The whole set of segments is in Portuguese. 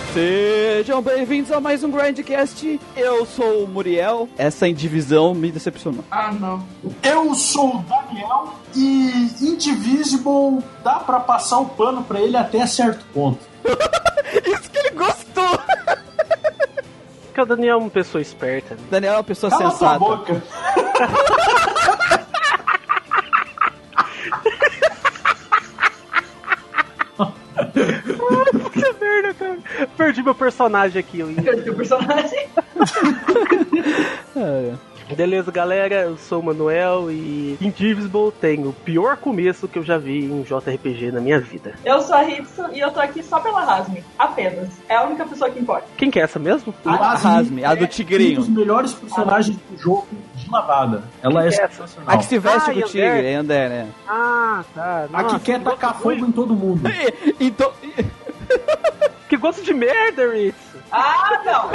Sejam bem-vindos a mais um Grindcast. Eu sou o Muriel. Essa indivisão me decepcionou. Ah, não. Eu sou o Daniel e Indivisible dá pra passar o pano pra ele até certo ponto. Isso que ele gostou. Porque o Daniel é uma pessoa esperta. Né? Daniel é uma pessoa Cala sensata. tua boca. Que merda, cara. Perdi meu personagem aqui. Perdi o personagem. Beleza, galera, eu sou o Manuel e Indivisible tem o pior começo que eu já vi em um JRPG na minha vida. Eu sou a Hitsu e eu tô aqui só pela Rasmi, apenas. É a única pessoa que importa. Quem que é essa mesmo? A Rasmi, a do Um tigrinho. dos melhores personagens do jogo de lavada. Ela é sensacional. A que se veste com o Yandere. tigre, é Yandere, né? Ah, tá. A que quer tacar fogo em todo mundo. Então... Que gosto de merda, Ritz. Ah, não!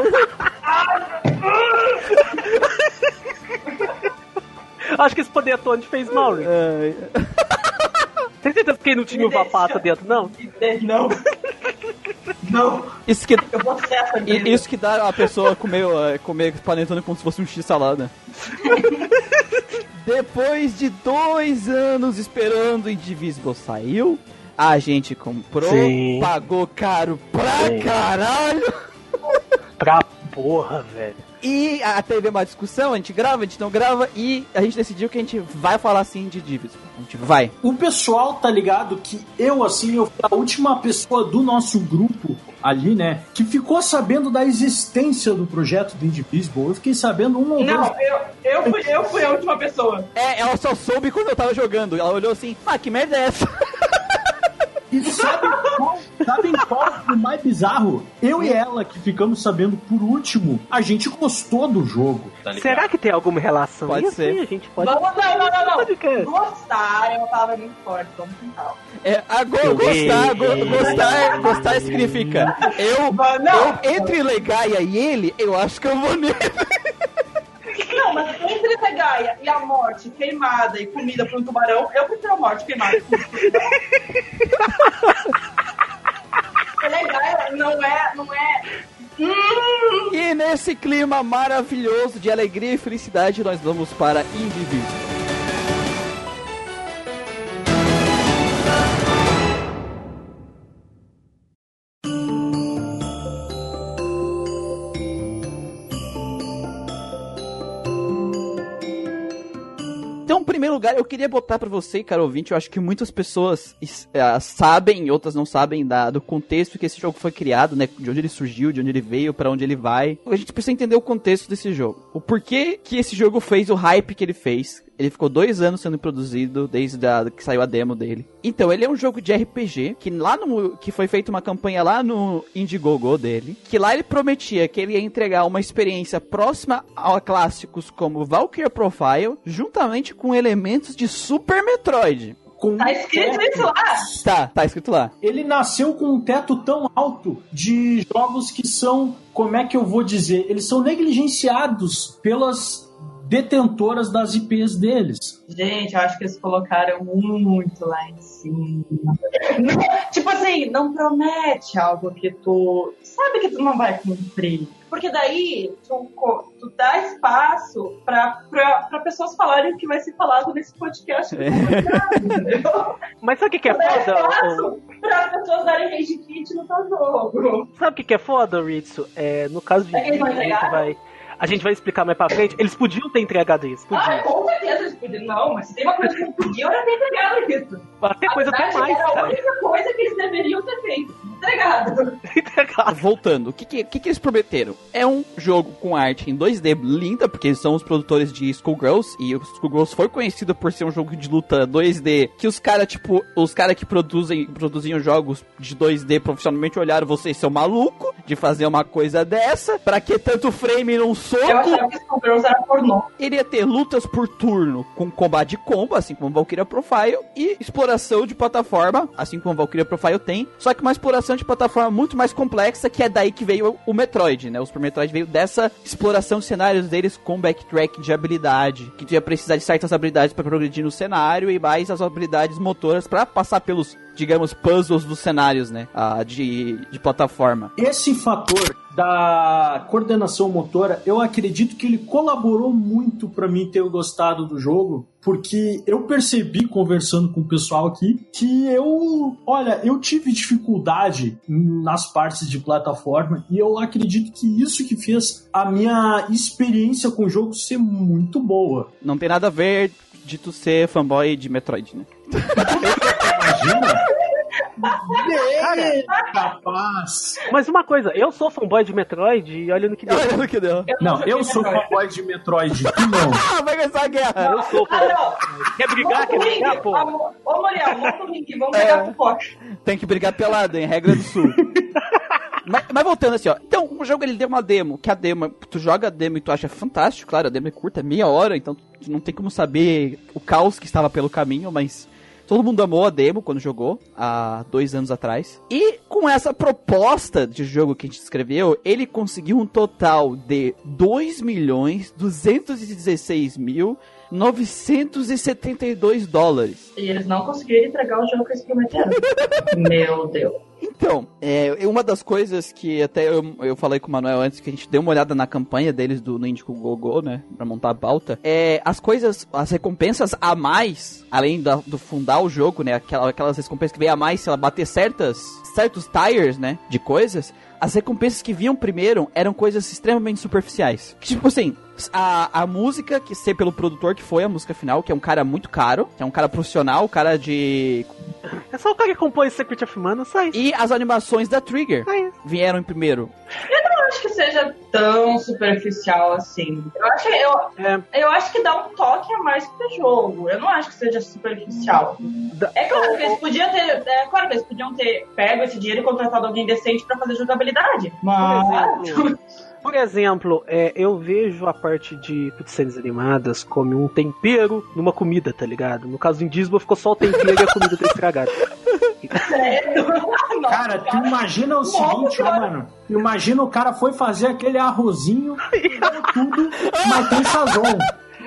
Acho que esse poder atuante fez mal, Ritz. Tem certeza que não tinha uva pata dentro, não? Não. Não. Isso que... Eu vou ser essa mesmo. Isso que dá a pessoa comer panetone como se fosse um x-salada. Depois de 2 anos esperando, Indivisible saiu, a gente comprou, Sim. pagou caro pra caralho. Pra porra, velho. E teve uma discussão, a gente grava, a gente não grava, e a gente decidiu que a gente vai falar assim de Indivisible. A gente vai. O pessoal tá ligado que eu fui a última pessoa do nosso grupo ali, né, que ficou sabendo da existência do projeto do Indivisible. Eu fiquei sabendo um ou dois... Não, eu fui a última pessoa. Ela só soube quando eu tava jogando. Ela olhou assim, que merda é essa? E sabem qual o mais bizarro? Eu e ela, que ficamos sabendo por último, a gente gostou do jogo. Tá ligado? Será que tem alguma relação? Pode Isso ser. aí, a gente pode... Não. Pode que- Gostar é uma palavra muito forte, vamos tentar. Gostar significa entre Legaia e ele, eu acho que eu vou nele. Não, mas entre a Gaia e a morte queimada e comida por um tubarão, eu prefiro a morte queimada e comida por um tubarão. Gaia não é... E nesse clima maravilhoso de alegria e felicidade, nós vamos para Indivisible. Então, em primeiro lugar, eu queria botar pra você, cara ouvinte, eu acho que muitas pessoas sabem, outras não sabem do contexto que esse jogo foi criado, né? De onde ele surgiu, de onde ele veio, pra onde ele vai. A gente precisa entender o contexto desse jogo. O porquê que esse jogo fez o hype que ele fez. Ele ficou 2 anos sendo produzido, desde que saiu a demo dele. Então, ele é um jogo de RPG, que foi feita uma campanha lá no Indiegogo dele, que lá ele prometia que ele ia entregar uma experiência próxima a clássicos como Valkyria Profile, juntamente com elementos de Super Metroid. Tá escrito isso lá? Tá escrito lá. Ele nasceu com um teto tão alto de jogos que são, como é que eu vou dizer, eles são negligenciados pelas detentoras das IPs deles. Gente, eu acho que eles colocaram muito lá em cima. Tipo assim, não promete algo que tu sabe que tu não vai cumprir. Porque daí tu dá espaço pra pessoas falarem o que vai ser falado nesse podcast. Mas sabe o que é Dá foda? espaço pra pessoas darem rage kit no teu jogo. Sabe o que é foda, Ritsu? No caso de Eles não entregaram? a gente vai explicar mais pra frente. Eles podiam ter entregado isso. Podiam. Com certeza eles podiam. Não, mas se tem uma coisa que não podiam, era ter entregado isso. Até coisa até mais, era cara. a única coisa que eles deveriam ter feito. Entregado. Voltando, o que eles prometeram? É um jogo com arte em 2D linda, porque eles são os produtores de Skullgirls, e o Skullgirls foi conhecido por ser um jogo de luta 2D, que os caras que produziam jogos de 2D profissionalmente olharam, vocês são malucos de fazer uma coisa dessa, pra que tanto frame num soco? Eu achava que Skullgirls era pornô. Iria ter lutas por turno com combate de combo, assim como Valkyria Profile, e exploração de plataforma, assim como Valkyria Profile tem, só que uma exploração de plataforma muito mais complexa, que é daí que veio o Metroid, né? O Super Metroid veio dessa exploração de cenários deles com backtrack de habilidade, que tu ia precisar de certas habilidades para progredir no cenário e mais as habilidades motoras para passar pelos digamos, puzzles dos cenários, né? De plataforma. Esse fator da coordenação motora, eu acredito que ele colaborou muito pra mim ter gostado do jogo, porque eu percebi, conversando com o pessoal aqui, que eu tive dificuldade nas partes de plataforma, e eu acredito que isso que fez a minha experiência com o jogo ser muito boa. Não tem nada a ver de tu ser fanboy de Metroid, né? Imagina? Capaz. Mas uma coisa, eu sou fanboy de Metroid e olha no que deu. Olha no que deu. Eu sou fanboy de Metroid. Não. Vai começar a guerra. Eu sou fanboy. Quer brigar, pô? Ô, Muriel, monta o link, vamos pegar pipoca. Tem que brigar pelado, hein? Regra do sul. Mas voltando assim, ó. Então, o jogo ele deu uma demo, que a demo, tu joga a demo e tu acha fantástico, claro, a demo é curta, meia hora, então tu não tem como saber o caos que estava pelo caminho, mas todo mundo amou a demo quando jogou, há 2 anos atrás. E com essa proposta de jogo que a gente escreveu, ele conseguiu um total de $2.216.972. E eles não conseguiram entregar o jogo que eles prometeram. Meu Deus. Então, uma das coisas que até eu falei com o Manuel antes, que a gente deu uma olhada na campanha deles no Indiegogo, né, pra montar a pauta, as recompensas a mais, além do fundar o jogo, né, aquelas recompensas que vem a mais se ela bater certos tires, né, de coisas, as recompensas que vinham primeiro eram coisas extremamente superficiais. Tipo assim, a música, que ser pelo produtor, que foi a música final, que é um cara muito caro, que é um cara profissional, cara de... É só o cara que compôs Secret of Mana, só isso. E as animações da Trigger vieram em primeiro. Eu não acho que seja tão superficial assim. Eu acho que dá um toque a mais pro jogo. Eu não acho que seja superficial. É claro que eles podiam ter pego esse dinheiro e contratado alguém decente pra fazer jogabilidade. Por exemplo, eu vejo a parte de cutscenes animadas como um tempero numa comida, tá ligado? No caso do Indisbo ficou só o tempero e a comida tá estragada. Cara, tu imagina o seguinte, mano. Imagina o cara foi fazer aquele arrozinho, tudo, mas tem sazon.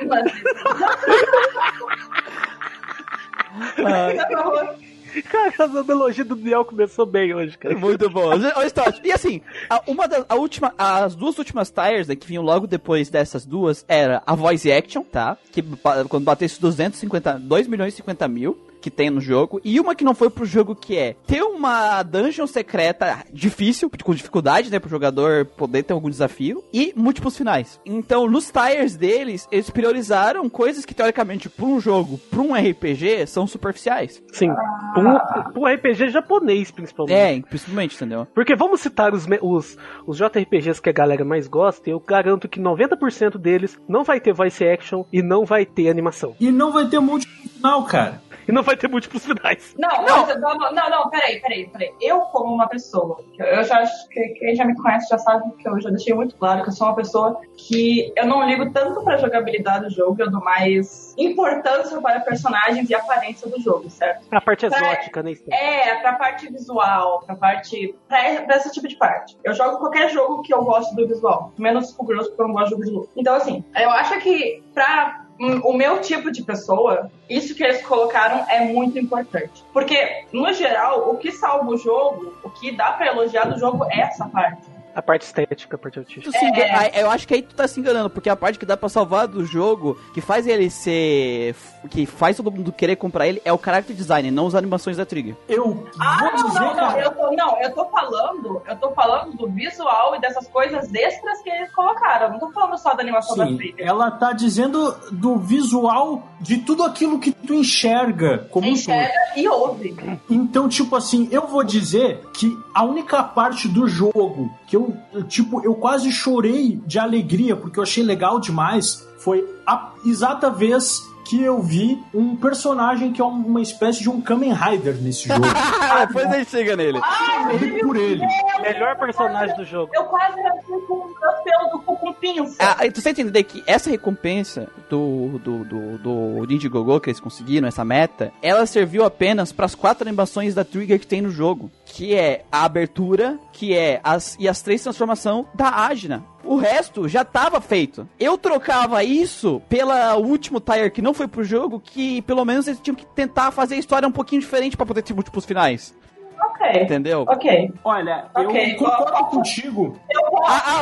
Cara, a analogia do Biel começou bem hoje, cara. Muito bom. E assim, as 2 últimas tires, né, que vinham logo depois dessas duas, era a Voice Action, tá? Que quando batesse 2.050.000 que tem no jogo, e uma que não foi pro jogo, que é ter uma dungeon secreta difícil, com dificuldade, né, pro jogador poder ter algum desafio, e múltiplos finais. Então, nos tires deles, eles priorizaram coisas que, teoricamente, pra um jogo, pra um RPG, são superficiais. Sim, pra um RPG japonês, principalmente. Principalmente, entendeu? Porque vamos citar os JRPGs que a galera mais gosta, e eu garanto que 90% deles não vai ter voice action e não vai ter animação. E não vai ter múltiplo final, cara. E não vai ter múltiplos finais. Não, peraí. Eu, como uma pessoa, eu já acho que quem já me conhece já sabe que eu já deixei muito claro que eu sou uma pessoa que eu não ligo tanto pra jogabilidade do jogo, eu dou mais importância para personagens e aparência do jogo, certo? A parte exótica, né? Pra parte visual, pra esse tipo de parte. Eu jogo qualquer jogo que eu gosto do visual, menos o grosso, porque eu não gosto de jogo de luta. Então, assim, eu acho que o meu tipo de pessoa, isso que eles colocaram é muito importante. Porque, no geral, o que salva o jogo, o que dá pra elogiar do jogo é essa parte. A parte estética, a parte artística. Eu acho que aí tu tá se enganando, porque a parte que dá pra salvar do jogo, que faz ele ser... que faz todo mundo querer comprar ele, é o character design, não as animações da Trigger. Eu tô falando do visual e dessas coisas extras que eles colocaram. Eu não tô falando só da animação da Trigger. Ela tá dizendo do visual de tudo aquilo que tu enxerga como enxerga e ouve. Então, tipo assim, eu vou dizer que a única parte do jogo que eu quase chorei de alegria, porque eu achei legal demais, foi a exata vez que eu vi um personagem que é uma espécie de um Kamen Rider nesse jogo. Depois a gente chega nele. Por ele. Melhor personagem do jogo. Eu quase fui com o pelo do cu com pinça. Tu você entender que essa recompensa do Indiegogo que eles conseguiram, essa meta, ela serviu apenas para as 4 animações da Trigger que tem no jogo. Que é a abertura, que é as 3 transformações da Ajna. O resto já tava feito. Eu trocava isso pela último Tire que não foi pro jogo, que pelo menos eles tinham que tentar fazer a história um pouquinho diferente pra poder ter múltiplos finais. Ok. Entendeu? Ok. Olha, Ok, eu concordo contigo. A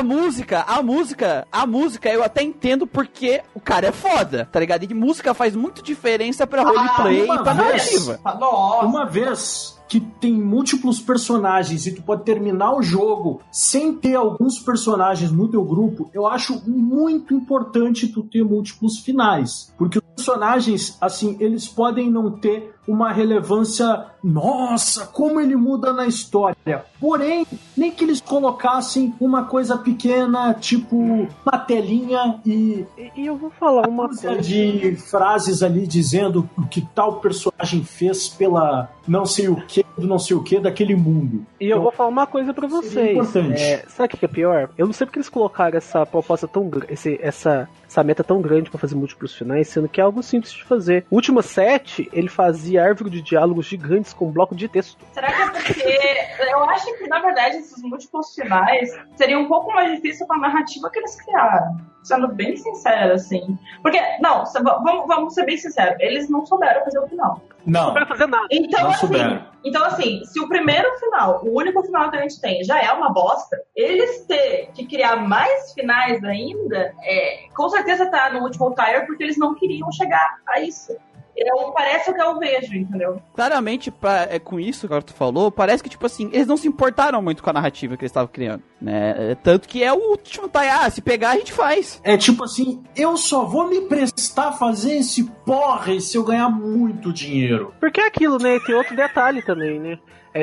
música eu até entendo porque o cara é foda, tá ligado? E música faz muito diferença pra roleplay e pra narrativa. Nossa. Uma vez que tem múltiplos personagens e tu pode terminar o jogo sem ter alguns personagens no teu grupo, eu acho muito importante tu ter múltiplos finais. Porque os personagens, assim, eles podem não ter uma relevância, nossa, como ele muda na história. Porém, nem que eles colocassem uma coisa pequena, tipo uma telinha e eu vou falar uma coisa de frases ali dizendo o que tal personagem fez pela não sei o que daquele mundo. E eu vou falar uma coisa pra vocês. Sabe o que é pior? Eu não sei porque eles colocaram essa proposta tão grande, essa meta tão grande pra fazer múltiplos finais, sendo que é algo simples de fazer. O último set, ele fazia árvore de diálogos gigantes com bloco de texto. Será que é porque... Eu acho que, na verdade, esses múltiplos finais seriam um pouco mais difícil com a narrativa que eles criaram. Sendo bem sincero, assim. Porque, não, vamos ser bem sinceros. Eles não souberam fazer o final. Não souberam fazer nada. Então, assim, se o primeiro final, o único final que a gente tem, já é uma bosta, eles ter que criar mais finais ainda, com certeza tá no último Tire, porque eles não queriam chegar a isso. Parece o que eu vejo, entendeu? Claramente, com isso que tu falou, parece que, tipo assim, eles não se importaram muito com a narrativa que eles estavam criando, né? Tanto que é o último Tire, se pegar, a gente faz. É tipo assim, eu só vou me prestar a fazer esse porra se eu ganhar muito dinheiro. Porque é aquilo, né? Tem outro detalhe também, né?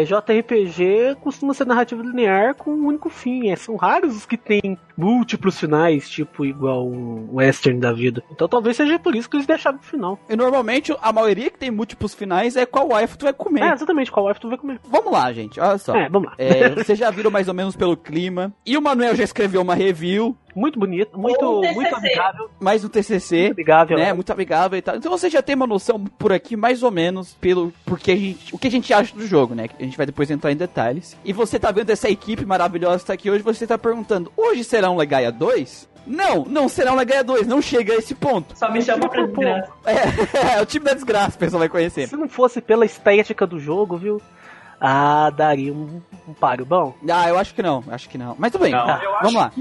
JRPG costuma ser narrativa linear com um único fim. São raros os que tem múltiplos finais, tipo igual um western da vida. Então talvez seja por isso que eles deixaram pro final. E normalmente a maioria que tem múltiplos finais é qual wife tu vai comer. Exatamente, qual wife tu vai comer. Vamos lá, gente, olha só. Vamos lá. Vocês já viram mais ou menos pelo clima. E o Manuel já escreveu uma review. Muito bonito, muito amigável. Mais um TCC. Muito amigável. Né? Muito amigável e tal. Então você já tem uma noção por aqui, mais ou menos, o que a gente acha do jogo, né? A gente vai depois entrar em detalhes. E você tá vendo essa equipe maravilhosa que tá aqui hoje, você tá perguntando, hoje será um Legaia 2? Não será um Legaia 2, não chega a esse ponto. Só me chama pra desgraça. O time da desgraça, o pessoal vai conhecer. Se não fosse pela estética do jogo, viu? Daria um páreo bom. Eu acho que não. Mas tudo bem, vamos lá.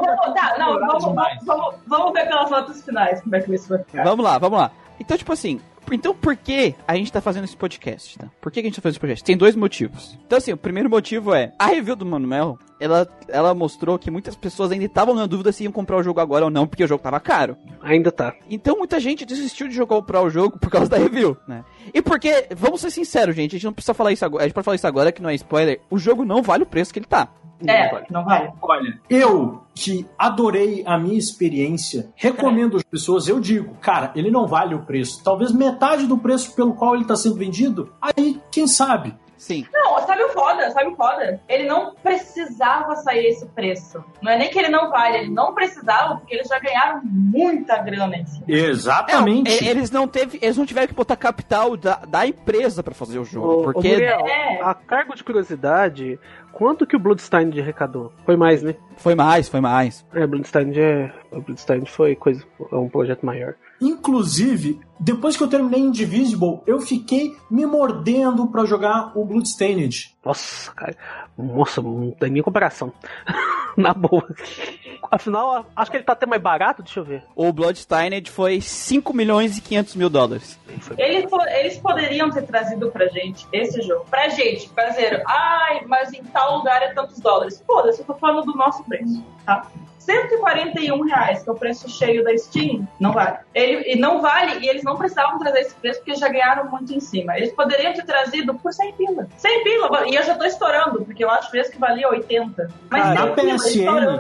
Vamos ver pelas notas finais como é que isso vai ficar. Vamos lá. Então, tipo assim, por que a gente tá fazendo esse podcast, tá? Por que a gente tá fazendo esse podcast? Tem 2 motivos. Então, assim, o primeiro motivo é, a review do Manuel, ela mostrou que muitas pessoas ainda estavam na dúvida se iam comprar o jogo agora ou não, porque o jogo tava caro. Ainda tá. Então, muita gente desistiu de comprar o jogo por causa da review, né? E porque, vamos ser sinceros, gente, a gente não precisa falar isso agora, a gente pode falar isso agora, que não é spoiler, o jogo não vale o preço que ele tá. Não vale. Olha, eu que adorei a minha experiência, recomendo às pessoas, eu digo, cara, ele não vale o preço. Talvez metade do preço pelo qual ele está sendo vendido, aí, quem sabe? Sim. Não, sabe o foda? Ele não precisava sair esse preço. Não é nem que ele não vale, ele não precisava, porque eles já ganharam muita grana em cima. Exatamente. Eles não tiveram que botar capital da empresa pra fazer o jogo. Porque Muriel, a cargo de curiosidade, quanto que o Bloodstained arrecadou? Foi mais, né? Foi mais. Bloodstained foi um projeto maior. Inclusive, depois que eu terminei Indivisible, eu fiquei me mordendo pra jogar o Bloodstained. Nossa, cara. Nossa, não tem nem comparação. Na boa. Afinal, acho que ele tá até mais barato, deixa eu ver. O Bloodstained foi 5 milhões e 500 mil dólares. Eles poderiam ter trazido pra gente esse jogo. Pra gente, brasileiro. Mas em tal lugar é tantos dólares. Foda-se, eu tô falando do nosso preço, tá? R$141, que é o preço cheio da Steam, não vale. Não vale, e eles não precisavam trazer esse preço porque já ganharam muito em cima. Eles poderiam ter trazido por 100 pila. 100 pila, e eu já tô estourando, porque eu acho mesmo que valia 80. Mas na PSN,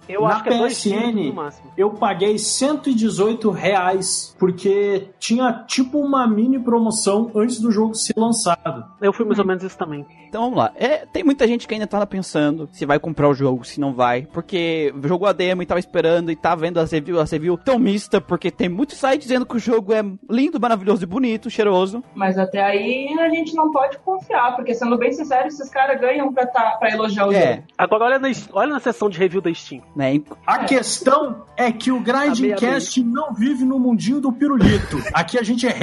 Eu Na acho que é PSN, no máximo. eu paguei R$118, porque tinha tipo uma mini promoção antes do jogo ser lançado. Eu fui mais ou menos isso também. Então vamos lá. Tem muita gente que ainda tá pensando se vai comprar o jogo, se não vai. Porque jogou a demo e tava esperando e tá vendo a review tão mista, porque tem muito site dizendo que o jogo é lindo, maravilhoso e bonito, cheiroso. Mas até aí a gente não pode confiar, porque sendo bem sincero, esses caras ganham pra elogiar o jogo. Agora olha na seção de review da Steam. Né? A questão é que o Grindcast não vive no mundinho do pirulito. Aqui a gente é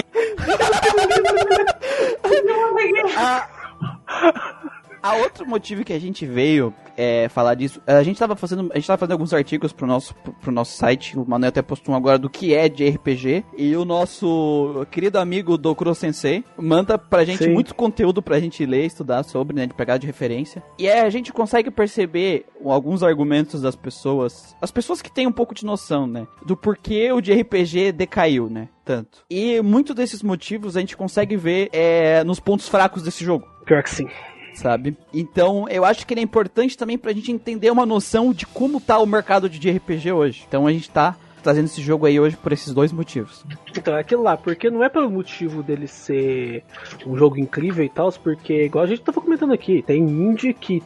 A outro motivo que a gente veio falar disso, a gente tava fazendo alguns artigos pro nosso site, o Manuel até postou um agora do que é de RPG, e o nosso querido amigo do Kuro Sensei manda pra gente muito conteúdo pra gente ler, estudar sobre, né, de pegar de referência, e a gente consegue perceber alguns argumentos das pessoas, as pessoas que têm um pouco de noção, né, do porquê o de RPG decaiu, né, tanto. E muitos desses motivos a gente consegue ver nos pontos fracos desse jogo. Pior que sim. Sabe? Então, eu acho que ele é importante também pra gente entender uma noção de como tá o mercado de RPG hoje. Então, a gente tá trazendo esse jogo aí hoje por esses dois motivos. Então, é aquilo lá, porque não é pelo motivo dele ser um jogo incrível e tal, porque, igual a gente tava comentando aqui, tem indie que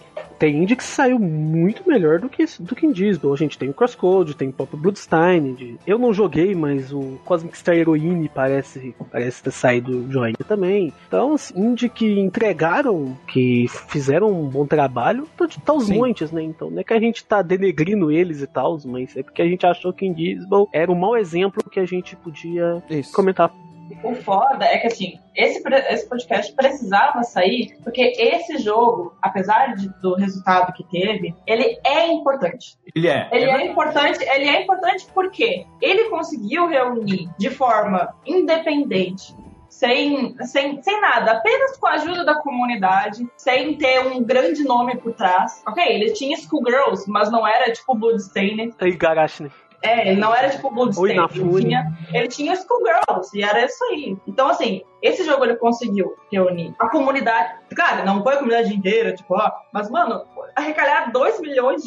saiu muito melhor do que Indivisible. A gente tem o Crosscode, tem o Pop Bloodstained. Eu não joguei, mas o Cosmic Star Heroine parece ter saído joinha também. Então, assim, indie que entregaram, que fizeram um bom trabalho, tá os montes, né? Então, não é que a gente tá denegrindo eles e tal, mas é porque a gente achou que Indivisible era um mau exemplo que a gente podia comentar. O foda é que, assim, esse podcast precisava sair, porque esse jogo, apesar do resultado que teve, ele é importante. Ele é importante porque ele conseguiu reunir de forma independente, sem nada, apenas com a ajuda da comunidade, sem ter um grande nome por trás. Ok, ele tinha Schoolgirls, mas não era tipo Bloodstained. E Garashne. Ele não era tipo Bloodstained, ele tinha Schoolgirls, e era isso aí. Então, assim, esse jogo ele conseguiu reunir a comunidade, cara, não foi a comunidade inteira, tipo, mas, mano, arrecadar 2 milhões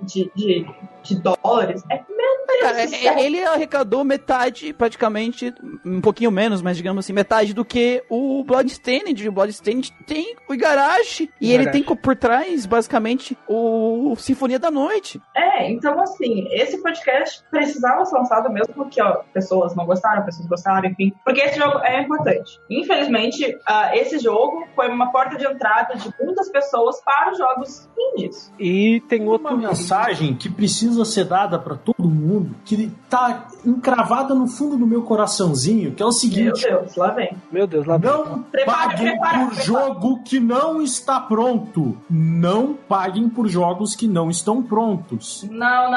de dólares é, meu Deus, cara, ele arrecadou metade, praticamente, um pouquinho menos, mas digamos assim, metade do que o Bloodstained. O Bloodstained tem o Igarashi, e ele tem por trás, basicamente, o Sinfonia da Noite. Então, assim, esse podcast precisava ser lançado mesmo que, pessoas não gostaram, pessoas gostaram, enfim, porque esse jogo é importante. Infelizmente, esse jogo foi uma porta de entrada de muitas pessoas para os jogos indies. E tem outra mensagem que precisa ser dada para todo mundo, que tá encravada no fundo do meu coraçãozinho, que é o seguinte: Meu Deus, lá vem. Não paguem por jogo que não está pronto. Não paguem por jogos que não estão prontos. Não.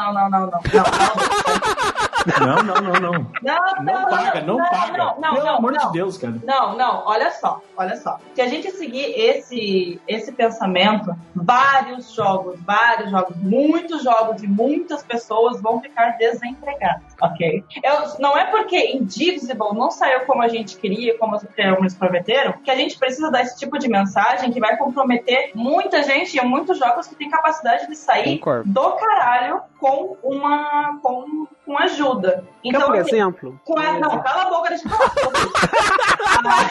Não paga. Pelo amor de Deus, cara. Não, olha só. Se a gente seguir esse pensamento, vários jogos, muitos jogos e muitas pessoas vão ficar desempregadas, ok? Não é porque Indivisible não saiu como a gente queria, como os criadores prometeram, que a gente precisa dar esse tipo de mensagem que vai comprometer muita gente e muitos jogos que têm capacidade de sair do caralho com ajuda. Então, por exemplo? Não, cala a boca, deixa eu falar.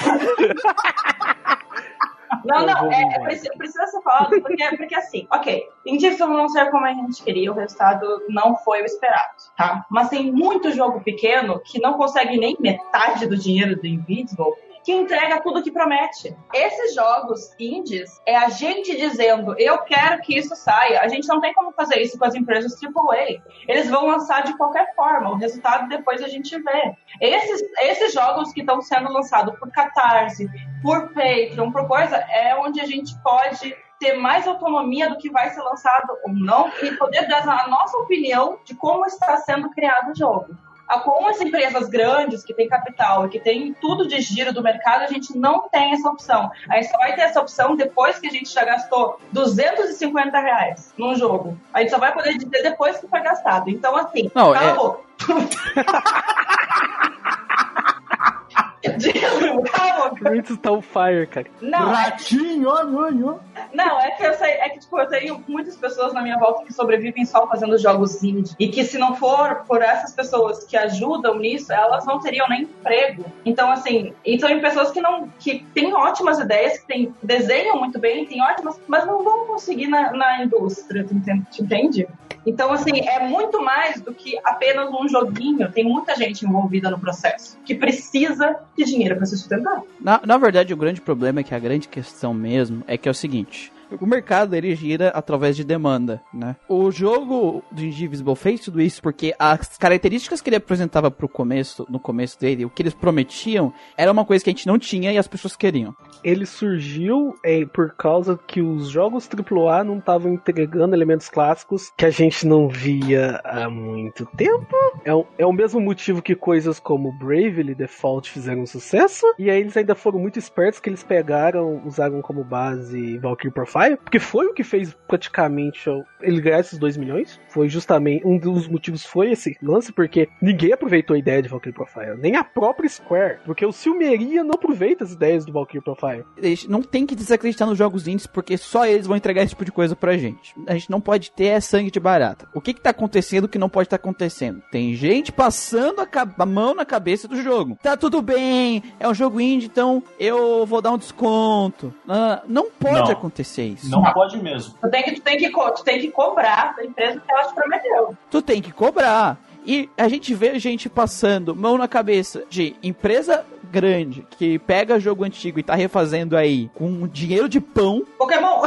Precisa ser falado, porque assim, ok, Indivisible não saiu como a gente queria, o resultado não foi o esperado, tá? Mas tem muito jogo pequeno que não consegue nem metade do dinheiro do Invisible, que entrega tudo que promete. Esses jogos indies é a gente dizendo, eu quero que isso saia. A gente não tem como fazer isso com as empresas AAA. Eles vão lançar de qualquer forma. O resultado depois a gente vê. Esses jogos que estão sendo lançados por Catarse, por Patreon, por coisa, é onde a gente pode ter mais autonomia do que vai ser lançado ou não e poder dar a nossa opinião de como está sendo criado o jogo. Com as empresas grandes que têm capital e que têm tudo de giro do mercado, a gente não tem essa opção. A gente só vai ter essa opção depois que a gente já gastou R$250 num jogo. A gente só vai poder dizer depois que foi gastado. Então, assim, Calma, Princess tá on fire, cara. Não, Ratinho, Não, é que eu sei, tipo, eu tenho muitas pessoas na minha volta que sobrevivem só fazendo jogos indie. E que se não for por essas pessoas que ajudam nisso, elas não teriam nem emprego. Então, assim, são pessoas que têm ótimas ideias, que desenham muito bem, têm ótimas, mas não vão conseguir na indústria, tu entende? Então, assim, é muito mais do que apenas um joguinho. Tem muita gente envolvida no processo que precisa de dinheiro para se sustentar. Na verdade, o grande problema é que a grande questão mesmo é que é o seguinte: o mercado, ele gira através de demanda, né? O jogo do Indivisible fez tudo isso porque as características que ele apresentava no começo dele, o que eles prometiam, era uma coisa que a gente não tinha e as pessoas queriam. Ele surgiu por causa que os jogos AAA não estavam entregando elementos clássicos que a gente não via há muito tempo. É o mesmo motivo que coisas como Bravely Default fizeram sucesso, e aí eles ainda foram muito espertos que eles usaram como base Valkyrie Profile, porque foi o que fez praticamente ele ganhar esses 2 milhões. Foi justamente um dos motivos, foi esse lance, porque ninguém aproveitou a ideia de Valkyrie Profile, nem a própria Square, porque o Silmeria não aproveita as ideias do Valkyrie Profile. Não tem que desacreditar nos jogos indies, porque só eles vão entregar esse tipo de coisa pra gente. A gente não pode ter sangue de barata. O que tá acontecendo que não pode estar acontecendo? Tem gente passando a mão na cabeça do jogo. Tá tudo bem, é um jogo indie, então eu vou dar um desconto. Não pode acontecer isso. Não pode mesmo. Tu tem que cobrar da empresa que ela te prometeu. Tu tem que cobrar. E a gente vê gente passando mão na cabeça de empresa grande que pega jogo antigo e tá refazendo aí com dinheiro de pão. Pokémon!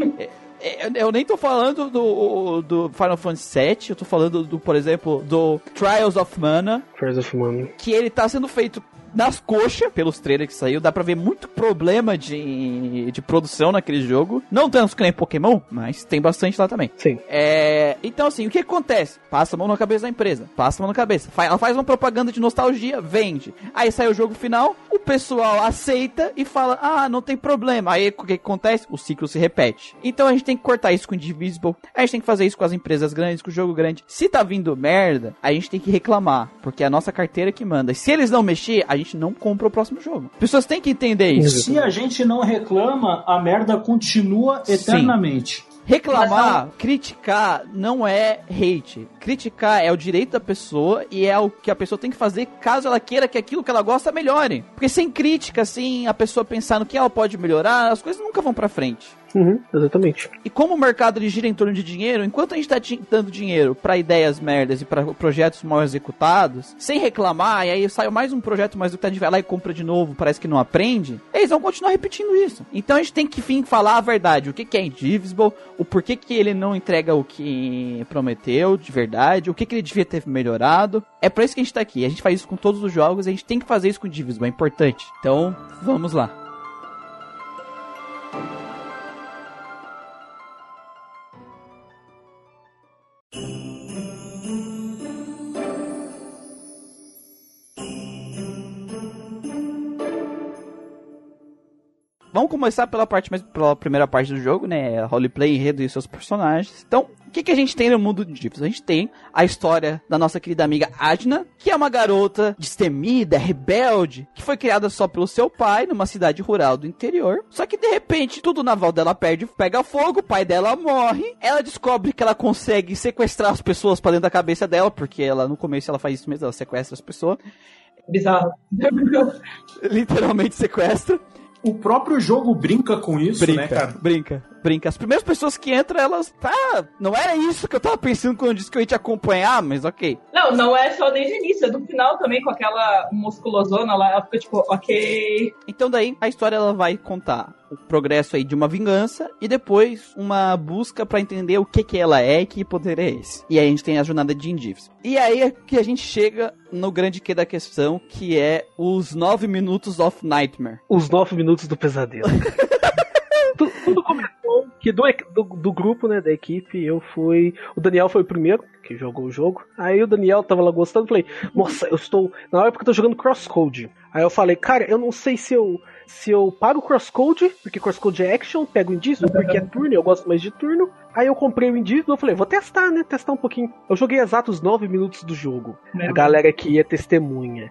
Eu nem tô falando do Final Fantasy VII, eu tô falando por exemplo, do Trials of Mana. Que ele tá sendo feito nas coxas, pelos trailers que saiu, dá pra ver muito problema de produção naquele jogo. Não tanto que nem Pokémon, mas tem bastante lá também. Sim. Então assim, o que acontece? Passa a mão na cabeça da empresa, passa a mão na cabeça. Ela faz uma propaganda de nostalgia, vende. Aí sai o jogo final, o pessoal aceita e fala, não tem problema. Aí o que acontece? O ciclo se repete. Então a gente tem que cortar isso com o Indivisible, a gente tem que fazer isso com as empresas grandes, com o jogo grande. Se tá vindo merda, a gente tem que reclamar, porque é a nossa carteira que manda. E se eles não mexer, a gente não compra o próximo jogo. As pessoas têm que entender isso. Se a gente não reclama, a merda continua eternamente. Sim. Reclamar, criticar, não é hate. Criticar é o direito da pessoa e é o que a pessoa tem que fazer caso ela queira que aquilo que ela gosta melhore. Porque sem crítica, assim, a pessoa pensar no que ela pode melhorar, as coisas nunca vão pra frente. Exatamente. E como o mercado ele gira em torno de dinheiro, enquanto a gente tá dando dinheiro pra ideias merdas e pra projetos mal executados, sem reclamar, e aí sai mais um projeto mais do que a gente vai lá e compra de novo, parece que não aprende, eles vão continuar repetindo isso. Então a gente tem que, falar a verdade, o que é Indivisible, o porquê que ele não entrega o que prometeu de verdade, o que ele devia ter melhorado. É pra isso que a gente tá aqui, a gente faz isso com todos os jogos, a gente tem que fazer isso com o Indivisible, é importante. Então, vamos lá. Vamos começar pela primeira parte do jogo, né? Roleplay, enredo e seus personagens. Então, o que a gente tem no mundo de Indivisible? A gente tem a história da nossa querida amiga Adna, que é uma garota destemida, rebelde, que foi criada só pelo seu pai numa cidade rural do interior. Só que de repente, tudo na volta dela pega fogo, o pai dela morre. Ela descobre que ela consegue sequestrar as pessoas pra dentro da cabeça dela, porque ela no começo ela faz isso mesmo, ela sequestra as pessoas. Bizarro. Literalmente sequestra. O próprio jogo brinca com isso, né, cara? Brinca. As primeiras pessoas que entram, elas... não era isso que eu tava pensando quando eu disse que eu ia te acompanhar, mas ok. Não é só desde o início, é do final também, com aquela musculosona lá, ela fica tipo, ok. Então daí, a história ela vai contar o progresso aí de uma vingança e depois uma busca pra entender o que ela é e que poder é esse. E aí a gente tem a jornada de Indivisible. E aí é que a gente chega no grande quê da questão, que é os 9 minutos of Nightmare. Os 9 minutos do pesadelo. Tudo começou que do grupo, né, da equipe, o Daniel foi o primeiro que jogou o jogo. Aí o Daniel tava lá gostando, falei, nossa, na época eu tô jogando Crosscode. Aí eu falei, cara, eu não sei se eu pago o Crosscode, porque Crosscode é action, pego o Indivisible, porque é turno, eu gosto mais de turno. Aí eu comprei o Indivisible, eu falei, vou testar, né, testar um pouquinho. Eu joguei exatos 9 minutos do jogo. A galera aqui é testemunha.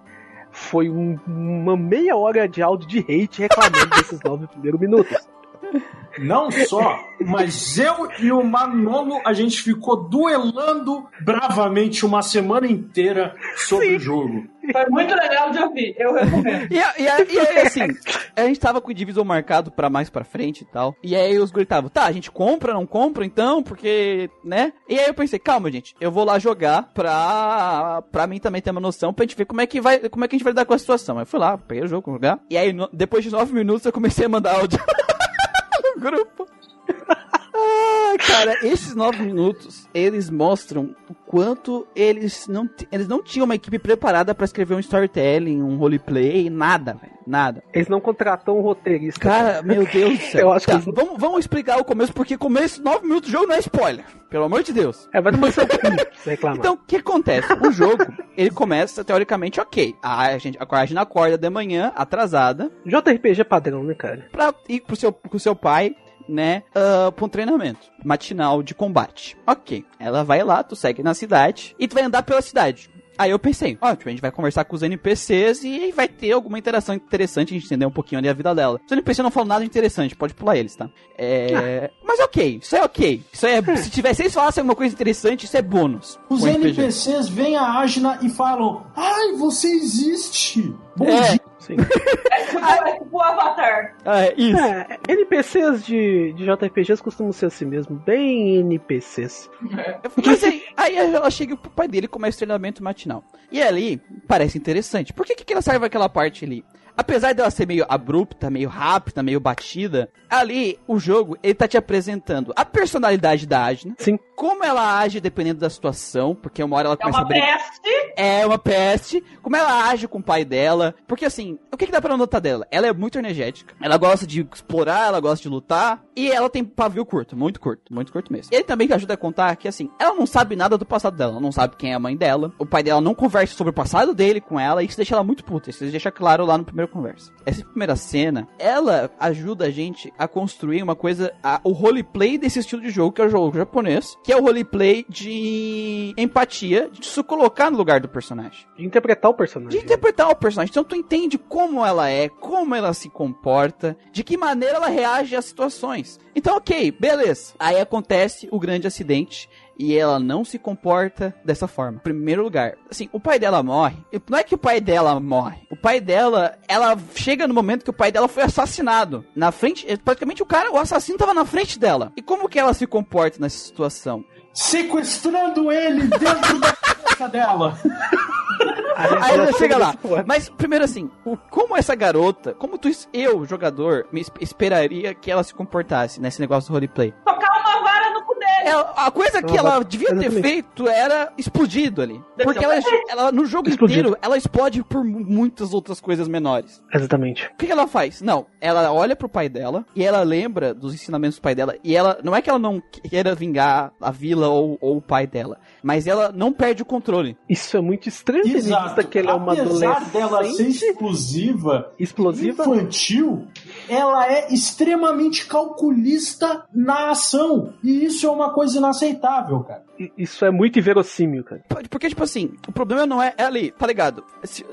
foi uma meia hora de áudio de hate reclamando desses 9 primeiros minutos. Não só, mas eu e o Manolo, a gente ficou duelando bravamente uma semana inteira sobre o jogo. Foi muito legal de ouvir, eu recomendo. E aí, assim, a gente tava com o divisor marcado pra mais pra frente e tal. E aí os gritavam, tá, a gente compra, não compra então? Porque, né? E aí eu pensei, calma, gente, eu vou lá jogar pra mim também ter uma noção, pra gente ver como é que a gente vai lidar com a situação. Aí eu fui lá, peguei o jogo pra jogar. E aí, depois de 9 minutos, eu comecei a mandar áudio no grupo. Cara, esses 9 minutos, eles mostram o quanto eles não tinham uma equipe preparada pra escrever um storytelling, um roleplay, nada, velho, nada. Eles não contratam um roteirista. Cara, meu Deus do céu. Eu acho que vamos explicar o começo, porque começo 9 minutos do jogo não é spoiler, pelo amor de Deus. Vai tomar seu cu, você reclamar. Então, o que acontece? O jogo, ele começa, teoricamente, ok. A gente acorda de manhã, atrasada. JRPG padrão, né, cara? Pra ir pro seu pai, né, pra um treinamento matinal de combate. Ok, ela vai lá, tu segue na cidade e tu vai andar pela cidade. Aí eu pensei, a gente vai conversar com os NPCs e vai ter alguma interação interessante, a gente entender um pouquinho ali a vida dela. Os NPCs não falam nada interessante, pode pular eles, tá? Mas ok, isso é ok. Isso é, se eles falassem alguma coisa interessante, isso é bônus. Os NPCs vêm a Ajna e falam, ai, você existe! Bom dia! Sim. É tipo o Avatar. Isso. NPCs de JRPGs costumam ser assim mesmo, bem NPCs. Mas aí ela chega pro pai dele e começa o treinamento matinal. E ali, parece interessante. Por que ela serve aquela parte ali? Apesar dela ser meio abrupta, meio rápida, meio batida, ali, o jogo, ele tá te apresentando a personalidade da Ajna. Sim. Como ela age dependendo da situação, porque uma hora ela começa a brigar. É uma peste. Como ela age com o pai dela. Porque assim, o que dá pra notar dela? Ela é muito energética. Ela gosta de explorar, ela gosta de lutar. E ela tem pavio curto, muito curto mesmo. E ele também ajuda a contar que assim, ela não sabe nada do passado dela. Ela não sabe quem é a mãe dela. O pai dela não conversa sobre o passado dele com ela. E isso deixa ela muito puta. Isso deixa claro lá no primeiro conversa. Essa primeira cena, ela ajuda a gente a construir uma coisa, o roleplay desse estilo de jogo, que é o jogo japonês, que é o roleplay de empatia, de se colocar no lugar do personagem. De interpretar o personagem. Então tu entende como ela é, como ela se comporta, de que maneira ela reage às situações. Então ok, beleza. Aí acontece o grande acidente. E ela não se comporta dessa forma. Em primeiro lugar, assim, o pai dela morre. Não é que o pai dela morre. O pai dela, ela chega no momento que o pai dela foi assassinado. Na frente, praticamente o assassino tava na frente dela. E como que ela se comporta nessa situação? Sequestrando ele dentro da cabeça dela. Aí ela chega lá. Mas, primeiro assim, como essa garota, eu, jogador, me esperaria que ela se comportasse nesse negócio do roleplay? Tocar uma vara no cu dele. A coisa que ela devia ter feito era explodido ali. Porque ela no jogo inteiro, ela explode por muitas outras coisas menores. Exatamente. O que ela faz? Não, ela olha pro pai dela e ela lembra dos ensinamentos do pai dela. E ela, não é que ela não queira vingar a vila ou o pai dela, mas ela não perde o controle. Isso é muito estranho. Exato. Que ela é uma adolescente. Apesar dela ser explosiva, infantil, ela é extremamente calculista na ação. E isso é uma coisa inaceitável, cara. Isso é muito inverossímil, cara. Porque, tipo assim, o problema não é ali, tá ligado?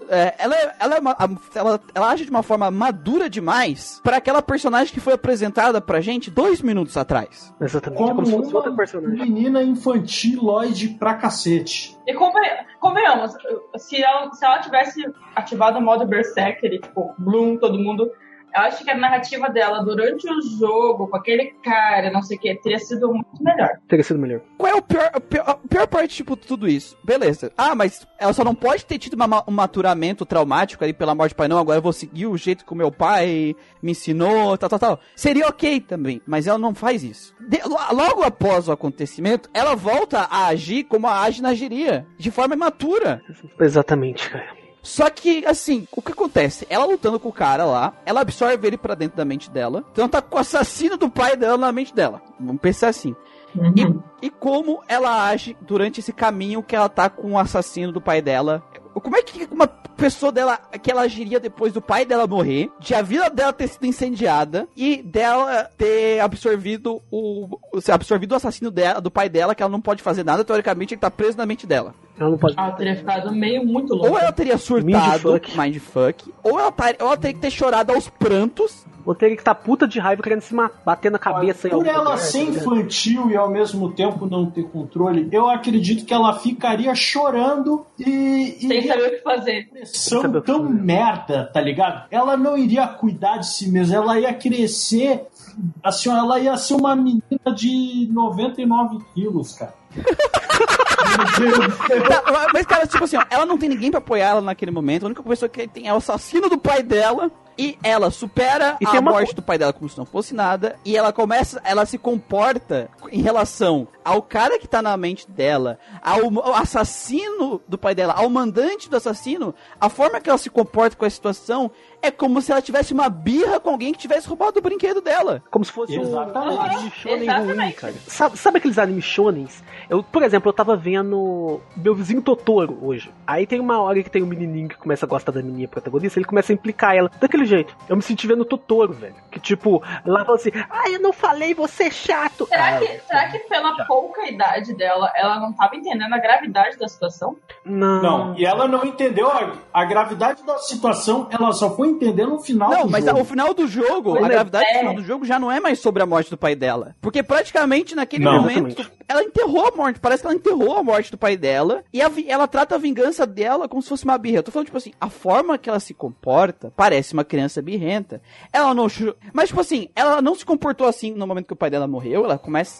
Ela age de uma forma madura demais pra aquela personagem que foi apresentada pra gente 2 minutos atrás. Exatamente. Como se fosse outra personagem. Menina infantiloide pra cacete. E convenhamos, se ela tivesse ativado o modo Berserker e, tipo, Bloom, todo mundo... Eu acho que a narrativa dela durante o jogo, com aquele cara, não sei o que, teria sido muito melhor. Teria sido melhor. Qual é a pior parte, tipo, de tudo isso? Beleza. Mas ela só não pode ter tido um maturamento traumático ali pela morte do pai, não. Agora eu vou seguir o jeito que o meu pai me ensinou, tal. Seria ok também, mas ela não faz isso. Logo após o acontecimento, ela volta a agir como a Ajna agiria, de forma imatura. Exatamente, cara. Só que, assim, o que acontece? Ela lutando com o cara lá, ela absorve ele pra dentro da mente dela. Então tá com o assassino do pai dela na mente dela. Vamos pensar assim. Uhum. E como ela age durante esse caminho que ela tá com o assassino do pai dela. Como é que uma pessoa dela, que ela agiria depois do pai dela morrer, de a vida dela ter sido incendiada e dela ter absorvido o assassino dela, do pai dela, que ela não pode fazer nada, teoricamente ele tá preso na mente dela. Ela não pode. Ela teria ficado meio muito louca. Ou ela teria surtado, mindfuck, ou ela teria que ter chorado aos prantos. Ou teria que estar puta de raiva querendo se bater na cabeça. Por ela ser infantil e ao mesmo tempo não ter controle, eu acredito que ela ficaria chorando sem saber o que fazer. Pressão tão merda, tá ligado? Ela não iria cuidar de si mesma, ela ia crescer, assim, ela ia ser uma menina de 99 quilos, cara. Mas, cara, tipo assim, ó, ela não tem ninguém pra apoiar ela naquele momento. A única pessoa que tem é o assassino do pai dela. E ela supera a morte do pai dela como se não fosse nada. E ela se comporta em relação ao cara que tá na mente dela, ao assassino do pai dela, ao mandante do assassino. A forma que ela se comporta com a situação é como se ela tivesse uma birra com alguém que tivesse roubado o brinquedo dela. Como se fosse um anime shonen ruim, cara. Sabe aqueles anime shonens? Por exemplo, eu tava vendo Meu Vizinho Totoro hoje. Aí tem uma hora que tem um menininho que começa a gostar da menina protagonista, ele começa a implicar ela daquele jeito. Eu me senti vendo Totoro, velho. Que tipo, ela fala assim, eu não falei, você é chato. Será que pela pouca idade dela, ela não tava entendendo a gravidade da situação? Não, e ela não entendeu a gravidade da situação, ela só foi entender no final do jogo. Não, mas o final do jogo, a gravidade do final do jogo já não é mais sobre a morte do pai dela. Porque praticamente naquele momento, ela enterrou a morte, parece que ela enterrou a morte do pai dela, e ela trata a vingança dela como se fosse uma birra. Eu tô falando, tipo assim, a forma que ela se comporta parece uma criança birrenta. Ela não... Mas, tipo assim, ela não se comportou assim no momento que o pai dela morreu, ela começa...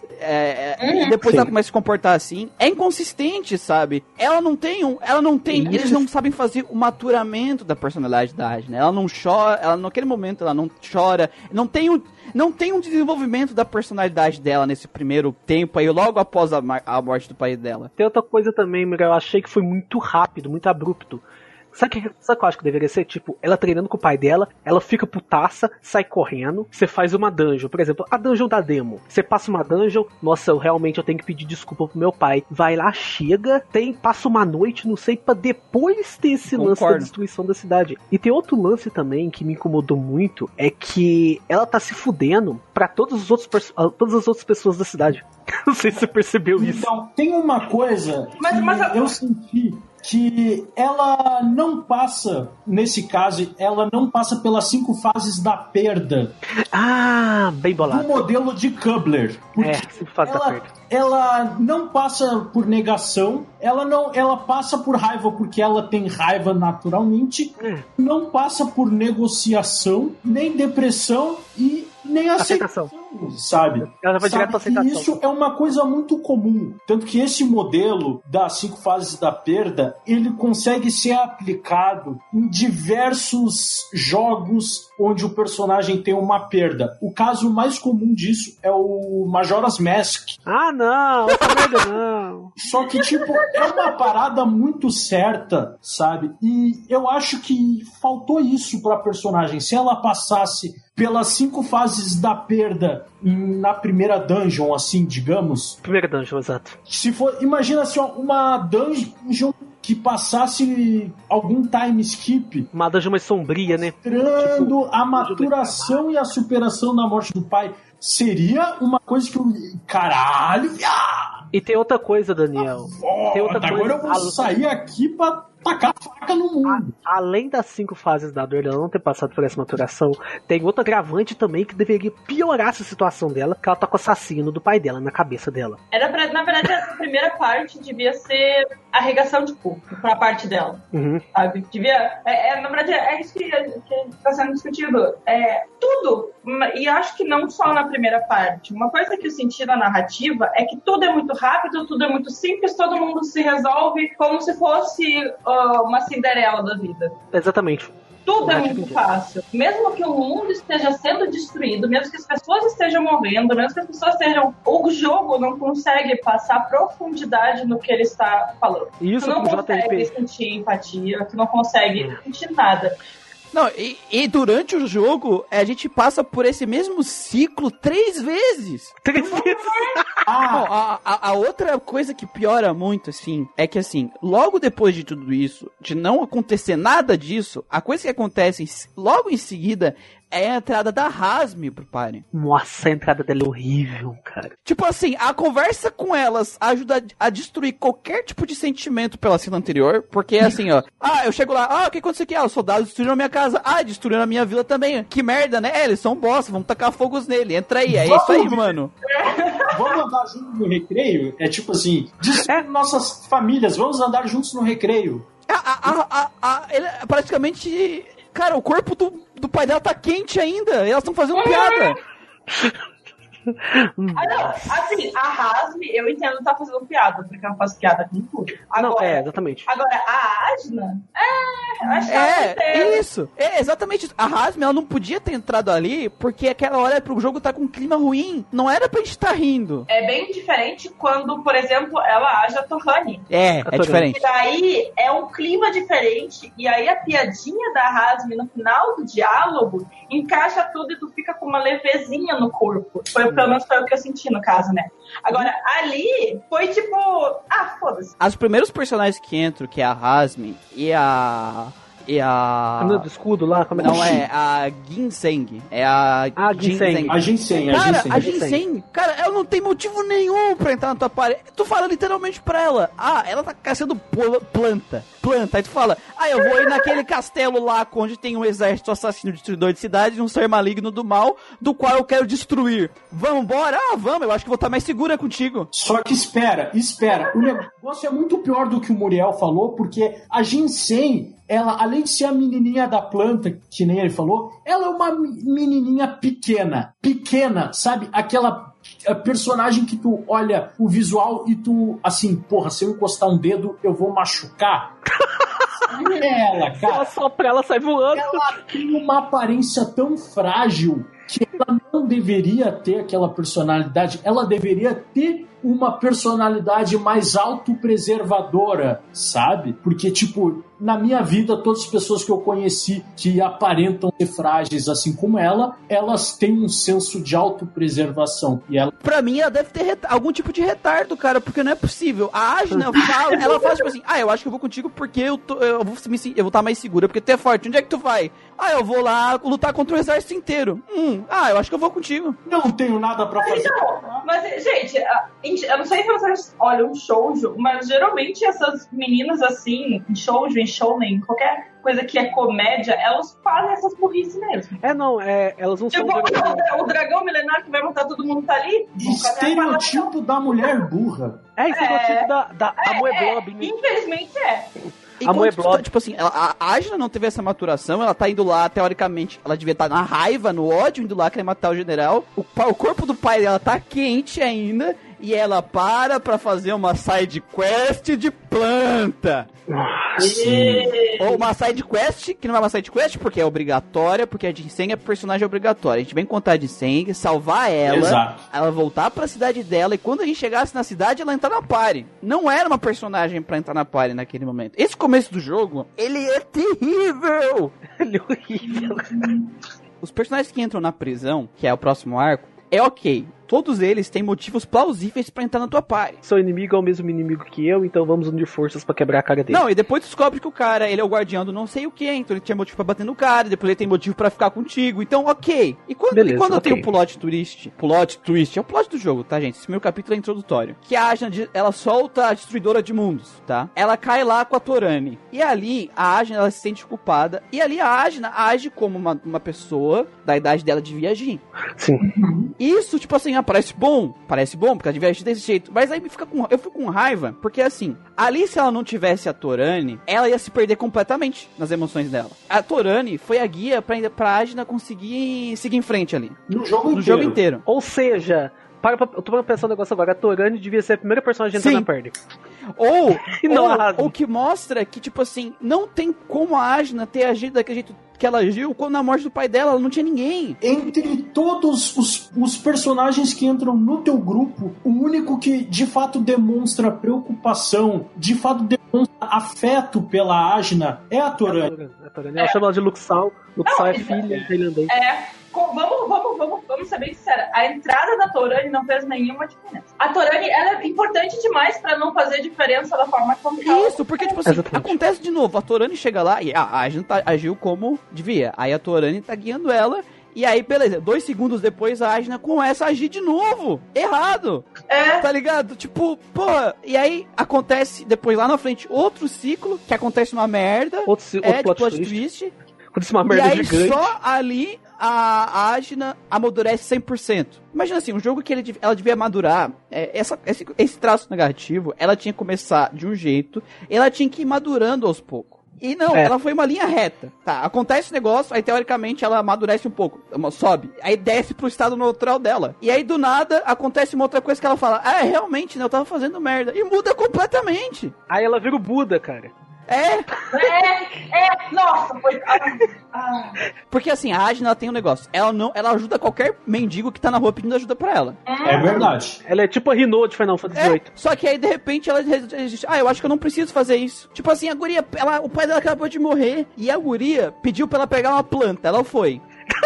depois ela começa a se comportar assim. É inconsistente, sabe? Ela não tem... Eles não sabem fazer o maturamento da personalidade, né? Ela não chora, naquele momento ela não chora, não tem um desenvolvimento da personalidade dela nesse primeiro tempo aí, logo após a morte do pai dela. Tem outra coisa também, Miguel, eu achei que foi muito rápido, muito abrupto. Sabe o que eu acho que deveria ser? Tipo, ela treinando com o pai dela, ela fica putaça, sai correndo, você faz uma dungeon, por exemplo, a dungeon da demo. Você passa uma dungeon, nossa, eu tenho que pedir desculpa pro meu pai. Vai lá, chega, passa uma noite, não sei, pra depois ter esse lance da destruição da cidade. E tem outro lance também que me incomodou muito, é que ela tá se fudendo pra todas as outras pessoas da cidade. Não sei se você percebeu isso. Então, tem uma coisa que eu senti... que ela não passa, nesse caso, ela não passa pelas 5 fases da perda. Bem bolado. Do modelo de Kubler. 5 fases da perda. Ela não passa por negação, ela passa por raiva porque ela tem raiva naturalmente, não passa por negociação, nem depressão e nem aceitação, sabe? Ela vai direto pra aceitação. Isso é uma coisa muito comum. Tanto que esse modelo das 5 fases da perda, ele consegue ser aplicado em diversos jogos onde o personagem tem uma perda. O caso mais comum disso é o Majora's Mask. Não, não. Só que, tipo, é uma parada muito certa, sabe? E eu acho que faltou isso pra personagem. Se ela passasse pelas 5 fases da perda na primeira dungeon, assim, digamos. Primeira dungeon, exato. Imagina assim, uma dungeon que passasse algum time skip. Uma dungeon mais sombria, né? Mostrando a maturação e a superação da morte do pai. Seria uma coisa que eu... Caralho, viado! E tem outra coisa, Daniel. Tem outra coisa. Agora eu vou sair aqui pra tacar a faca no mundo. Além das 5 fases da dor dela não ter passado por essa maturação, tem outro agravante também que deveria piorar essa situação dela, que ela tá com o assassino do pai dela na cabeça dela. Na verdade, a primeira parte devia ser arregação de cu pra parte dela. Sabe? Na verdade, é isso que tá sendo discutido. Tudo. E acho que não só na primeira parte. Uma coisa que eu senti na narrativa é que tudo é muito rápido, tudo é muito simples, todo mundo se resolve como se fosse uma Cinderela da vida. Exatamente. Tudo é muito fácil. Mesmo que o mundo esteja sendo destruído, mesmo que as pessoas estejam morrendo, mesmo que as pessoas estejam... O jogo não consegue passar profundidade no que ele está falando. Isso, tu não consegue sentir empatia, tu não consegue sentir nada. Não, e durante o jogo, a gente passa por esse mesmo ciclo 3 vezes. 3 vezes? A outra coisa que piora muito, assim, é que, assim, logo depois de tudo isso, de não acontecer nada disso, a coisa que acontece logo em seguida é a entrada da Razmi pro party. Nossa, a entrada dela é horrível, cara. Tipo assim, a conversa com elas ajuda a destruir qualquer tipo de sentimento pela cena anterior, porque assim, ó, eu chego lá, o que aconteceu aqui? Os soldados destruíram a minha casa, destruíram a minha vila também, que merda, né? Eles são bosta, vamos tacar fogos nele, entra aí, isso aí, mano. Vamos andar juntos no recreio? É tipo assim, nossas famílias, vamos andar juntos no recreio. Ele praticamente, cara, o corpo do pai dela tá quente ainda, elas estão fazendo piada. Não, assim, a Razmi, eu entendo que tá fazendo piada, porque ela faz piada com tudo. Agora, exatamente. Agora, a Ajna, eu acho que isso. Exatamente isso. A Razmi, ela não podia ter entrado ali, porque aquela hora pro jogo tá com um clima ruim. Não era pra gente estar rindo. É bem diferente quando, por exemplo, ela age a Torrani. É diferente. E daí é um clima diferente, e aí a piadinha da Razmi no final do diálogo encaixa tudo e tu fica com uma levezinha no corpo. Pelo menos foi o que eu senti no caso, né? Agora, ali foi tipo... foda-se. Os primeiros personagens que entram, que é a Razmi e a... A menina do escudo lá? Como não, é a Ginseng. É a Ginseng. A Ginseng. A Ginseng, cara, ela não tem motivo nenhum pra entrar na tua parede. Tu fala literalmente pra ela, ela tá caçando planta. Aí tu fala, eu vou ir naquele castelo lá onde tem um exército assassino destruidor de cidades e um ser maligno do mal, do qual eu quero destruir. Vamos embora? Vamos, eu acho que vou estar mais segura contigo. Só que espera. O negócio é muito pior do que o Muriel falou, porque a Ginseng, ela, além de ser a menininha da planta, que nem ele falou, ela é uma menininha pequena, sabe? Aquela personagem que tu olha o visual e tu, assim, porra, se eu encostar um dedo, eu vou machucar. Ela, cara. Só pra ela sair voando. Ela tem uma aparência tão frágil que ela não deveria ter aquela personalidade. Ela deveria ter uma personalidade mais autopreservadora, sabe? Porque, tipo, na minha vida, todas as pessoas que eu conheci que aparentam ser frágeis, assim como ela, elas têm um senso de autopreservação. E ela... Pra mim, ela deve ter algum tipo de retardo, cara, porque não é possível. A Ajna ela fala tipo assim, eu acho que eu vou contigo porque eu vou estar mais segura, porque tu é forte. Onde é que tu vai? Eu vou lá lutar contra o exército inteiro. Eu acho que eu vou contigo. Não tenho nada pra fazer. Mas, gente, eu não sei se vocês olham shoujo, mas geralmente essas meninas assim, em shoujo, em shounen, qualquer coisa que é comédia, elas fazem essas burrices mesmo. Elas não são... O dragão milenar que vai matar todo mundo tá ali. Estereotipo da mulher burra. Estereotipo da Amoeblob. Infelizmente é. Tipo assim, a Ajna não teve essa maturação, ela tá indo lá, teoricamente, ela devia estar na raiva, no ódio, indo lá querer matar o general. O corpo do pai dela tá quente ainda, e ela pra fazer uma side quest de planta. Ou uma side quest, que não é uma side quest porque é obrigatória, porque a Ginseng é personagem obrigatória. A gente vem contar a Ginseng, salvar ela, exato, ela voltar pra cidade dela, e quando a gente chegasse na cidade, ela entrar na party. Não era uma personagem pra entrar na party naquele momento. Esse começo do jogo, ele é terrível! Ele é horrível. Os personagens que entram na prisão, que é o próximo arco, é ok. Todos eles têm motivos plausíveis pra entrar na tua party. Seu inimigo é o mesmo inimigo que eu, então vamos unir forças pra quebrar a cara dele. Não, e depois descobre que o cara, ele é o guardião do não sei o que, então ele tinha motivo pra bater no cara, depois ele tem motivo pra ficar contigo, então ok. E quando tem o plot twist, é o plot do jogo, tá, gente? Esse primeiro capítulo é introdutório. Que a Ajna, ela solta a destruidora de mundos, tá? Ela cai lá com a Torani. E ali, a Ajna, ela se sente culpada, e ali a Ajna age como uma pessoa da idade dela devia agir. Sim. Isso, tipo assim, parece bom, porque ela devia agir desse jeito. Mas aí eu fico com raiva, porque assim, ali se ela não tivesse a Torani, ela ia se perder completamente nas emoções dela. A Torani foi a guia pra Ajna conseguir seguir em frente ali. No jogo inteiro. Ou seja... eu tô pensando um negócio agora, a Torani devia ser a primeira personagem a entrar na party. Ou que mostra que, tipo assim, não tem como a Ajna ter agido daquele jeito que ela agiu quando na morte do pai dela, ela não tinha ninguém. Entre todos os personagens que entram no teu grupo, o único que de fato demonstra preocupação, de fato demonstra afeto pela Ajna, é a Torani. Ela chama ela de Luxal. Luxal é filha tailandês. Vamos ser bem sinceros. A entrada da Torani não fez nenhuma diferença. A Torani, ela é importante demais pra não fazer diferença da forma como ela... Isso, porque, tipo assim, acontece de novo. A Torani chega lá e a Ajna agiu como devia. Aí a Torani tá guiando ela E aí, beleza, 2 segundos depois a Ajna começa a agir de novo. Errado. Tá ligado? Tipo, porra. E aí acontece, depois lá na frente, outro ciclo, que acontece uma merda. Outro plot twist. Acontece uma merda gigante. E aí gigante. só ali a Ajna amadurece 100%. Imagina assim, um jogo que ela devia madurar, esse traço negativo, ela tinha que começar de um jeito, ela tinha que ir madurando aos poucos. E não, ela foi uma linha reta. Tá, acontece o negócio, aí teoricamente ela amadurece um pouco, sobe, aí desce pro estado neutral dela. E aí do nada acontece uma outra coisa que ela fala, realmente, né, eu tava fazendo merda. E muda completamente. Aí ela vira o Buda, cara. Nossa, foi... Porque assim, a Ajna tem um negócio, ela ajuda qualquer mendigo que tá na rua pedindo ajuda pra ela. É verdade. Ela é tipo a Rino de Final Fantasy VIII. Só que aí de repente ela diz, eu acho que eu não preciso fazer isso. Tipo assim, a guria, o pai dela acabou de morrer, e a guria pediu pra ela pegar uma planta, ela foi.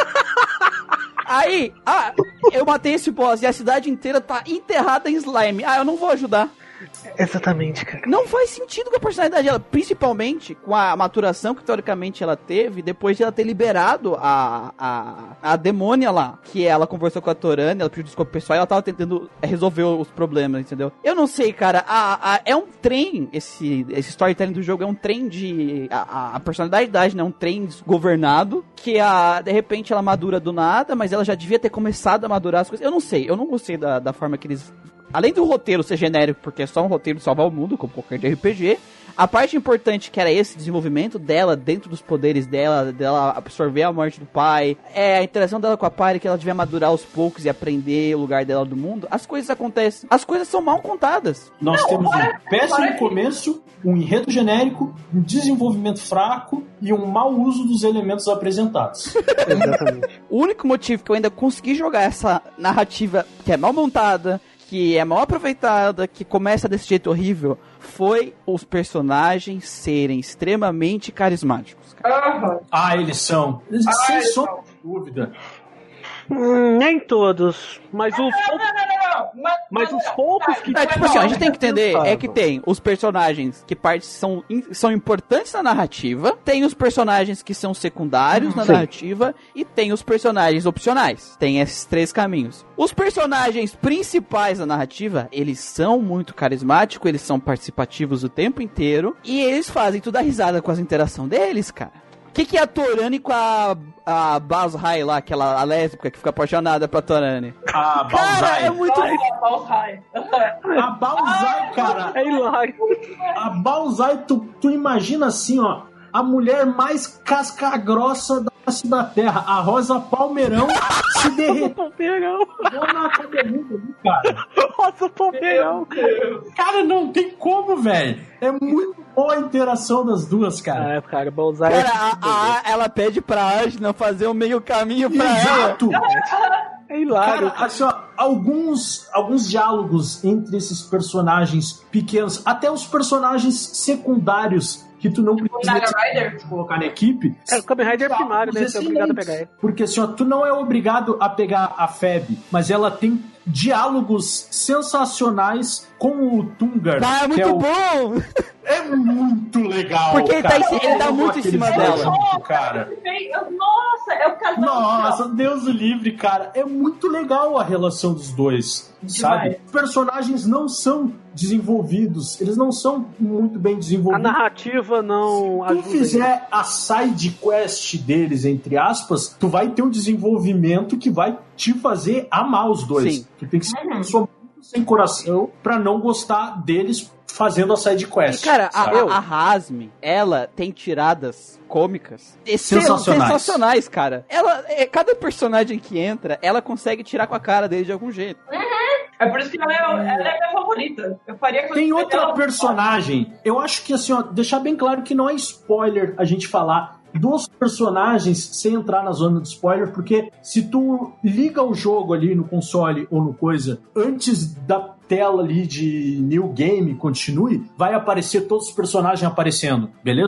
Aí, eu matei esse boss e a cidade inteira tá enterrada em slime. Eu não vou ajudar. Exatamente, cara. Não faz sentido com a personalidade dela, principalmente com a maturação que teoricamente ela teve depois de ela ter liberado a demônia lá, que ela conversou com a Torana, ela pediu desculpa pessoal e ela tava tentando resolver os problemas, entendeu? Eu não sei, cara, é um trem, esse storytelling do jogo é um trem de... A personalidade da Ajna é um trem desgovernado, que de repente ela madura do nada, mas ela já devia ter começado a madurar as coisas. Eu não sei, eu não gostei da forma que eles... Além do roteiro ser genérico, porque é só um roteiro de salvar o mundo, como qualquer de RPG, a parte importante que era esse desenvolvimento dela, dentro dos poderes dela absorver a morte do pai, a interação dela com a Pyre, que ela devia madurar aos poucos e aprender o lugar dela do mundo, as coisas acontecem. As coisas são mal contadas. Nós temos um péssimo começo, um enredo genérico, um desenvolvimento fraco e um mau uso dos elementos apresentados. Exatamente. O único motivo que eu ainda consegui jogar essa narrativa que é mal montada, que é mal aproveitada, que começa desse jeito horrível, foi os personagens serem extremamente carismáticos. Eles são. Sem sombra de dúvida. Nem todos, mas os mas os poucos que... tipo assim, a gente tem que entender, que tem os personagens que são importantes na narrativa, tem os personagens que são secundários na narrativa, e tem os personagens opcionais. Tem esses 3 caminhos. Os personagens principais da narrativa, eles são muito carismáticos, eles são participativos o tempo inteiro, e eles fazem toda a risada com as interações deles, cara. O que é a Torani com a Balzai lá, a lésbica que fica apaixonada pra Torani? A Balzai. Cara, é muito... A Balzai, cara. É hilário. A Balzai, tu imagina assim, ó, a mulher mais casca-grossa da face da terra, a Rosa Palmeirão se derreteu. Rosa Palmeirão. Cara, não tem como, velho. É muito boa a interação das duas, cara. Cara, Balzai... Cara, ela pede pra Ajna fazer o meio caminho pra ela. É hilário. Cara, assim, ó, alguns diálogos entre esses personagens pequenos, até os personagens secundários que tu não precisa colocar na equipe. O Kamen Rider é primário, né? Você é obrigado a pegar ele. Porque assim, ó, tu não é obrigado a pegar a Feb, mas ela tem diálogos sensacionais com o Tungar. É muito bom! É muito legal, porque cara. Ele tá muito em cima dela. Cara. Nossa, é o casal. Nossa, Deus o livre, cara. É muito legal a relação dos dois, sabe? Os personagens não são desenvolvidos, eles não são muito bem desenvolvidos. A narrativa não ajuda. Se tu fizer a side quest deles, entre aspas, tu vai ter um desenvolvimento que vai te fazer amar os dois. Sim. Tu tem que ser uma pessoa muito sem coração pra não gostar deles fazendo a side quest. E, cara, a Hazmi, ela tem tiradas cômicas sensacionais, cara. Cada personagem que entra, ela consegue tirar com a cara dele de algum jeito. É por isso que ela é minha favorita. Eu faria tem outra personagem, eu acho que assim, ó, deixar bem claro que não é spoiler a gente falar dos personagens sem entrar na zona de spoiler, porque se tu liga o jogo ali no console ou no coisa, antes da tela ali de New Game continue, vai aparecer todos os personagens aparecendo, beleza?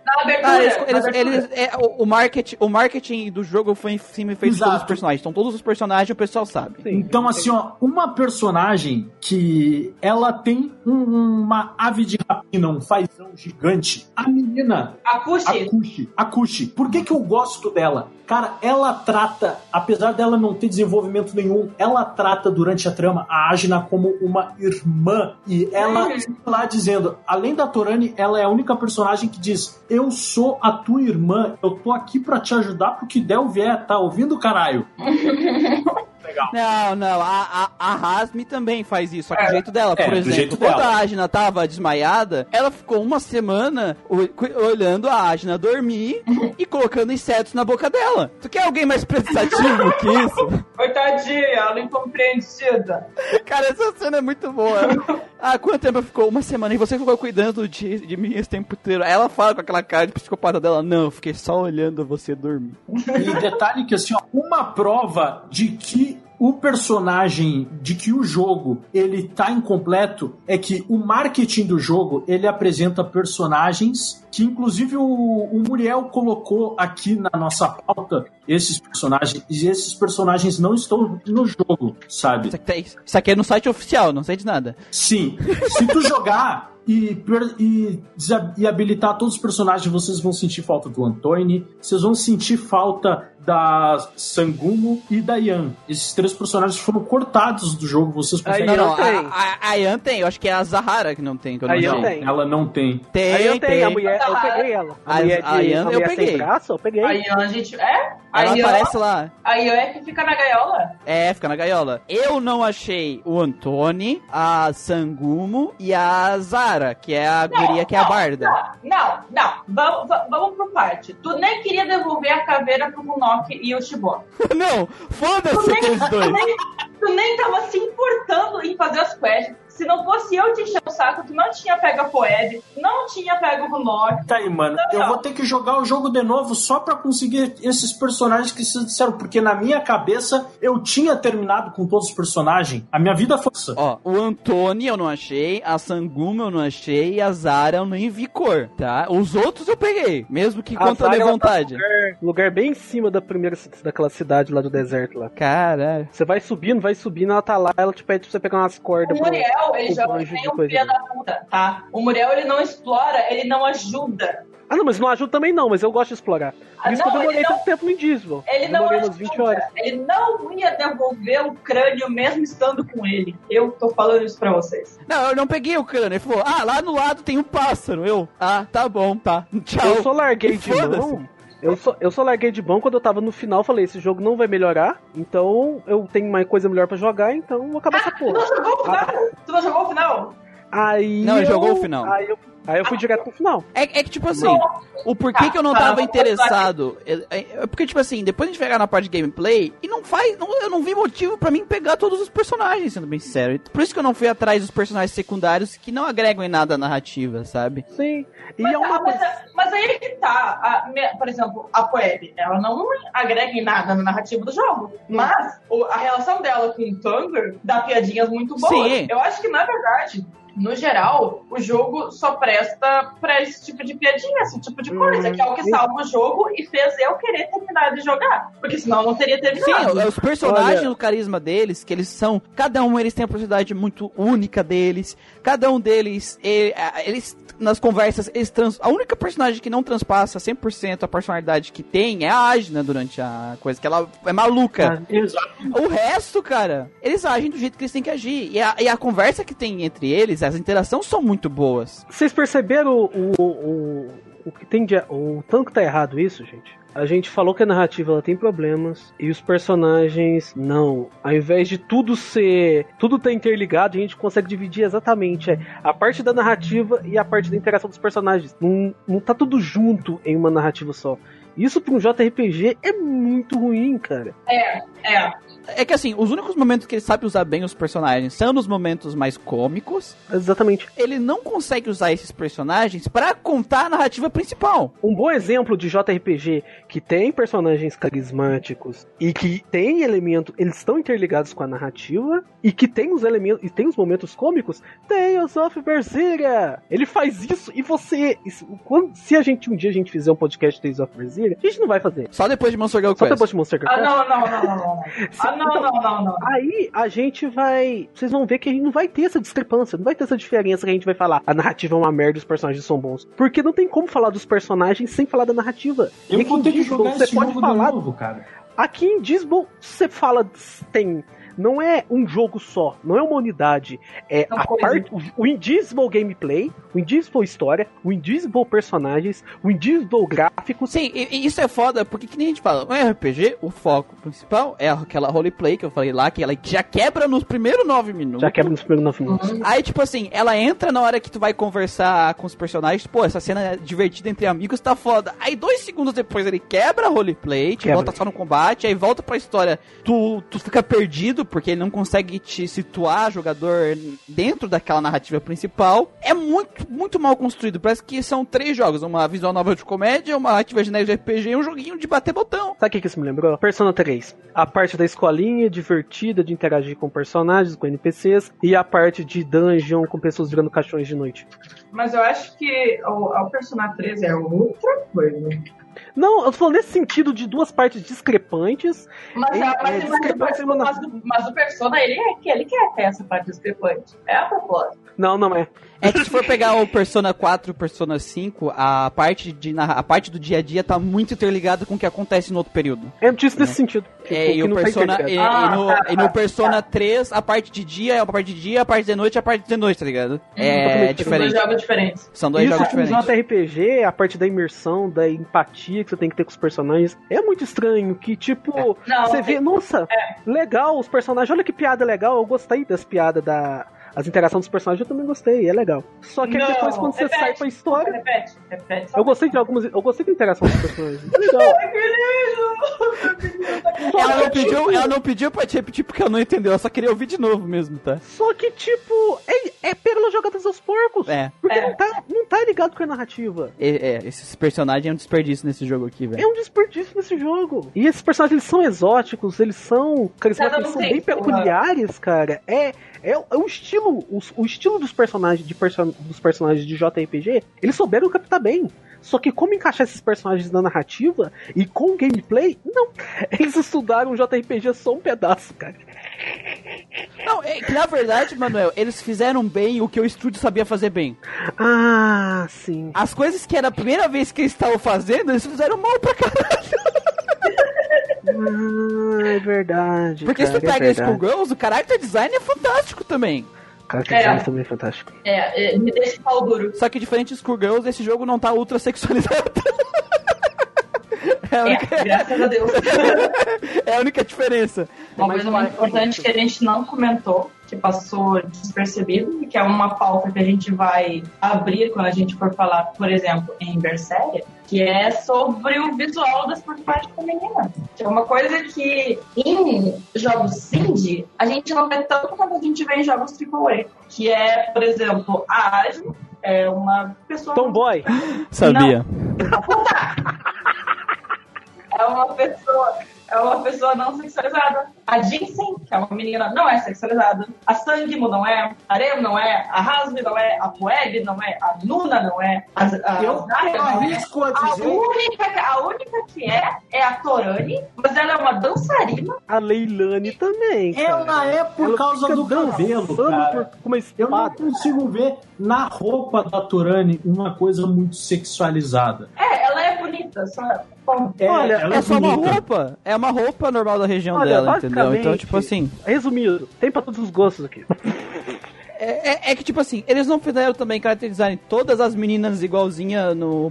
O marketing do jogo foi em cima feito de todos os personagens. Então todos os personagens o pessoal sabe. Sim, então assim, uma personagem que ela tem uma ave de rapina, um fazão gigante, a menina Akushi. Por que eu gosto dela? Cara, ela trata, apesar dela não ter desenvolvimento nenhum, ela trata durante a trama a Ajna como uma irmã. E ela está lá dizendo, além da Torani, ela é a única personagem que diz, eu sou a tua irmã, eu tô aqui pra te ajudar pro que der ou vier, tá ouvindo, caralho? Legal. Não, a Rasmi também faz isso, só que do jeito dela. Por exemplo, quando a Ajna tava desmaiada, ela ficou uma semana olhando a Ajna dormir e colocando insetos na boca dela. Tu quer alguém mais prestativo que isso? Coitadinha, ela incompreendida. Cara, essa cena é muito boa. Quanto tempo ela ficou? Uma semana. E você ficou cuidando de mim esse tempo inteiro. Aí ela fala com aquela cara de psicopata dela, não, eu fiquei só olhando você dormir. E detalhe que assim, uma prova de que o personagem, de que o jogo ele tá incompleto, é que o marketing do jogo, ele apresenta personagens que inclusive o Muriel colocou aqui na nossa pauta, esses personagens, e esses personagens não estão no jogo, sabe? Isso aqui é no site oficial, não sei de nada. Sim, se tu jogar e habilitar todos os personagens, vocês vão sentir falta do Antônio, vocês vão sentir falta da Sangumo e da Yan. Esses 3 personagens foram cortados do jogo, vocês conseguem... A Yan tem, eu acho que é a Zahara que não tem. A Yan tem. Ela não tem. Tem. A mulher, eu peguei ela. A Yan eu peguei. Sem braço, eu peguei. A Yan, a gente... Ela aparece lá. A Yan é que fica na gaiola? Fica na gaiola. Eu não achei o Antônio, a Sangumo e a Zara, que é a guria que é a Barda. Não. Vamos por parte. Tu nem queria devolver a caveira pro Munok e o Shibor. Não, foda-se aqueles dois. Tu nem tava se importando em fazer as quests. Se não fosse eu te encher o saco, tu não tinha pego a Poeb, não tinha pego o Runok. Tá aí, mano. Eu vou ter que jogar o jogo de novo só pra conseguir esses personagens que vocês disseram, porque na minha cabeça eu tinha terminado com todos os personagens. A minha vida foi isso. O Antônio eu não achei, a Sangumo eu não achei e a Zara eu nem vi cor, tá? Os outros eu peguei, mesmo que contra a minha vontade. Lugar bem em cima daquela cidade lá do deserto lá. Caralho. Você vai subindo, ela tá lá, ela te pede pra você pegar umas cordas. O Muriel, ele joga nem um filho da puta, tá? O Muriel, ele não explora, ele não ajuda. Não, mas não ajuda também não, mas eu gosto de explorar. Por isso que eu demorei tanto tempo no Indível. Ele não ajuda, umas 20 horas. Ele não ia devolver o crânio mesmo estando com ele. Eu tô falando isso pra vocês. Não, eu não peguei o crânio. Ele falou, lá no lado tem um pássaro. Tá bom, tá. Tchau. Eu só larguei de mão. Eu só larguei de mão quando eu tava no final, falei, esse jogo não vai melhorar, então eu tenho mais coisa melhor pra jogar, então vou acabar essa porra. Tu não jogou o final? Ele jogou o final. Aí eu fui direto pro final. É que, tipo assim, o porquê que eu não tava interessado... É porque, tipo assim, depois a gente pegar na parte de gameplay, e eu não vi motivo pra mim pegar todos os personagens, sendo bem sincero. Por isso que eu não fui atrás dos personagens secundários que não agregam em nada a narrativa, sabe? Sim. Mas aí que tá. Por exemplo, a Poeb, ela não agrega em nada na narrativa do jogo. Mas a relação dela com o Thunder dá piadinhas muito boas. Sim. Eu acho que, na verdade... No geral, o jogo só presta pra esse tipo de piadinha, esse tipo de coisa, que é o que salva o jogo e fez eu querer terminar de jogar. Porque senão eu não teria terminado. Sim, os personagens, o carisma deles, que eles são... Cada um, eles têm a personalidade muito única deles. Cada um deles, eles nas conversas, a única personagem que não transpassa 100% a personalidade que tem é a Ajna durante a coisa, que ela é maluca. Exato. O resto, cara, eles agem do jeito que eles têm que agir. E a conversa que tem entre eles, as interações são muito boas. Vocês perceberam o que tem de... O tanto que tá errado isso, gente? A gente falou que a narrativa ela tem problemas e os personagens não. Ao invés de tudo tá interligado, a gente consegue dividir exatamente a parte da narrativa e a parte da interação dos personagens. Não tá tudo junto em uma narrativa só. Isso pra um JRPG é muito ruim, cara. É que assim, os únicos momentos que ele sabe usar bem os personagens são nos momentos mais cômicos. Exatamente. Ele não consegue usar esses personagens pra contar a narrativa principal. Um bom exemplo de JRPG que tem personagens carismáticos e que tem elementos, eles estão interligados com a narrativa e que tem os elementos e tem os momentos cômicos, Tales of Berseria. Ele faz isso e você, se um dia a gente fizer um podcast de Tales of Berseria, a gente não vai fazer. Só depois de Monster Girl Quest. Só depois de Monster Girl Quest. Não. Aí a gente vai, vocês vão ver que a gente não vai ter essa discrepância, não vai ter essa diferença que a gente vai falar, a narrativa é uma merda e os personagens são bons. Porque não tem como falar dos personagens sem falar da narrativa. Eu vou ter que jogar esse jogo de novo, cara. Aqui em Disney você fala, não é um jogo só, não é uma unidade, é o Indivisible gameplay, o Indivisible história, o Indivisible personagens, o Indivisible gráficos. Sim, e isso é foda, porque que nem a gente fala, no RPG, o foco principal é aquela roleplay que eu falei lá, que ela já quebra nos primeiros 9 minutos. Aí, tipo assim, ela entra na hora que tu vai conversar com os personagens, pô, essa cena divertida entre amigos tá foda. Aí 2 segundos depois ele quebra a roleplay, volta só no combate, aí volta pra história, tu fica perdido, porque ele não consegue te situar, jogador, dentro daquela narrativa principal. É muito mal construído. Parece que são 3 jogos. Uma visual nova de comédia, uma narrativa genérica de RPG e um joguinho de bater botão. Sabe o que isso me lembrou? Persona 3. A parte da escolinha, divertida, de interagir com personagens, com NPCs, e a parte de dungeon, com pessoas virando caixões de noite. Mas eu acho que o Persona 3 é outra coisa. Não, eu tô falando nesse sentido de 2 partes discrepantes. Mas o Persona, ele quer ter essa parte discrepante. É a propósito. Não é. É que se for pegar o Persona 4 e o Persona 5, a parte do dia a dia tá muito interligada com o que acontece no outro período. Eu disse nesse sentido. E no Persona 3, a parte de dia é a parte de dia, a parte de noite é a parte de noite, tá ligado? É diferente. São 2 jogos diferentes. São 2 jogos diferentes. No JRPG, a parte da imersão, da empatia que você tem que ter com os personagens, é muito estranho, que tipo, você vê, nossa, legal, os personagens, olha que piada legal, eu gostei das piadas as interações dos personagens eu também gostei, é legal. Só que depois quando você sai pra história... Repete. Eu gostei da interação dos personagens. É legal. Ela não pediu pra te repetir porque ela não entendeu, ela só queria ouvir de novo mesmo, tá? Só que tipo, é pelas jogadas aos porcos. Porque não tá ligado com a narrativa. Esses personagens é um desperdício nesse jogo aqui, velho. É um desperdício nesse jogo. E esses personagens, eles são exóticos, eles são carismáticos, eles são bem peculiares, cara. É o estilo dos personagens de JRPG, eles souberam captar bem. Só que como encaixar esses personagens na narrativa e com o gameplay, não. Eles estudaram o JRPG só um pedaço, cara. Não, é que na verdade, Manuel, eles fizeram bem o que o estúdio sabia fazer bem. Ah, sim. As coisas que era a primeira vez que eles estavam fazendo, eles fizeram mal pra caralho. É verdade. Porque se tu pega Skullgirls, o character design é fantástico também. O character design também é fantástico. Me deixa pau duro. Só que diferente de Skullgirls, esse jogo não tá ultra sexualizado. Graças a Deus. É a única diferença. Uma coisa muito importante que a gente não comentou, que passou despercebido, e que é uma pauta que a gente vai abrir quando a gente for falar, por exemplo, em Berseria, que é sobre o visual das personagens femininas. Que é uma coisa que em jogos indie a gente não vê tanto quanto a gente vê em jogos AAA. Que é, por exemplo, a Ashley é uma pessoa... Tomboy! Sabia. É uma pessoa não sexualizada. A Jinsen, que é uma menina, não é sexualizada. A Sangimo não é. A Rem não é. A Hasmi não é. A Pueb não é. A Nuna não é. Eu arrisco a dizer... A única que é a Torani, mas ela é uma dançarina. A Leilani também, cara. Ela é por causa do cabelo, cara. Eu não consigo ver na roupa da Torani uma coisa muito sexualizada. Ela é bonita, só... Olha, é só uma roupa. É uma roupa normal da região dela, entendeu? Então, tipo assim... Resumido, tem pra todos os gostos aqui. É que, tipo assim, eles não fizeram também character design todas as meninas igualzinha no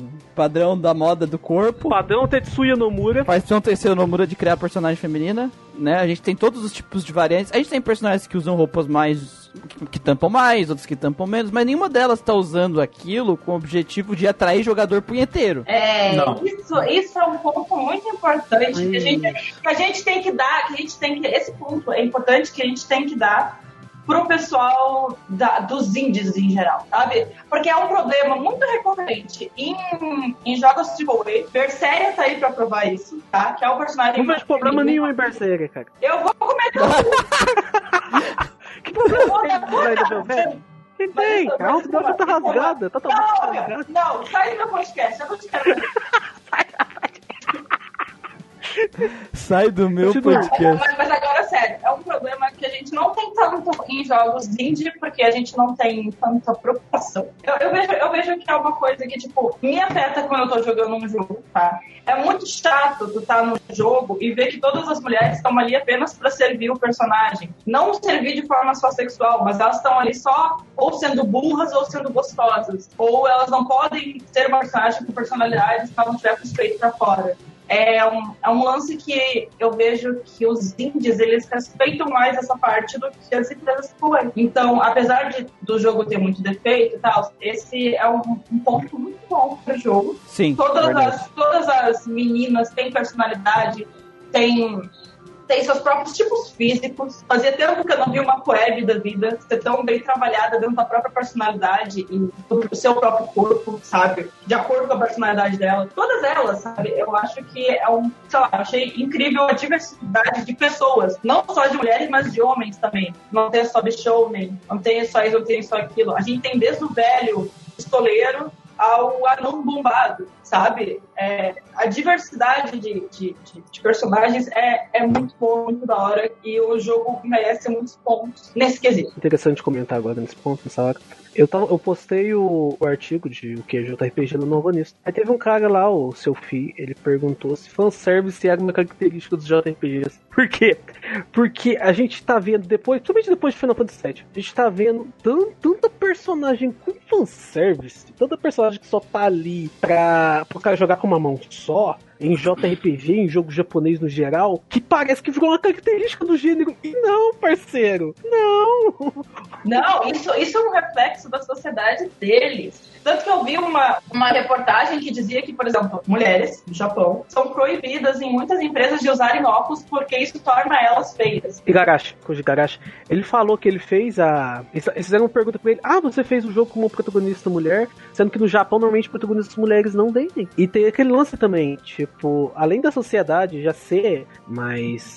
padrão da moda do corpo. Padrão Tetsuya Nomura. Faz um Tetsuya Nomura de criar personagem feminina. né? A gente tem todos os tipos de variantes. A gente tem personagens que usam roupas mais... que tampam mais, outros que tampam menos, mas nenhuma delas tá usando aquilo com o objetivo de atrair jogador punheteiro. Isso é um ponto muito importante que a gente tem que dar, esse ponto é importante que a gente tem que dar pro pessoal dos indies em geral, sabe? Porque é um problema muito recorrente em jogos AAA. Berseria tá aí pra provar isso, tá? Que é um personagem... Não vejo problema nenhum em Berseria, cara. Eu vou comentar que problema tem? Que tem? A alta dela tá rasgada. Não, sai do meu podcast. Eu não te quero. Sai do meu podcast. Mas agora, sério, é um problema que a gente não tem tanto em jogos indie, porque a gente não tem tanta preocupação. Eu vejo que é uma coisa que, tipo, me afeta quando eu tô jogando um jogo, tá? É muito chato tu tá no jogo e ver que todas as mulheres estão ali apenas pra servir o personagem. Não servir de forma só sexual, mas elas estão ali só ou sendo burras ou sendo gostosas. Ou elas não podem ser uma personagem com personalidade se ela não tiver com os peitos pra fora. É um lance que eu vejo que os indies, eles respeitam mais essa parte do que as empresas fazem. Então, apesar do jogo ter muito defeito e tal, esse é um ponto muito bom pro jogo. Sim, todas as meninas têm personalidade, têm seus próprios tipos físicos. Fazia tempo que eu não vi uma web da vida ser tão bem trabalhada dentro da própria personalidade e do seu próprio corpo, sabe? De acordo com a personalidade dela. Todas elas, sabe? Eu acho que achei incrível a diversidade de pessoas. Não só de mulheres, mas de homens também. Não tem só bichoumen, não tem só isso, não tem só aquilo. A gente tem desde o velho pistoleiro ao anão bombado, sabe? A diversidade de personagens é muito boa, muito da hora, e o jogo merece muitos pontos nesse quesito. Interessante comentar agora nesse ponto, nessa hora. Eu postei o artigo de o que é JRPG no Novanista. Aí teve um cara lá, o seu Fi, ele perguntou se fanservice era uma característica dos JRPGs. Por quê? Porque a gente tá vendo principalmente depois de Final Fantasy VII, a gente tá vendo tanta personagem com fanservice, tanta personagem que só tá ali pra o cara jogar com uma mão só, em JRPG, em jogo japonês no geral, que parece que virou uma característica do gênero. E não, parceiro, não! Não, isso é um reflexo da sociedade deles. Tanto que eu vi uma reportagem que dizia que, por exemplo, mulheres do Japão são proibidas em muitas empresas de usarem óculos porque isso torna elas feias. Koji Igarashi, ele falou que ele fez eles fizeram uma pergunta pra ele: você fez o jogo como protagonista mulher, sendo que no Japão normalmente protagonistas mulheres não vendem. E tem aquele lance também, tipo, além da sociedade já ser mais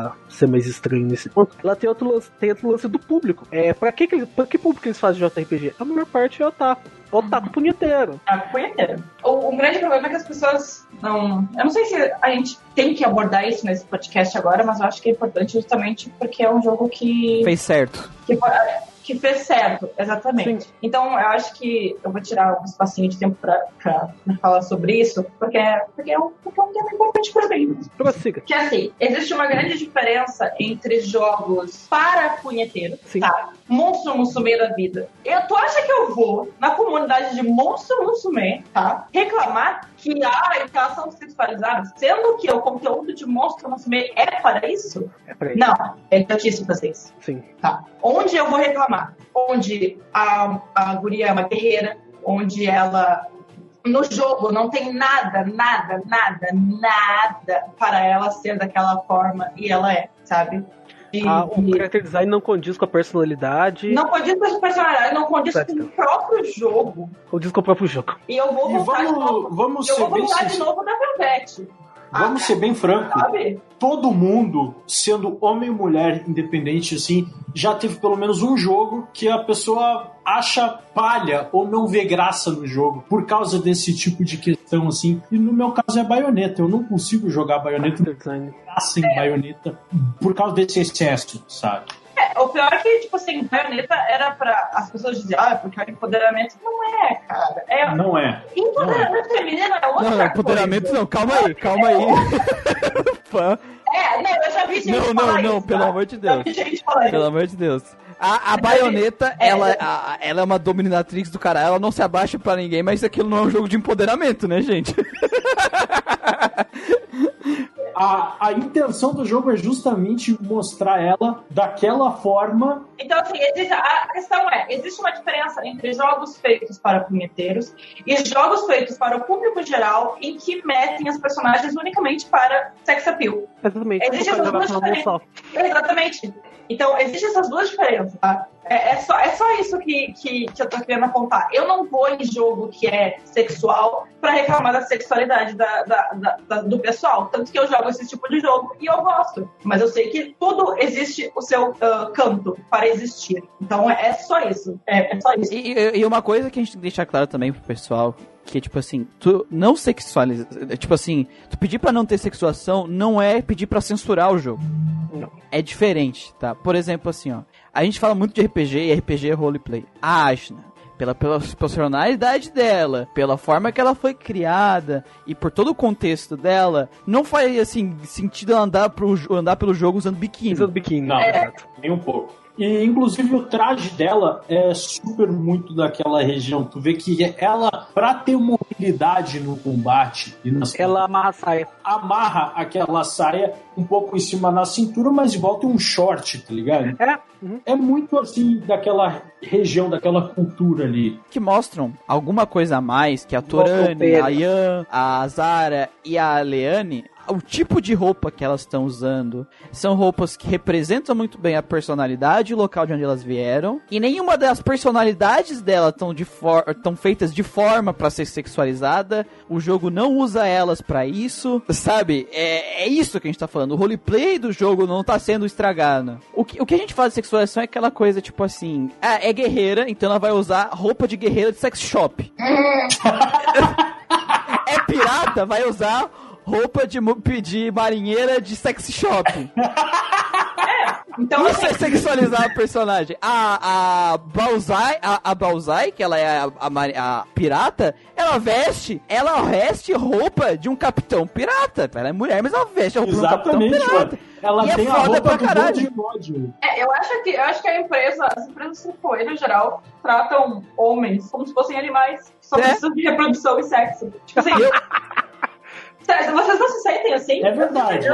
estranho nesse ponto, ela tem outro lance do público. Pra que público eles fazem JRPG? A maior parte é otaku. Otaku punheteiro. O grande problema é que as pessoas não... Eu não sei se a gente tem que abordar isso nesse podcast agora, mas eu acho que é importante justamente porque é um jogo que... fez certo. Que fez certo, exatamente. Sim. Então, eu acho que eu vou tirar um espacinho de tempo pra falar sobre isso, porque é um tema importante pra mim. Prossiga. Que assim, existe uma grande diferença entre jogos para punheteiro, tá? Monstro Musume da vida. Tu acha que eu vou na comunidade de Monstro Musume, tá? Reclamar que elas são sexualizadas, sendo que o conteúdo de Monstro Musume é para isso? É para isso. Não, é idiotice fazer isso. Sim. Tá. Onde eu vou reclamar? Onde a guria é uma guerreira, onde ela... No jogo não tem nada para ela ser daquela forma, e ela é, sabe? O character design não condiz com a personalidade. Não condiz com a personalidade, não condiz com o próprio jogo. Condiz com o próprio jogo. E eu vou voltar de novo da Velvet. Vamos ser bem franco. Sabe? Todo mundo, sendo homem e mulher independente, assim, já teve pelo menos um jogo que a pessoa acha palha ou não vê graça no jogo por causa desse tipo de questão, assim. E no meu caso é Bayonetta. Eu não consigo jogar Bayonetta, graça em Bayonetta por causa desse excesso, sabe? O pior é que, tipo assim, Bayonetta era pra as pessoas dizerem, porque o empoderamento não é, cara. Não é. Empoderamento feminino é outra coisa. Não, empoderamento não, calma aí. Eu já vi gente falar isso. Pelo amor de Deus. Pelo amor de Deus. A Bayonetta, ela é uma dominatrix do cara, ela não se abaixa pra ninguém, mas aquilo não é um jogo de empoderamento, né, gente? a intenção do jogo é justamente mostrar ela daquela forma. Então, assim, a questão existe uma diferença entre jogos feitos para punheteiros e jogos feitos para o público geral em que metem as personagens unicamente para sex appeal. Exatamente. Existem essas duas diferenças. Exatamente. Então, existem essas duas diferenças, tá? É só isso que eu tô querendo apontar. Eu não vou em jogo que é sexual pra reclamar da sexualidade do pessoal. Tanto que eu jogo esse tipo de jogo e eu gosto. Mas eu sei que tudo existe o seu canto para existir. Então é só isso. É só isso. E uma coisa que a gente tem que deixar claro também pro pessoal, que, tipo assim, tu não sexualiza... Tipo assim, tu pedir pra não ter sexuação não é pedir pra censurar o jogo. Não. É diferente, tá? Por exemplo, assim, ó. A gente fala muito de RPG e RPG é roleplay. A Ashna, pela personalidade dela, pela forma que ela foi criada e por todo o contexto dela, não faz, assim, sentido ela andar pelo jogo usando biquíni. Usando biquíni. Não, nem um pouco. E, inclusive, o traje dela é super muito daquela região. Tu vê que ela, pra ter mobilidade no combate... ela amarra a saia. Amarra aquela saia um pouco em cima na cintura, mas de volta um short, tá ligado? É muito, assim, daquela região, daquela cultura ali. Que mostram alguma coisa a mais que a Torani, a Yan, a Zara e a Leane... O tipo de roupa que elas estão usando são roupas que representam muito bem a personalidade e o local de onde elas vieram. E nenhuma das personalidades dela estão feitas de forma pra ser sexualizada. O jogo não usa elas pra isso, sabe? É isso que a gente tá falando. O roleplay do jogo não tá sendo estragado. O que a gente fala de sexualização é aquela coisa tipo assim... é guerreira, então ela vai usar roupa de guerreira de sex shop. É pirata, vai usar... roupa de marinheira de sex shop. Então, isso é sexualizar a personagem. A Balzai, que ela é a pirata, ela veste roupa de um capitão pirata. Ela é mulher, mas ela veste a roupa de um capitão pirata. Ela tem a roupa do Bode. Eu acho que as empresas tipo, no geral, tratam homens como se fossem animais que só precisam de reprodução e sexo. Tipo assim... Vocês não se sentem assim? É verdade.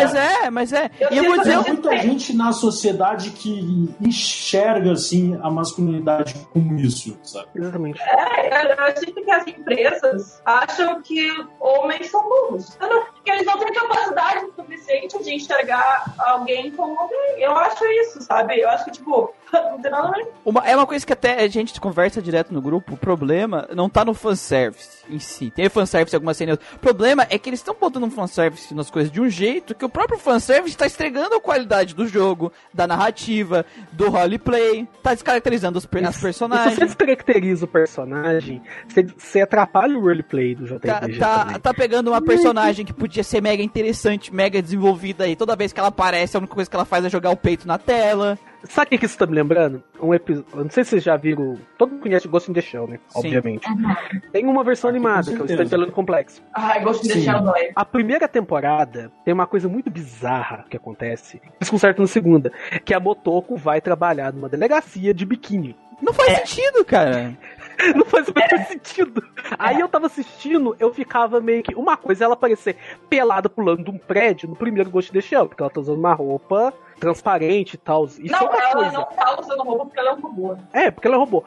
Mas é. E eu vou dizer, muita gente na sociedade que enxerga, assim, a masculinidade como isso, sabe? Exatamente. Eu sinto que as empresas acham que homens são burros. Que eles não têm capacidade suficiente de enxergar alguém como homem. Eu acho isso, sabe? Eu acho que, tipo, não tem nada a ver. É uma coisa que até a gente conversa direto no grupo. O problema não tá no fanservice em si. Tem fanservice em algumas cenas. O problema é que eles estão botando um fanservice nas coisas de um jeito que o próprio fanservice tá estragando a qualidade do jogo, da narrativa, do roleplay, tá descaracterizando as personagens. Se você descaracteriza o personagem, você atrapalha o roleplay do JRPG. Tá pegando uma personagem que podia ser mega interessante, mega desenvolvida aí. Toda vez que ela aparece, a única coisa que ela faz é jogar o peito na tela. Sabe o que isso tá me lembrando? Um episódio. Não sei se vocês já viram. Todo mundo conhece Ghost in the Shell, né? Sim. Obviamente. Tem uma versão animada, que é o Storytelling Complexo. Ghost in the Shell dói. A primeira temporada tem uma coisa muito bizarra que acontece. Eles consertam na segunda. Que a Motoko vai trabalhar numa delegacia de biquíni. Não faz sentido, cara. Não faz o menor sentido. Aí eu tava assistindo, eu ficava meio que... Uma coisa é ela aparecer pelada pulando de um prédio no primeiro Ghost in the Shell, porque ela tá usando uma roupa transparente e tal. Ela não tá usando roupa porque ela é um robô. Porque ela é robô.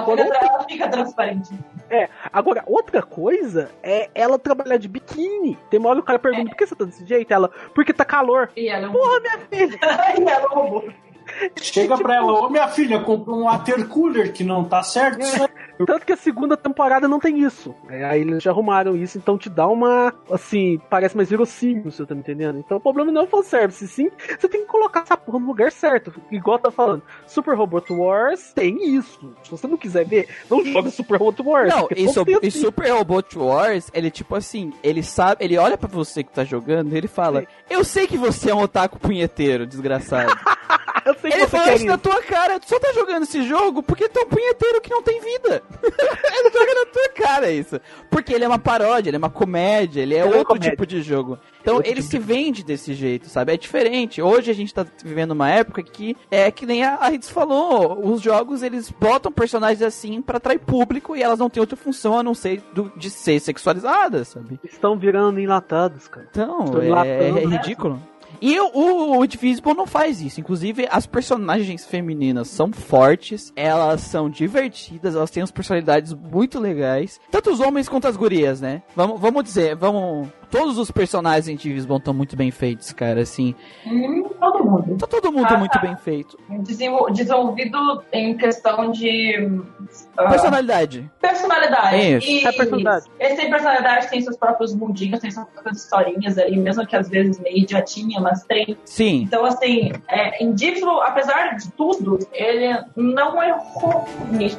Ela fica transparente. Agora, outra coisa é ela trabalhar de biquíni. Tem uma hora o cara pergunta, por que você tá desse jeito? Ela, porque tá calor. E ela é um Porra, minha filha. E ela é um robô. Chega pra ela, minha filha, comprou um water cooler que não tá certo. Tanto que a segunda temporada não tem isso. Aí eles já arrumaram isso, então te dá uma, assim, parece mais verossímil, você tá me entendendo? Então o problema não é o fanservice, sim, você tem que colocar essa porra no lugar certo. Igual tá falando, Super Robot Wars tem isso. Se você não quiser ver, não joga Super Robot Wars. Não, e Super Robot Wars, ele tipo assim, ele sabe, ele olha pra você que tá jogando e ele fala, sim, eu sei que você é um otaku punheteiro, desgraçado. Eu sei que ele você fala isso na tua cara, tu só tá jogando esse jogo porque tu é um punheteiro que não tem vida. Ele joga na tua cara isso. Porque ele é uma paródia, ele é uma comédia, ele é outro tipo de jogo. Então ele se vende desse jeito, sabe? É diferente. Hoje a gente tá vivendo uma época que é que nem a Ritz falou, os jogos eles botam personagens assim pra atrair público e elas não têm outra função a não ser de ser sexualizadas, sabe? Estão virando enlatados, cara. Então, é ridículo. E o Indivisible não faz isso. Inclusive, as personagens femininas são fortes, elas são divertidas, elas têm umas personalidades muito legais. Tanto os homens quanto as gurias, né? Vamos dizer, todos os personagens em Indivisible estão muito bem feitos, cara, assim. Todo mundo. Tá todo mundo muito bem feito. Desenvolvido em questão de... personalidade. Personalidade. Isso. E personalidade. Eles têm personalidade, tem seus próprios mundinhos, tem suas próprias historinhas ali, mesmo que às vezes meio idiotinha, mas tem. Sim. Então, assim, Indivisible, apesar de tudo, ele não errou nisso.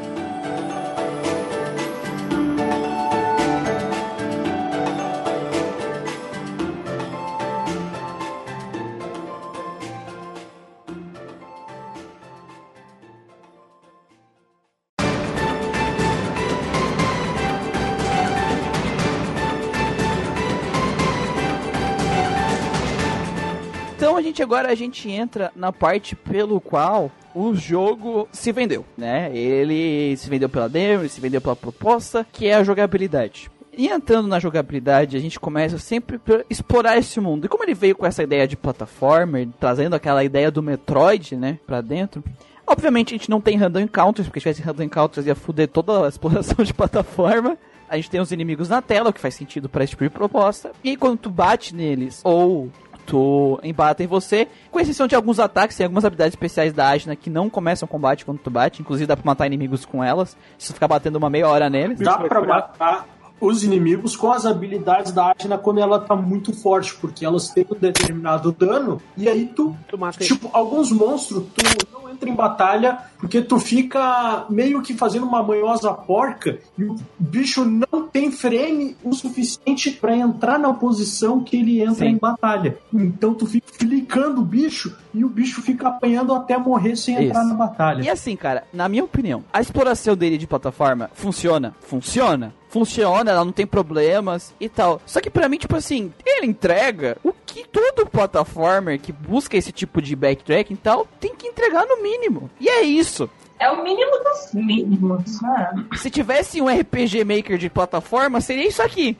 Então a gente entra na parte pelo qual o jogo se vendeu, né? Ele se vendeu pela demo, ele se vendeu pela proposta, que é a jogabilidade. E entrando na jogabilidade, a gente começa sempre por explorar esse mundo. E como ele veio com essa ideia de plataforma, trazendo aquela ideia do Metroid, né, pra dentro... Obviamente a gente não tem Random Encounters, porque se tivesse Random Encounters ia foder toda a exploração de plataforma. A gente tem os inimigos na tela, o que faz sentido pra esse tipo de proposta. E aí, quando tu bate neles, ou tu embata em você, com exceção de alguns ataques, tem algumas habilidades especiais da Ashna que não começam o combate quando tu bate. Inclusive dá pra matar inimigos com elas, se tu ficar batendo uma meia hora neles. Dá pra matar os inimigos com as habilidades da Ashna quando ela tá muito forte, porque elas têm um determinado dano, e aí tu mata tipo, alguns monstros, tu não entra em batalha, porque tu fica meio que fazendo uma manhosa porca, e o bicho não tem frame o suficiente pra entrar na posição que ele entra em batalha. Então tu fica flicando o bicho, e o bicho fica apanhando até morrer sem entrar na batalha. E assim, cara, na minha opinião, a exploração dele de plataforma funciona, ela não tem problemas e tal. Só que pra mim, tipo assim, ele entrega o que todo plataformer que busca esse tipo de backtracking e tal tem que entregar no mínimo. E é isso. É o mínimo dos mínimos. Se tivesse um RPG Maker de plataforma, seria isso aqui.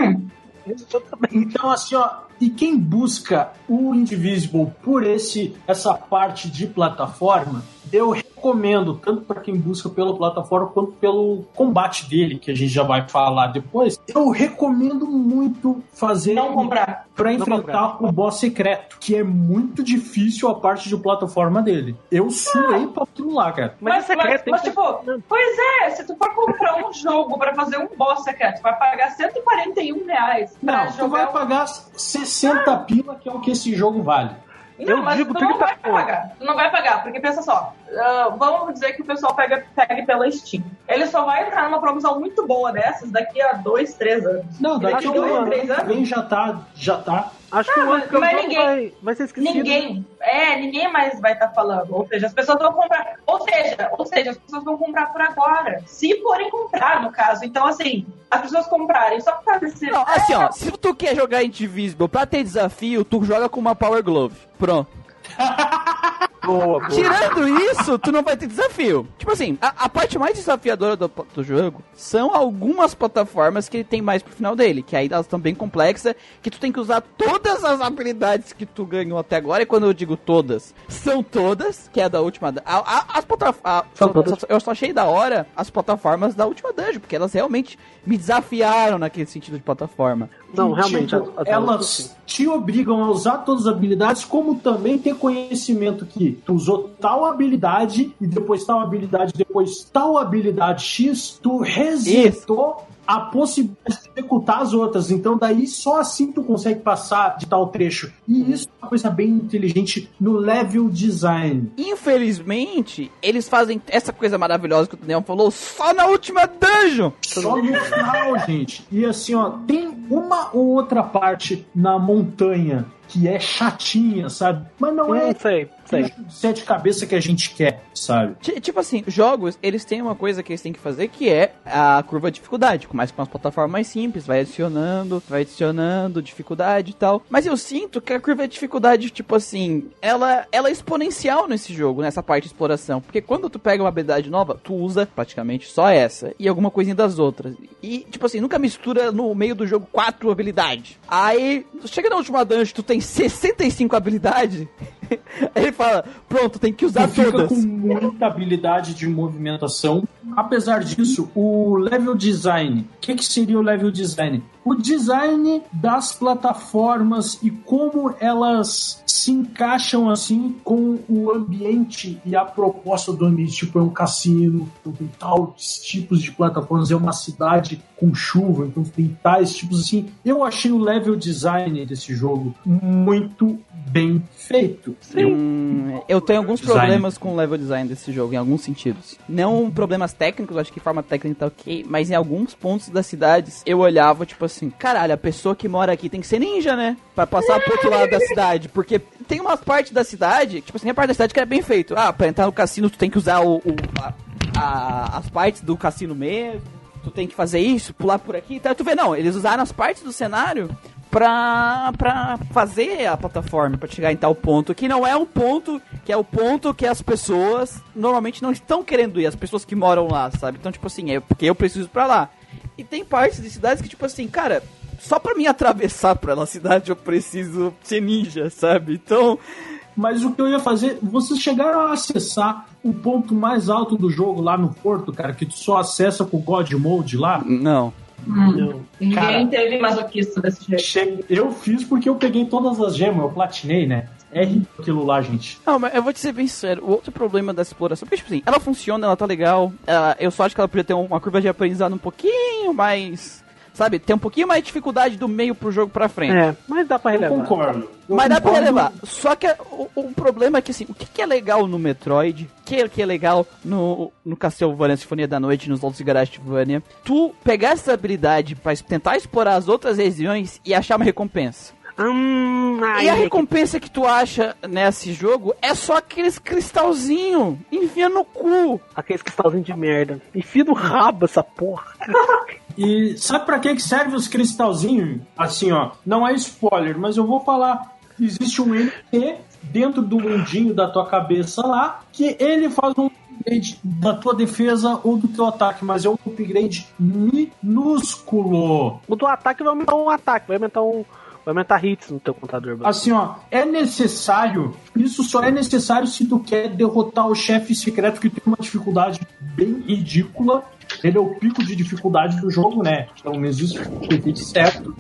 Então, assim, ó, e quem busca o Indivisible por essa parte de plataforma, eu recomendo, tanto para quem busca pela plataforma quanto pelo combate dele, que a gente já vai falar depois, eu recomendo muito fazer para enfrentar o boss secreto, que é muito difícil a parte de plataforma dele. Eu suei pra aquilo lá, cara. Mas tipo, pois é, se tu for comprar um jogo para fazer um boss secreto, vai pagar R$141 pra jogar. Tu vai pagar 60 pila, que é o que esse jogo vale. Não, mas tu não vai pagar. Tu não vai pagar, porque pensa só. Vamos dizer que o pessoal pega pela Steam. Ele só vai entrar numa promoção muito boa dessas daqui a 2, 3 anos. Não, daqui a 2, 3 anos. Bem, já tá. Acho que o ano que eu vai ser esquecido. Ninguém mais vai estar falando. Ou seja, as pessoas vão comprar. Ou seja, as pessoas vão comprar por agora. Se forem comprar, no caso. Então, assim, as pessoas comprarem só por causa desse... Não, assim, ó, se tu quer jogar Indivisible pra ter desafio, tu joga com uma Power Glove. Pronto. Boa. Tirando isso, tu não vai ter desafio. Tipo assim, a parte mais desafiadora do jogo são algumas plataformas que ele tem mais pro final dele, que aí elas estão bem complexas, que tu tem que usar todas as habilidades que tu ganhou até agora, e quando eu digo todas, são todas, que é da última... Eu só achei da hora as plataformas da última dungeon, porque elas realmente me desafiaram naquele sentido de plataforma. Não, realmente. Elas te obrigam a usar todas as habilidades, como também ter conhecimento que tu usou tal habilidade, e depois tal habilidade, depois tal habilidade X, tu resetou a possibilidade de executar as outras. Então daí só assim tu consegue passar de tal trecho. E isso é uma coisa bem inteligente no level design. Infelizmente, eles fazem essa coisa maravilhosa que o Daniel falou só na última dungeon. Só no final, gente. E assim, ó, tem uma ou outra parte na montanha que é chatinha, sabe? Mas não é... Sei. 7 cabeças que a gente quer, sabe? Tipo assim, jogos, eles têm uma coisa que eles têm que fazer, que é a curva de dificuldade. Começa com as plataformas mais simples, vai adicionando dificuldade e tal. Mas eu sinto que a curva de dificuldade, tipo assim, ela é exponencial nesse jogo, nessa parte de exploração. Porque quando tu pega uma habilidade nova, tu usa praticamente só essa e alguma coisinha das outras. E, tipo assim, nunca mistura no meio do jogo 4 habilidades. Aí, chega na última dungeon, tu tem 65 habilidades. Ele fala, pronto, tem que usar todas. Fica com muita habilidade de movimentação. Apesar disso, o level design, o que seria o level design? O design das plataformas e como elas se encaixam assim com o ambiente e a proposta do ambiente. Tipo, é um cassino, então tem tais tipos de plataformas, é uma cidade com chuva, então tem tais tipos assim. Eu achei o level design desse jogo muito bem feito. Eu tenho alguns problemas com o level design desse jogo, em alguns sentidos. Não problemas técnicos, acho que forma técnica tá ok, mas em alguns pontos das cidades, eu olhava, tipo assim, caralho, a pessoa que mora aqui tem que ser ninja, né? Pra passar pro outro lado da cidade, porque tem umas partes da cidade, tipo assim, a parte da cidade que é bem feito. Ah, pra entrar no cassino, tu tem que usar as partes do cassino mesmo, tu tem que fazer isso, pular por aqui e tal. Tu vê, não, eles usaram as partes do cenário pra fazer a plataforma, pra chegar em tal ponto, que não é um ponto, que é o ponto que as pessoas normalmente não estão querendo ir, as pessoas que moram lá, sabe? Então, tipo assim, é porque eu preciso ir pra lá. E tem partes de cidades que, tipo assim, cara, só pra mim atravessar pra lá cidade eu preciso ser ninja, sabe? Então... Mas o que eu ia fazer, vocês chegaram a acessar o ponto mais alto do jogo lá no porto, cara, que tu só acessa com o God Mode lá? Não. Ninguém cara, teve masoquista desse jeito. Eu fiz porque eu peguei todas as gemas, eu platinei, né? É rico aquilo lá, gente. Não, mas eu vou te ser bem sério. O outro problema da exploração, porque, tipo assim, ela funciona, ela tá legal. Eu só acho que ela podia ter uma curva de aprendizado um pouquinho mais... Sabe, tem um pouquinho mais de dificuldade do meio pro jogo pra frente. É, mas dá pra relevar. Eu concordo. Dá pra relevar. Só que o problema é que, assim, o que é legal no Metroid, o que é legal no Castlevania Sinfonia da Noite, nos outros Garastivania, tu pegar essa habilidade pra tentar explorar as outras regiões e achar uma recompensa. E a recompensa que tu acha nesse jogo é só aqueles cristalzinhos. Enfia no cu. Aqueles cristalzinhos de merda. Enfia no rabo essa porra. E sabe pra que serve os cristalzinhos? Assim, ó, não é spoiler, mas eu vou falar. Existe um NT dentro do mundinho da tua cabeça lá, que ele faz um upgrade da tua defesa ou do teu ataque, mas é um upgrade minúsculo. O do ataque vai aumentar um ataque, vai aumentar hits no teu contador. Assim, ó, é necessário, isso só é necessário se tu quer derrotar o chefe secreto que tem uma dificuldade bem ridícula. Ele é o pico de dificuldade do jogo, né? Então não existe efeito certo.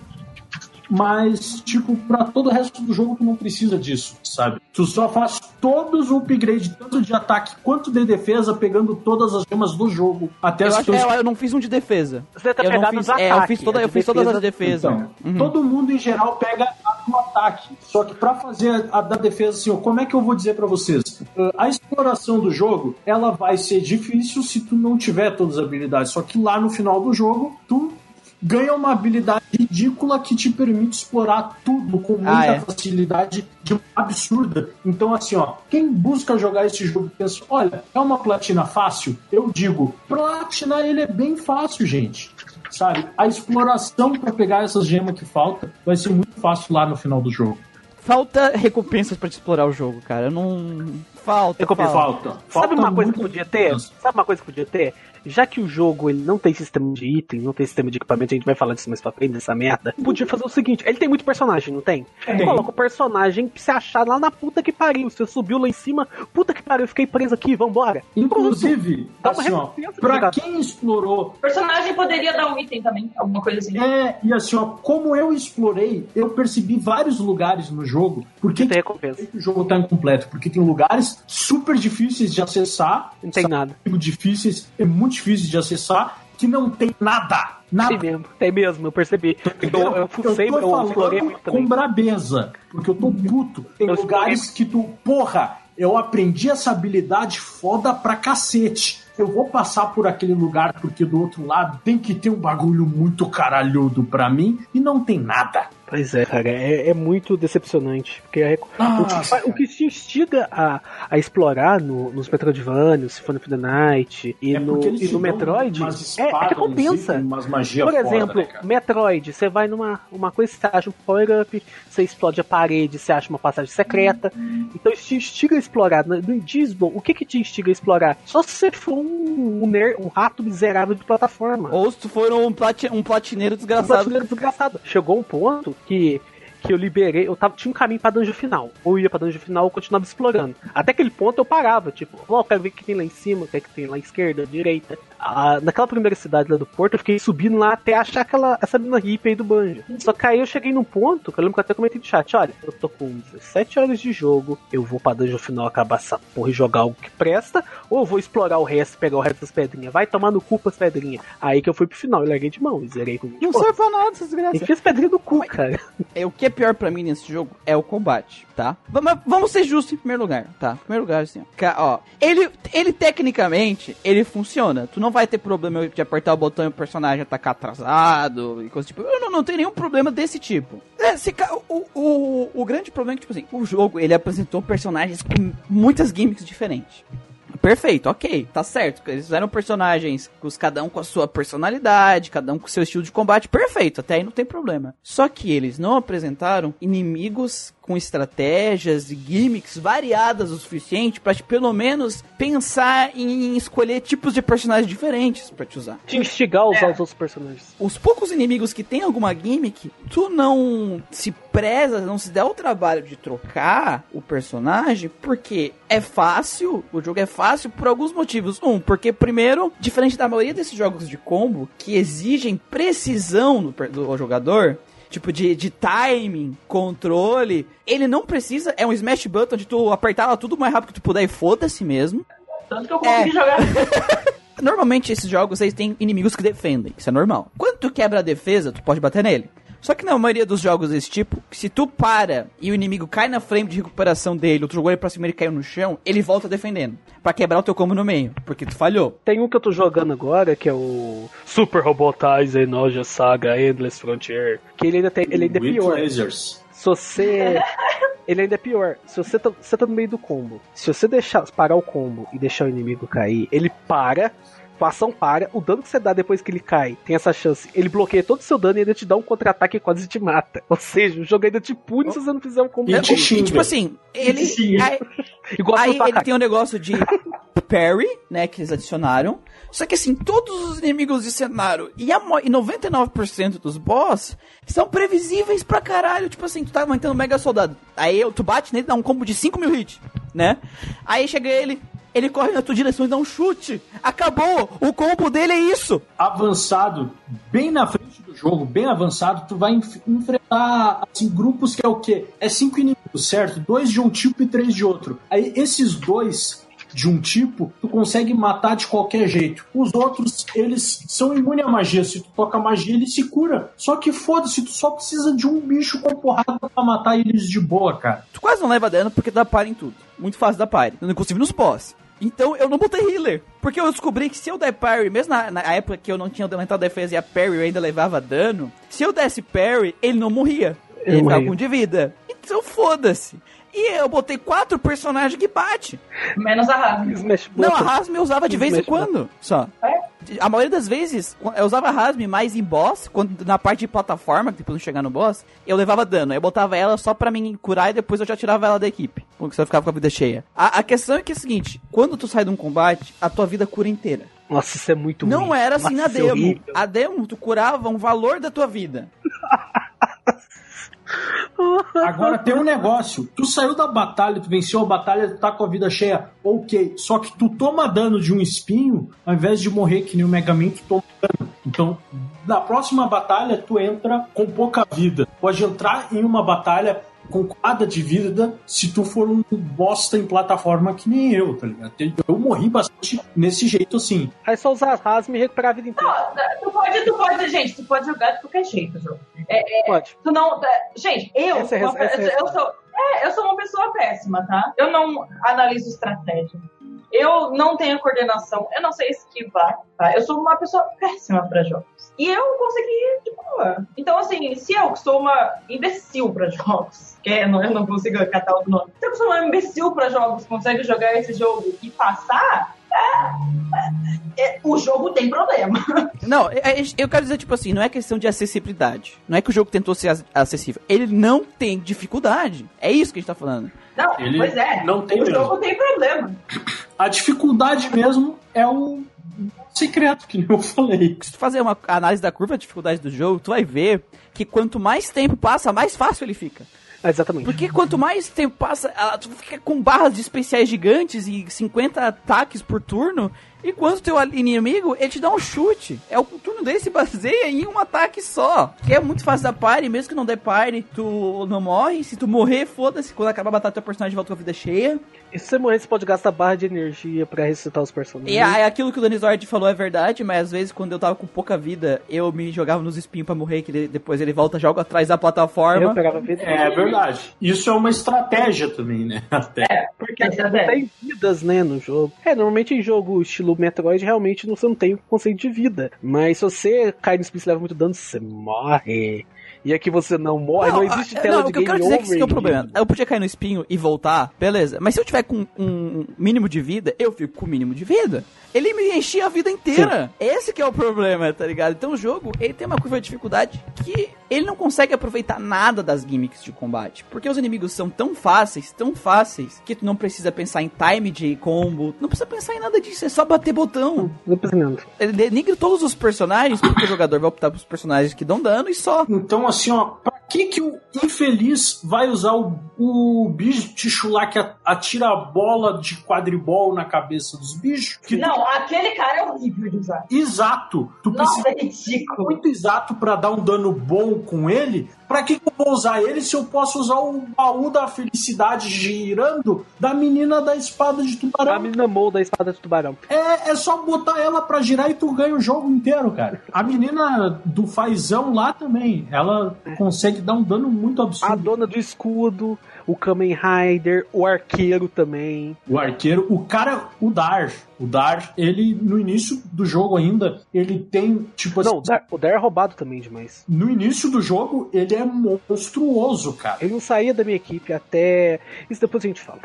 Mas, tipo, pra todo o resto do jogo tu não precisa disso, sabe? Tu só faz todos o upgrade, tanto de ataque quanto de defesa, pegando todas as gemas do jogo. Até eu não fiz um de defesa. Você tá eu fiz todas as defesas. Então, todo mundo em geral pega o ataque. Só que pra fazer a da defesa, assim, ó, como é que eu vou dizer pra vocês? A exploração do jogo, ela vai ser difícil se tu não tiver todas as habilidades. Só que lá no final do jogo, tu ganha uma habilidade ridícula que te permite explorar tudo com muita facilidade absurda. Então, assim, ó, quem busca jogar esse jogo pensa, olha, é uma platina fácil? Eu digo, platinar ele é bem fácil, gente. Sabe? A exploração pra pegar essas gemas que falta vai ser muito fácil lá no final do jogo. Falta recompensas pra te explorar o jogo, cara. Eu não... Falta. Sabe uma coisa que podia ter? Já que o jogo ele não tem sistema de item, não tem sistema de equipamento, a gente vai falar disso mais pra frente, dessa merda, podia fazer o seguinte, ele tem muito personagem, não tem? Coloca o personagem pra você achar lá na puta que pariu, você subiu lá em cima, puta que pariu, eu fiquei preso aqui, vambora. Inclusive, assim, ó, pra quem explorou... O personagem poderia dar um item também, alguma coisa assim. E assim, ó, como eu explorei, eu percebi vários lugares no jogo, porque o jogo tá incompleto, porque tem lugares super difíceis de acessar, não tem nada. Difíceis, é muito difícil de acessar, que não tem nada. Tem mesmo, eu percebi. Eu explorei muito com brabeza, porque eu tô puto. Tem lugares que tu, porra, eu aprendi essa habilidade foda pra cacete. Eu vou passar por aquele lugar porque do outro lado tem que ter um bagulho muito caralhudo pra mim e não tem nada. Pois é, cara, é muito decepcionante. Porque o que te instiga a explorar nos Metroidvanias, Symphony of the Night e no Metroid é recompensa. Por exemplo, foda, né, Metroid, você vai numa coisa, você acha um power-up, você explode a parede, você acha uma passagem secreta. Então isso te instiga a explorar. No Indisbon, o que te instiga a explorar? Só se você for um rato miserável de plataforma. Ou se tu for um platineiro desgraçado. Chegou um ponto que eu liberei, tinha um caminho pra dungeon final. Ou ia pra dungeon final ou continuava explorando. Até aquele ponto eu parava, tipo, eu quero ver o que tem lá em cima, o que tem lá à esquerda, à direita. Naquela primeira cidade lá do Porto, eu fiquei subindo lá até achar essa mina hippie aí do Banjo. Só que aí eu cheguei num ponto, que eu lembro que eu até comentei no chat, olha, eu tô com 17 horas de jogo, eu vou pra dungeon final acabar essa porra e jogar algo que presta, ou eu vou explorar o resto, pegar o resto das pedrinhas. Vai tomar no cu as pedrinhas. Aí que eu fui pro final, eu larguei de mão, zerei com... Não serve pra nada, essas graças. Enfia as pedrinhas no cu, cara. O que é pior pra mim nesse jogo é o combate, tá? Mas vamos ser justos em primeiro lugar, tá? Em primeiro lugar, assim, ó. Ele tecnicamente, ele funciona. Tu não vai ter problema de apertar o botão e o personagem atacar atrasado e coisa tipo. Eu não tenho nenhum problema desse tipo. O grande problema é que, tipo assim, o jogo, ele apresentou personagens com muitas gimmicks diferentes. Perfeito, ok, tá certo. Eles fizeram personagens, cada um com a sua personalidade, cada um com o seu estilo de combate, perfeito, até aí não tem problema. Só que eles não apresentaram inimigos com estratégias e gimmicks variadas o suficiente pra pelo menos pensar em escolher tipos de personagens diferentes pra te usar. Te instigar a usar os outros personagens. Os poucos inimigos que tem alguma gimmick, tu não se preza, não se dá o trabalho de trocar o personagem, porque é fácil, o jogo é fácil por alguns motivos. Porque primeiro, diferente da maioria desses jogos de combo, que exigem precisão do jogador, tipo de timing, controle, ele não precisa, é um smash button de tu apertar ela tudo o mais rápido que tu puder e foda-se mesmo. Tanto que eu consegui jogar. Normalmente esses jogos, eles têm inimigos que defendem, isso é normal. Quando tu quebra a defesa, tu pode bater nele. Só que na maioria dos jogos desse tipo, se tu para e o inimigo cai na frame de recuperação dele, ou tu jogou ele pra cima e ele caiu no chão, ele volta defendendo, pra quebrar o teu combo no meio, porque tu falhou. Tem um que eu tô jogando agora, que é o Super Robotize Enoja Saga Endless Frontier, que ele ainda é pior. Lasers. Se você... Ele ainda é pior. Se você tá no meio do combo, se você parar o combo e deixar o inimigo cair, ele para... A ação para, o dano que você dá depois que ele cai, tem essa chance, ele bloqueia todo o seu dano e ainda te dá um contra-ataque e quase te mata. Ou seja, o jogo ainda te pune se você não fizer um combo. Tipo assim, ele... Aí ele tem um negócio de parry, né, que eles adicionaram. Só que assim, todos os inimigos de cenário e 99% dos boss são previsíveis pra caralho. Tipo assim, tu tá mantendo um mega soldado, aí tu bate nele, dá um combo de 5.000 hits, né? Aí chega ele corre na tua direção e dá um chute. Acabou! O combo dele é isso! Avançado, bem na frente do jogo, bem avançado, tu vai enfrentar, assim, grupos que é o quê? É 5 inimigos, certo? 2 de um tipo e 3 de outro. Aí, esses 2 de um tipo, tu consegue matar de qualquer jeito. Os outros, eles são imunes à magia. Se tu toca magia, ele se cura. Só que foda-se, tu só precisa de um bicho com porrada pra matar eles de boa, cara. Tu quase não leva dano porque dá pare em tudo. Muito fácil dar pare. Inclusive nos boss. Então eu não botei healer. Porque eu descobri que se eu der parry, mesmo na época que eu não tinha aumentado a defesa e a parry eu ainda levava dano, se eu desse parry, ele não morria. Ele ficava com 1 de vida. Então foda-se. E eu botei 4 personagens que bate. Menos a Rasmi. Não, a Rasmi eu usava de vez em quando, só. A maioria das vezes, eu usava a Rasmi mais em boss, na parte de plataforma, que depois não chegar no boss, eu levava dano. Eu botava ela só pra me curar e depois eu já tirava ela da equipe. Porque você ficava com a vida cheia. A questão é que é o seguinte, quando tu sai de um combate, a tua vida cura inteira. Nossa, isso é muito ruim. Não era assim na demo. Horrível. A demo, tu curava um valor da tua vida. Agora tem um negócio, tu saiu da batalha, tu venceu a batalha, tu tá com a vida cheia, ok, só que tu toma dano de um espinho, ao invés de morrer que nem o Mega Man, tu toma dano. Então, na próxima batalha, tu entra com pouca vida. Pode entrar em uma batalha com quadra de vida se tu for um bosta em plataforma que nem eu, tá ligado? Eu morri bastante nesse jeito assim. Aí só usar as rasmas e recuperar a vida inteira. Não, tu pode jogar de qualquer jeito o jogo. Pode. Tu não, gente, eu sou uma pessoa péssima, tá? Eu não analiso estratégia. eu não tenho coordenação, eu não sei esquivar, tá? Eu sou uma pessoa péssima pra jogos. E eu consegui, tipo, então assim, se eu que sou uma imbecil pra jogos, eu não consigo catar outro nome, se eu que sou uma imbecil pra jogos, consegue jogar esse jogo e passar, o jogo tem problema. Não, eu quero dizer, tipo assim, não é questão de acessibilidade. Não é que o jogo tentou ser acessível. Ele não tem dificuldade. É isso que a gente tá falando. Não, ele pois é. Não tem mesmo. Jogo tem problema. A dificuldade mesmo é o secreto, que eu falei. Se tu fazer uma análise da curva de dificuldade do jogo, tu vai ver que quanto mais tempo passa, mais fácil ele fica. Exatamente. Porque quanto mais tempo passa, tu fica com barras de especiais gigantes e 50 ataques por turno, enquanto teu inimigo, ele te dá um chute. O turno dele se baseia em um ataque só. Que é muito fácil da party, mesmo que não dê party, tu não morre. Se tu morrer, foda-se, quando acabar a batalha, teu personagem volta com a vida cheia. E se você morrer, você pode gastar barra de energia pra ressuscitar os personagens. E aquilo que o Danizord falou é verdade, mas às vezes quando eu tava com pouca vida, eu me jogava nos espinhos pra morrer, que depois ele volta, joga atrás da plataforma. Eu pegava vida. É verdade. Isso é uma estratégia também, né? Até. Porque não tem vidas, né, no jogo. Normalmente em jogo estilo Metroid, realmente você não tem o conceito de vida. Mas se você cai no espinho e leva muito dano, você morre. E aqui você não morre, não existe tela de game over. O que eu quero dizer é que esse é o problema. Eu podia cair no espinho e voltar, beleza. Mas se eu tiver com um mínimo de vida, eu fico com o mínimo de vida. Ele me enchia a vida inteira. Sim. Esse que é o problema, tá ligado? Então o jogo, ele tem uma curva de dificuldade que ele não consegue aproveitar nada das gimmicks de combate. Porque os inimigos são tão fáceis, que tu não precisa pensar em time de combo, não precisa pensar em nada disso, é só bater botão. Não precisa. Ele denigra todos os personagens, porque o jogador vai optar pros personagens que dão dano e só. Então, assim, ó, pra que o infeliz vai usar o bicho lá que atira a bola de quadribol na cabeça dos bichos? Não, aquele cara é horrível de usar. Exato. Tu Nossa, precisa é ridículo. muito exato pra dar um dano bom com ele. Pra que eu vou usar ele se eu posso usar o baú da felicidade girando da menina da espada de tubarão? A menina Mou da espada de tubarão. É só botar ela pra girar e tu ganha o jogo inteiro, cara. A menina do fazão lá também, ela consegue dar um dano muito absurdo. A dona do escudo, o Kamen Rider, o arqueiro também. O arqueiro, o Dar, ele no início do jogo ainda, ele tem tipo assim... Não, o Dar é roubado também demais. No início do jogo, ele é monstruoso, cara. Ele não saía da minha equipe até... Isso depois a gente fala.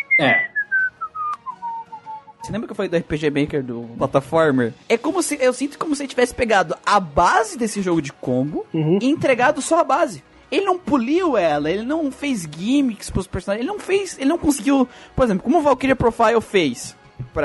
Você lembra que eu falei do RPG Maker do Platformer? Eu sinto como se ele tivesse pegado a base desse jogo de combo e entregado só a base. Ele não poliu ela, ele não fez gimmicks pros personagens, ele não conseguiu... Por exemplo, como o Valkyria Profile fez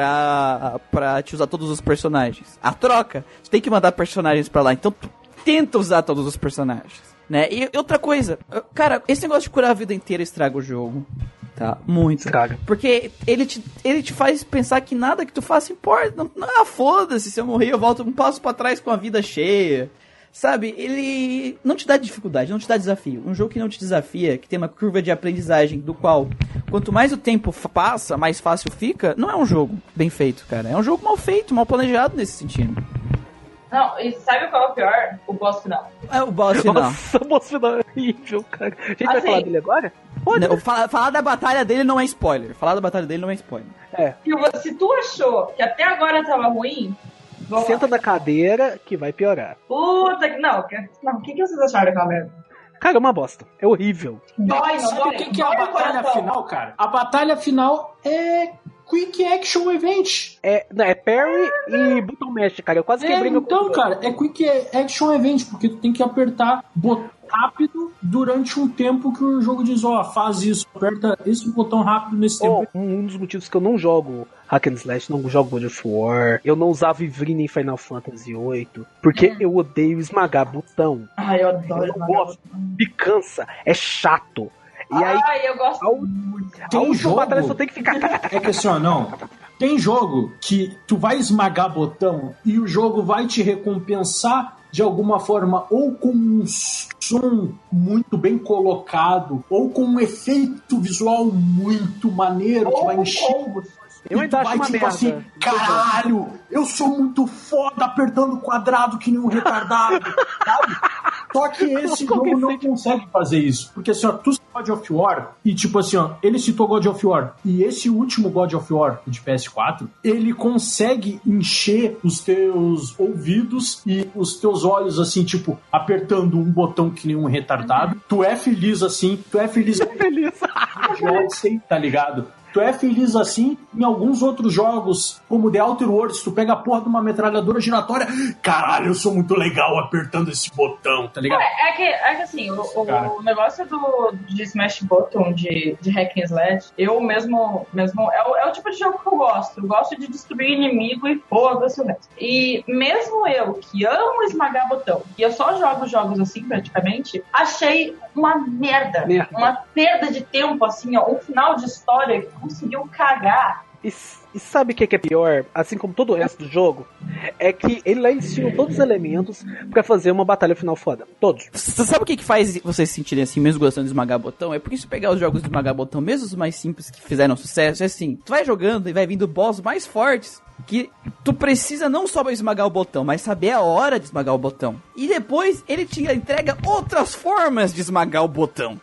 pra te usar todos os personagens. A troca, você tem que mandar personagens pra lá, então tu tenta usar todos os personagens, né? E outra coisa, cara, esse negócio de curar a vida inteira estraga o jogo. Tá, muito. Estraga. Porque ele te faz pensar que nada que tu faça importa. Não, foda-se, se eu morrer eu volto um passo pra trás com a vida cheia. Sabe, ele não te dá dificuldade, não te dá desafio. Um jogo que não te desafia, que tem uma curva de aprendizagem, do qual, quanto mais o tempo passa, mais fácil fica, não é um jogo bem feito, cara. É um jogo mal feito, mal planejado nesse sentido. Não, e sabe qual é o pior? O boss final. É o boss final. Nossa, o boss final é horrível, cara. A gente vai falar dele agora? Não, falar da batalha dele não é spoiler. Falar da batalha dele não é spoiler. Se tu achou que até agora tava ruim... Senta na cadeira que vai piorar. Puta que... Não, o que vocês acharam daquela merda? Cara, é uma bosta. É horrível. Sabe o que é a batalha final, cara? A batalha final é Quick Action Event. É parry e botão mash, cara. Eu quase quebrei meu Então, cara, é Quick Action Event, porque tu tem que apertar botão rápido durante um tempo que o jogo diz, faz isso, aperta esse botão rápido nesse tempo. Um dos motivos que eu não jogo Hack and Slash, não jogo God of War, eu não usava Ivline em Final Fantasy VIII, porque eu odeio esmagar botão. Eu adoro esmagar botão. Me cansa, é chato. E aí, eu gosto muito. Tem jogo batalha só tem que ficar... É que assim, não... Tem jogo que tu vai esmagar botão e o jogo vai te recompensar de alguma forma, ou com um som muito bem colocado, ou com um efeito visual muito maneiro, que vai encher. Eu ainda acho uma merda. Assim, caralho, eu sou muito foda apertando quadrado que nem um retardado, sabe? Só que esse jogo não consegue fazer isso. Porque assim, ó, tu citou God of War, e tipo assim, ó, ele citou God of War, e esse último God of War de PS4, ele consegue encher os teus ouvidos e os teus olhos, assim, tipo, apertando um botão que nem um retardado. Tu é feliz assim, tu é feliz. Tá ligado? Tu é feliz assim em alguns outros jogos, como The Outer Worlds, tu pega a porra de uma metralhadora giratória, caralho, eu sou muito legal apertando esse botão, tá ligado? É que assim, o negócio de Smash Button, de hack and slash, eu mesmo é o tipo de jogo que eu gosto. Eu gosto de destruir inimigo e foda-se o resto. E mesmo eu, que amo esmagar botão, e eu só jogo jogos assim, praticamente, achei uma merda. Uma perda de tempo, assim, ó, um final de história que conseguiu cagar. E sabe o que é pior? Assim como todo o resto do jogo, é que ele lá ensinou todos os elementos pra fazer uma batalha final foda. Todos. Você sabe o que faz vocês se sentirem assim, mesmo gostando de esmagar botão? É porque se pegar os jogos de esmagar botão, mesmo os mais simples que fizeram sucesso, é assim, tu vai jogando e vai vindo boss mais fortes, que tu precisa não só esmagar o botão, mas saber a hora de esmagar o botão. E depois ele te entrega outras formas de esmagar o botão.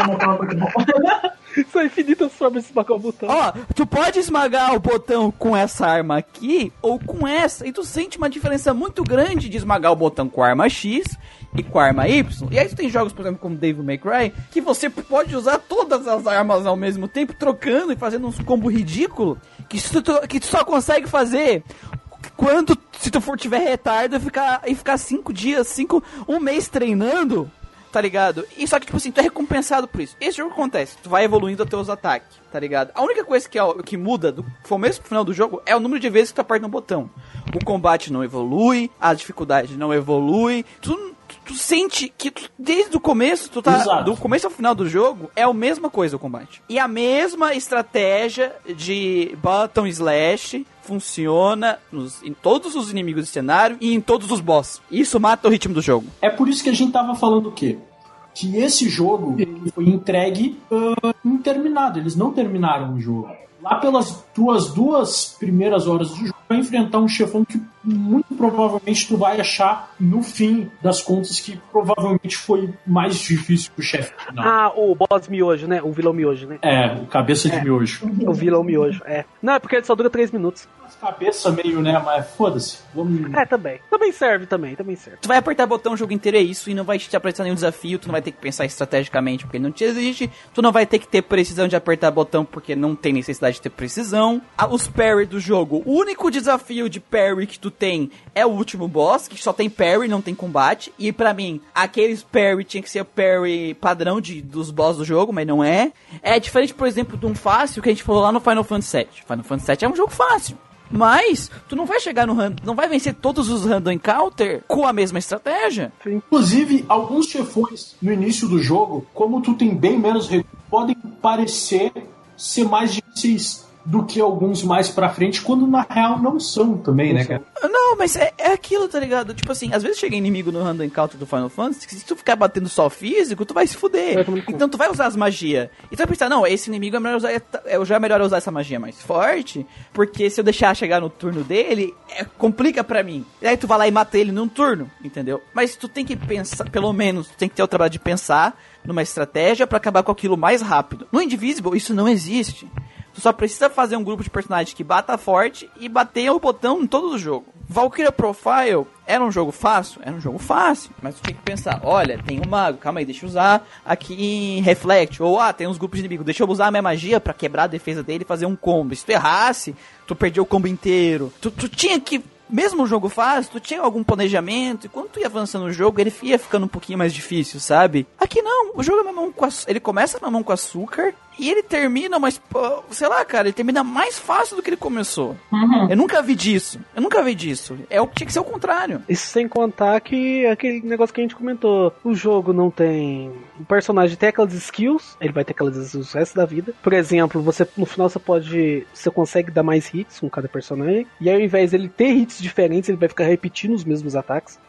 São infinitas formas de esmagar o botão. Ó, tu pode esmagar o botão com essa arma aqui ou com essa, e tu sente uma diferença muito grande de esmagar o botão com a arma X e com a arma Y. E aí tu tem jogos, por exemplo, como Devil May Cry, que você pode usar todas as armas ao mesmo tempo, trocando e fazendo uns combos ridículos, que tu só consegue fazer quando, se tu tiver retardo e ficar 5 dias, um mês treinando, tá ligado? E só que, tipo assim, tu é recompensado por isso. Esse jogo acontece, tu vai evoluindo os teus ataques, tá ligado? A única coisa que muda do começo pro final do jogo é o número de vezes que tu aperta um botão. O combate não evolui, a dificuldade não evolui, tu sente que desde o começo, tu tá, exato, do começo ao final do jogo, é a mesma coisa o combate. E a mesma estratégia de button slash funciona em todos os inimigos do cenário e em todos os boss. Isso mata o ritmo do jogo. É por isso que a gente tava falando o quê? Que esse jogo ele foi entregue interminado. Eles não terminaram o jogo. Lá pelas tuas 2 primeiras horas do jogo, vai enfrentar um chefão que muito provavelmente tu vai achar no fim das contas que provavelmente foi mais difícil que o chefe final. Ah, o boss miojo, né? O vilão miojo, né? É, o cabeça de miojo. O vilão miojo, é. Não, é porque ele só dura 3 minutos. Cabeça meio, né? Mas foda-se. Vamos... É, também. Também serve. Tu vai apertar botão o jogo inteiro, é isso, e não vai te apresentar nenhum desafio, tu não vai ter que pensar estrategicamente porque ele não te exige, tu não vai ter que ter precisão de apertar botão porque não tem necessidade de ter precisão. Os parry do jogo, o único desafio de parry que tu tem é o último boss, que só tem parry, não tem combate, e pra mim, aqueles parry tinha que ser o parry padrão dos boss do jogo, mas não é. É diferente, por exemplo, de um fácil que a gente falou lá no Final Fantasy VII. Final Fantasy VII é um jogo fácil. Mas, tu não vai chegar não vai vencer todos os random encounter com a mesma estratégia. Inclusive, alguns chefões no início do jogo, como tu tem bem menos recursos, podem parecer ser mais difíceis do que alguns mais pra frente, quando na real não são também, né, cara? Não, mas é aquilo, tá ligado? Tipo assim, às vezes chega inimigo no Random Encounter do Final Fantasy, que se tu ficar batendo só físico, tu vai se fuder. Então tu vai usar as magias. E tu vai pensar, não, esse inimigo já é melhor usar essa magia mais forte, porque se eu deixar chegar no turno dele, complica pra mim. E aí tu vai lá e mata ele num turno, entendeu? Mas tu tem que pensar, pelo menos, tu tem que ter o trabalho de pensar numa estratégia pra acabar com aquilo mais rápido. No Indivisible, isso não existe. Tu só precisa fazer um grupo de personagens que bata forte e bater o botão em todo o jogo. Valkyria Profile era um jogo fácil? Era um jogo fácil. Mas tu tem que pensar, olha, tem um mago, calma aí, deixa eu usar aqui em Reflect. Ou, tem uns grupos de inimigos, deixa eu usar a minha magia pra quebrar a defesa dele e fazer um combo. Se tu errasse, tu perdeu o combo inteiro. Tu tinha que... Mesmo um jogo fácil, tu tinha algum planejamento, e quando tu ia avançando no jogo, ele ia ficando um pouquinho mais difícil, sabe? Aqui não, o jogo é mamão com açúcar, ele começa mamão com açúcar, e ele termina, mas, sei lá, cara, ele termina mais fácil do que ele começou. Uhum. Eu nunca vi disso. Tinha que ser o contrário. Isso sem contar que aquele negócio que a gente comentou, o jogo não tem... O personagem tem aquelas skills, ele vai ter aquelas skills o resto da vida. Por exemplo, no final você consegue dar mais hits com cada personagem, e ao invés dele ter hits diferentes, ele vai ficar repetindo os mesmos ataques.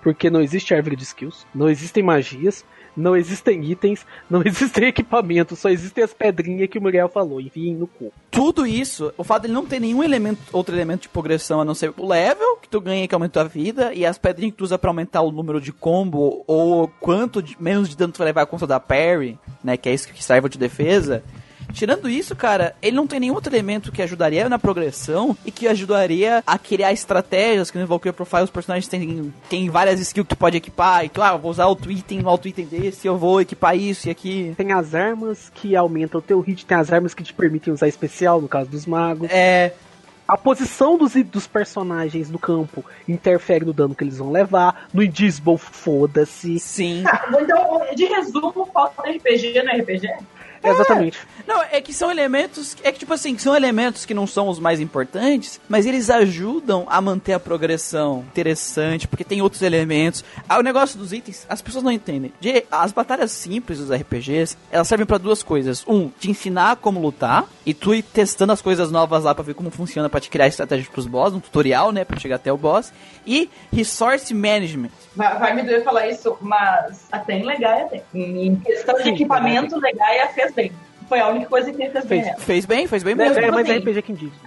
porque não existe árvore de skills, não existem magias, não existem itens, não existem equipamentos, só existem as pedrinhas que o Muriel falou, enfim, no cu. Tudo isso, o fato de ele não ter nenhum outro elemento de progressão a não ser o level que tu ganha que aumenta a vida e as pedrinhas que tu usa pra aumentar o número de combo ou menos de dano tu vai levar contra da parry, né, que é isso que serve de defesa. Tirando isso, cara, ele não tem nenhum outro elemento que ajudaria na progressão e que ajudaria a criar estratégias, que no Valkyria Profile os personagens têm várias skills que tu pode equipar, e tu, vou usar outro item desse, eu vou equipar isso e aqui. Tem as armas que aumentam o teu hit, tem as armas que te permitem usar especial, no caso dos magos. A posição dos personagens no campo interfere no dano que eles vão levar. No Indisable, foda-se. Sim. Tá, então, de resumo, falta RPG no RPG? Exatamente. Não, é que são elementos... É que, tipo assim, são elementos que não são os mais importantes, mas eles ajudam a manter a progressão interessante, porque tem outros elementos. O negócio dos itens, as pessoas não entendem. As batalhas simples dos RPGs, elas servem pra duas coisas. Te ensinar como lutar, e tu ir testando as coisas novas lá pra ver como funciona, pra te criar estratégias pros boss, um tutorial, né, pra chegar até o boss. E Resource Management. Vai me doer falar isso, mas até em Legaia tem. Em questão de equipamento, Legaia fez bem. Foi a única coisa que ele fez bem. Fez bem mesmo. É mais RPG que indígena.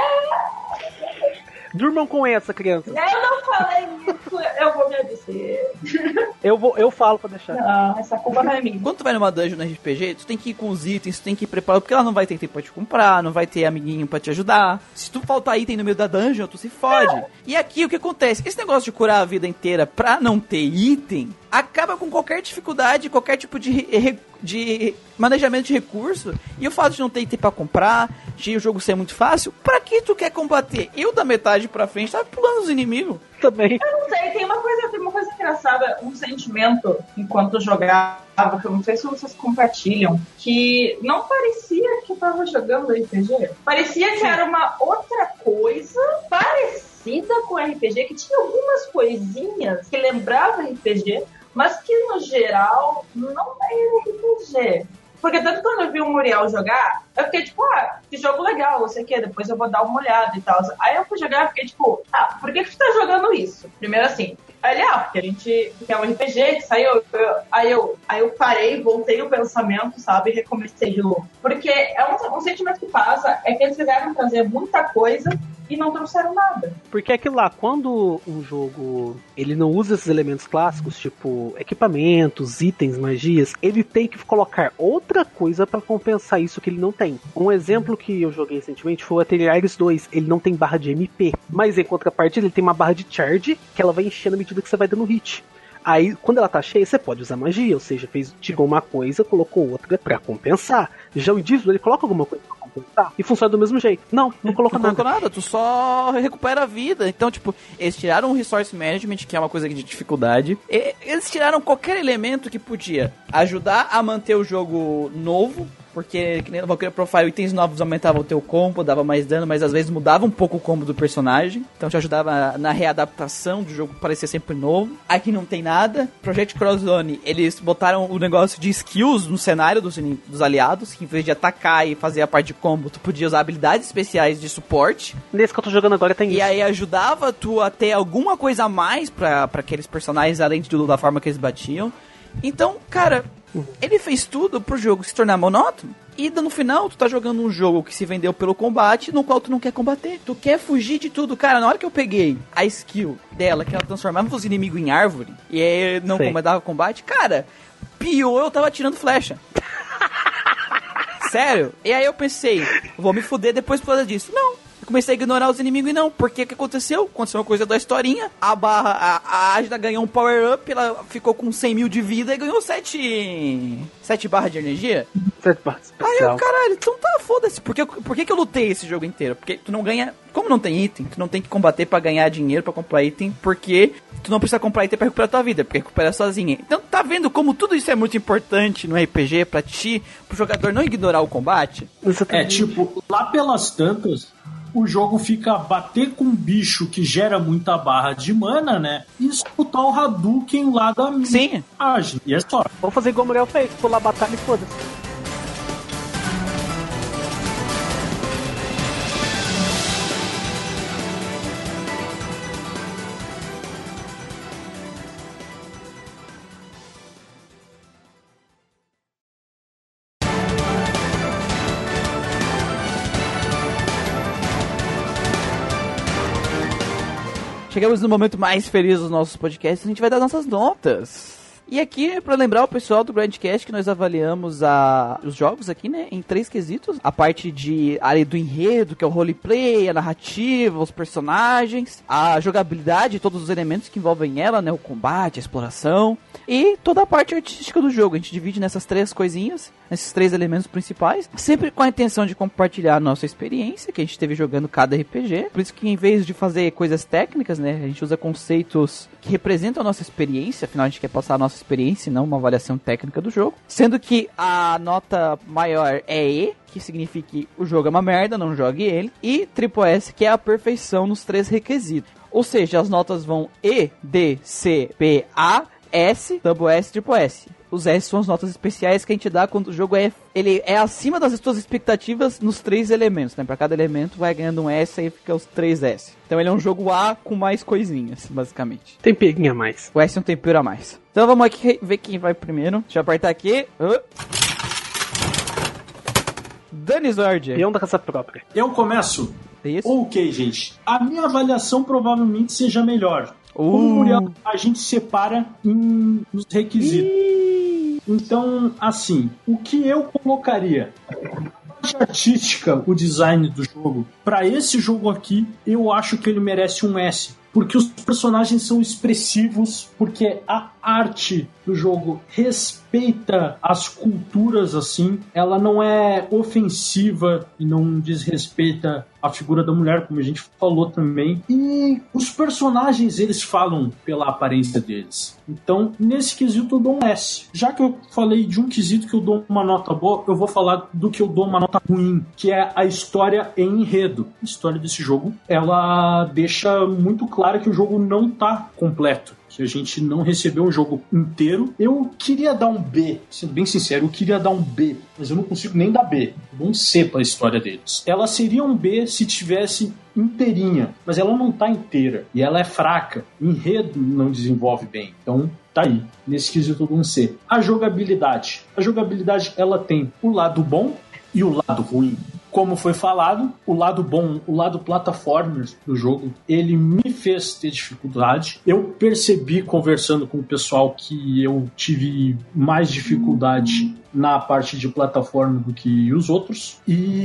Durmam com essa, criança. Eu não falei isso, eu vou me dizer. Eu falo pra deixar. Não, essa culpa não é minha. Quando tu vai numa dungeon no RPG, tu tem que ir com os itens, tu tem que ir preparado, porque ela não vai ter tempo pra te comprar, não vai ter amiguinho pra te ajudar. Se tu faltar item no meio da dungeon, tu se fode. E aqui o que acontece? Esse negócio de curar a vida inteira pra não ter item, acaba com qualquer dificuldade, qualquer tipo de manejamento de recurso. E o fato de não ter item pra comprar, de o jogo ser muito fácil, pra que tu quer combater? Eu da metade pra frente tava pulando os inimigos. Também. Eu não sei, tem uma coisa engraçada, um sentimento enquanto eu jogava, que eu não sei se vocês compartilham, que não parecia que eu tava jogando RPG. Parecia que era uma outra coisa parecida com RPG, que tinha algumas coisinhas que lembravam RPG, mas que no geral não era RPG. Porque tanto quando eu vi o Muriel jogar, eu fiquei tipo, que jogo legal, não sei o que, depois eu vou dar uma olhada e tal. Aí eu fui jogar e fiquei tipo, por que você tá jogando isso? Primeiro assim, aí ele, porque a gente quer um RPG que saiu, aí eu parei, voltei o pensamento, sabe, e recomecei de novo. Porque é um sentimento que passa, é que eles quiseram trazer muita coisa e não trouxeram nada. Porque é aquilo lá, quando um jogo ele não usa esses elementos clássicos, tipo equipamentos, itens, magias, ele tem que colocar outra coisa pra compensar isso que ele não tem. Um exemplo que eu joguei recentemente foi o Ateliers 2. Ele não tem barra de MP, mas em contrapartida ele tem uma barra de charge que ela vai enchendo à medida que você vai dando hit. Aí, quando ela tá cheia, você pode usar magia, ou seja, tirou uma coisa, colocou outra pra compensar. Já o Indígena, ele coloca alguma coisa pra compensar e funciona do mesmo jeito. Não colocou nada. Não colocou nada, tu só recupera a vida. Então, tipo, eles tiraram o Resource Management, que é uma coisa de dificuldade. Eles tiraram qualquer elemento que podia ajudar a manter o jogo novo, porque que nem no Valkyria Profile, itens novos aumentavam o teu combo, dava mais dano, mas às vezes mudava um pouco o combo do personagem. Então te ajudava na readaptação do jogo parecer sempre novo. Aqui não tem nada. Project Cross Zone, eles botaram o negócio de skills no cenário dos aliados, que em vez de atacar e fazer a parte de combo, tu podia usar habilidades especiais de suporte. Nesse que eu tô jogando agora tem isso. E aí ajudava tu a ter alguma coisa a mais pra aqueles personagens, além de tudo da forma que eles batiam. Então, cara, ele fez tudo pro jogo se tornar monótono. E no final, tu tá jogando um jogo que se vendeu pelo combate, no qual tu não quer combater. Tu quer fugir de tudo. Cara, na hora que eu peguei a skill dela, que ela transformava os inimigos em árvore, e aí não comandava combate, cara, pior, eu tava tirando flecha. Sério? E aí eu pensei, vou me fuder depois por causa disso. Não. Eu comecei a ignorar os inimigos e não. Porque o que aconteceu? Aconteceu uma coisa da historinha. A Ágida ganhou um power-up, ela ficou com 100 mil de vida e ganhou 7 barras de energia. 7 barras especial. Aí eu, caralho, então tá, foda-se. Por que eu lutei esse jogo inteiro? Porque tu não ganha... Como não tem item, tu não tem que combater pra ganhar dinheiro, pra comprar item, porque tu não precisa comprar item pra recuperar tua vida, porque recupera sozinha. Então tá vendo como tudo isso é muito importante no RPG pra pro jogador não ignorar o combate? Tipo, lá pelas tantas, o jogo fica bater com um bicho que gera muita barra de mana, né? E escutar o Hadouken lá da minha. Sim. E é só. Vamos fazer igual o Muriel fez, pular a batalha e foda-se. chegamos no momento mais feliz dos nossos podcasts, a gente vai dar nossas notas. E aqui, pra lembrar o pessoal do Grandcast, que nós avaliamos os jogos aqui, né, em 3 quesitos. A parte de área do enredo, que é o roleplay, a narrativa, os personagens, a jogabilidade, todos os elementos que envolvem ela, né, o combate, a exploração, e toda a parte artística do jogo. A gente divide nessas 3 coisinhas, nesses 3 elementos principais, sempre com a intenção de compartilhar a nossa experiência, que a gente teve jogando cada RPG. Por isso que em vez de fazer coisas técnicas, né, a gente usa conceitos que representam a nossa experiência, afinal a gente quer passar a nossa experiência e não uma avaliação técnica do jogo. Sendo que a nota maior é E, que significa que o jogo é uma merda, não jogue ele. E triple S, que é a perfeição nos 3 requisitos. Ou seja, as notas vão E, D, C, B, A, S, double S, triple S. Os S são as notas especiais que a gente dá quando o jogo ele é acima das suas expectativas nos 3 elementos, né? Pra cada elemento vai ganhando um S e fica os 3 S. Então ele é um jogo A com mais coisinhas, basicamente. Temperinho a mais. O S é um tempero a mais. Então vamos aqui ver quem vai primeiro. Deixa eu apertar aqui. Dani Zord. Peão da casa própria. Eu começo? Isso. Ok, gente. A minha avaliação provavelmente seja melhor. Como Muriel, a gente separa nos requisitos. Então, assim, o que eu colocaria? A parte artística, o design do jogo, para esse jogo aqui, eu acho que ele merece um S. Porque os personagens são expressivos, porque a arte do jogo respeita as culturas, assim. Ela não é ofensiva e não desrespeita a figura da mulher, como a gente falou também. E os personagens, eles falam pela aparência deles. Então, nesse quesito eu dou um S. Já que eu falei de um quesito que eu dou uma nota boa, eu vou falar do que eu dou uma nota ruim, que é a história em enredo. A história desse jogo, ela deixa muito claro que o jogo não tá completo. Que a gente não recebeu um jogo inteiro. Eu queria dar um B, sendo bem sincero, eu queria dar um B, mas eu não consigo nem dar B. Eu dou um C pra história deles. Ela seria um B se tivesse inteirinha, mas ela não tá inteira, e ela é fraca. O enredo não desenvolve bem, então tá aí, nesse quesito eu dou um C. A jogabilidade, ela tem o lado bom e o lado ruim. Como foi falado, o lado bom, o lado platformer do jogo, ele me fez ter dificuldade. Eu percebi, conversando com o pessoal, que eu tive mais dificuldade na parte de plataforma do que os outros.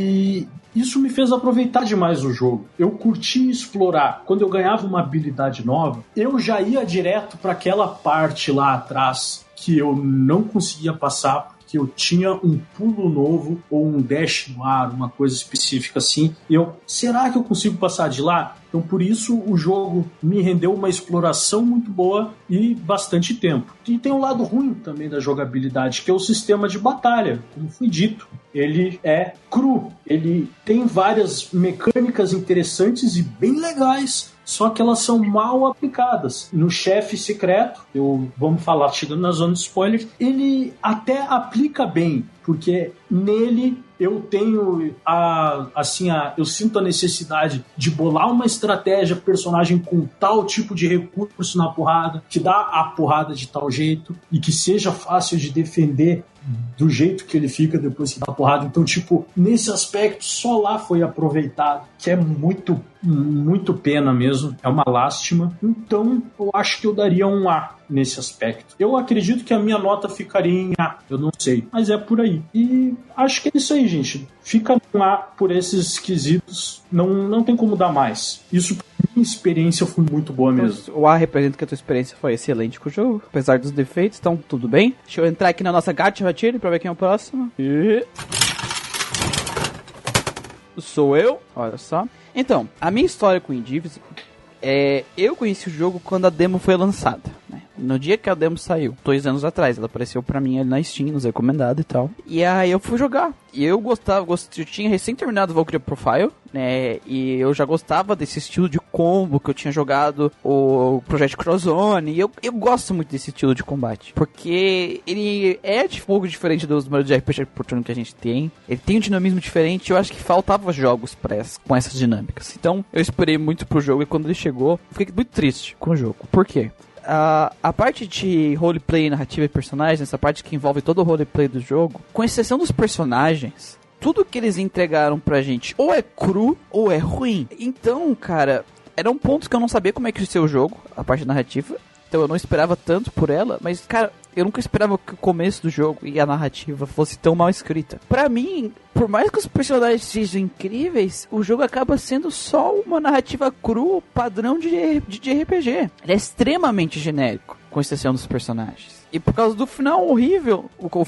E isso me fez aproveitar demais o jogo. Eu curti explorar. Quando eu ganhava uma habilidade nova, eu já ia direto para aquela parte lá atrás que eu não conseguia passar, que eu tinha um pulo novo ou um dash no ar, uma coisa específica assim. Será que eu consigo passar de lá? Então, por isso, o jogo me rendeu uma exploração muito boa e bastante tempo. E tem um lado ruim também da jogabilidade, que é o sistema de batalha, como foi dito. Ele é cru, ele tem várias mecânicas interessantes e bem legais, só que elas são mal aplicadas. No chefe secreto, vamos falar, chegando na zona de spoiler, ele até aplica bem, porque nele eu tenho eu sinto a necessidade de bolar uma estratégia personagem com tal tipo de recurso na porrada, que dá a porrada de tal jeito e que seja fácil de defender do jeito que ele fica depois que dá a porrada. Então, nesse aspecto, só lá foi aproveitado, que é muito, muito pena mesmo, é uma lástima. Então, eu acho que eu daria um A nesse aspecto. Eu acredito que a minha nota ficaria em A, eu não sei, mas é por aí. E acho que é isso aí, gente. Fica no A por esses quesitos, não tem como dar mais. Isso, pra minha experiência, foi muito boa mesmo. O A representa que a tua experiência foi excelente com o jogo, apesar dos defeitos, então tudo bem. Deixa eu entrar aqui na nossa Gacha Ratire pra ver quem é o próximo. Sou eu, olha só. Então, a minha história com o Indivisible eu conheci o jogo quando a demo foi lançada, né? No dia que a demo saiu, 2 anos atrás, ela apareceu pra mim ali na Steam, nos recomendados e tal. E aí eu fui jogar. E eu eu tinha recém terminado o Valkyria Profile, né? E eu já gostava desse estilo de combo, que eu tinha jogado o Project Crozone. E eu gosto muito desse estilo de combate, porque ele é de pouco diferente dos modelos de RPG por turno que a gente tem. Ele tem um dinamismo diferente. Eu acho que faltava jogos com essas dinâmicas. Então eu esperei muito pro jogo, e quando ele chegou, fiquei muito triste com o jogo. Por quê? A parte de roleplay, narrativa e personagens, essa parte que envolve todo o roleplay do jogo, com exceção dos personagens, tudo que eles entregaram pra gente ou é cru ou é ruim. Então, cara, Eram pontos que eu não sabia como é que ia ser o jogo, a parte narrativa. Então eu não esperava tanto por ela, mas, cara, eu nunca esperava que o começo do jogo e a narrativa fosse tão mal escrita. Pra mim, por mais que os personagens sejam incríveis, o jogo acaba sendo só uma narrativa crua, padrão de RPG. Ele é extremamente genérico, com exceção dos personagens. E por causa do final horrível,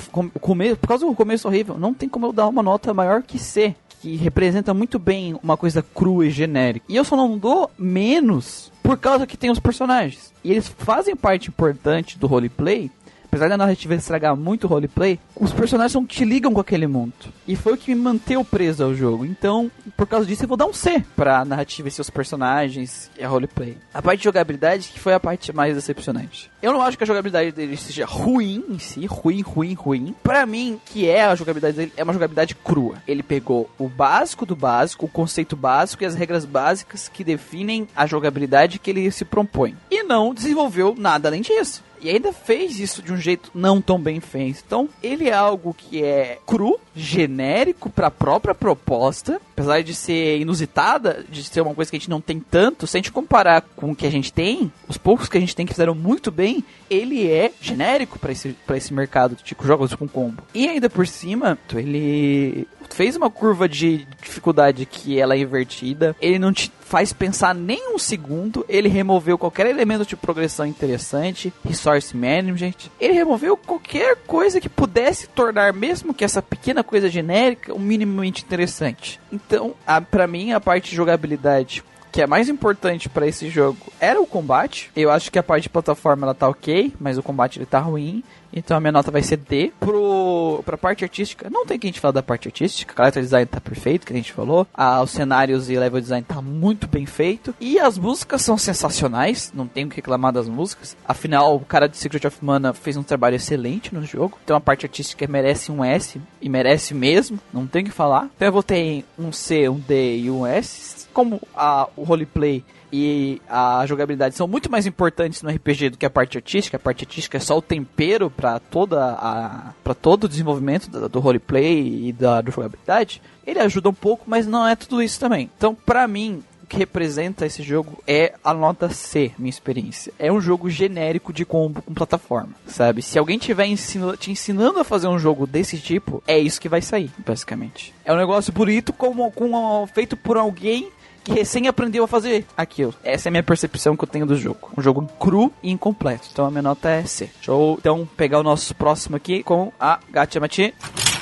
por causa do começo horrível, não tem como eu dar uma nota maior que C, que representa muito bem uma coisa crua e genérica. E eu só não dou menos por causa que tem os personagens. E eles fazem parte importante do roleplay. Apesar da narrativa estragar muito o roleplay, os personagens não te ligam com aquele mundo. E foi o que me manteve preso ao jogo. Então, por causa disso, eu vou dar um C pra narrativa e seus personagens e a roleplay. A parte de jogabilidade que foi a parte mais decepcionante. Eu não acho que a jogabilidade dele seja ruim em si, ruim. Pra mim, que é a jogabilidade dele, é uma jogabilidade crua. Ele pegou o básico do básico, o conceito básico e as regras básicas que definem a jogabilidade que ele se propõe. E não desenvolveu nada além disso. E ainda fez isso de um jeito não tão bem feito. Então, ele é algo que é cru, genérico para a própria proposta. Apesar de ser inusitada, de ser uma coisa que a gente não tem tanto, se a gente comparar com o que a gente tem, os poucos que a gente tem que fizeram muito bem, ele é genérico para esse mercado de tipo, jogos com combo. E ainda por cima, ele fez uma curva de dificuldade que ela é invertida, ele não te faz pensar nem um segundo, ele removeu qualquer elemento de progressão interessante, resource management, ele removeu qualquer coisa que pudesse tornar, mesmo que essa pequena coisa genérica, um minimamente interessante. Então, pra mim, a parte de jogabilidade que é mais importante pra esse jogo era o combate. Eu acho que a parte de plataforma ela tá ok, mas o combate ele tá ruim. Então a minha nota vai ser D. Pra parte artística, não tem que a gente falar da parte artística. O character design tá perfeito, que a gente falou. Os cenários e level design tá muito bem feito. E as músicas são sensacionais. Não tenho o que reclamar das músicas. Afinal, o cara de Secret of Mana fez um trabalho excelente no jogo. Então a parte artística merece um S. E merece mesmo. Não tem o que falar. Então eu votei um C, um D e um S. Como o roleplay e a jogabilidade são muito mais importantes no RPG do que a parte artística. A parte artística é só o tempero para todo o desenvolvimento do roleplay e da jogabilidade. Ele ajuda um pouco, mas não é tudo isso também. Então, pra mim, o que representa esse jogo é a nota C, minha experiência. É um jogo genérico de combo com plataforma, sabe? Se alguém estiver te ensinando a fazer um jogo desse tipo, é isso que vai sair, basicamente. É um negócio bonito feito por alguém que recém aprendeu a fazer aquilo. Essa é a minha percepção que eu tenho do jogo. Um jogo cru e incompleto. Então a minha nota é C. Deixa eu então pegar o nosso próximo aqui com a Gacha Mati.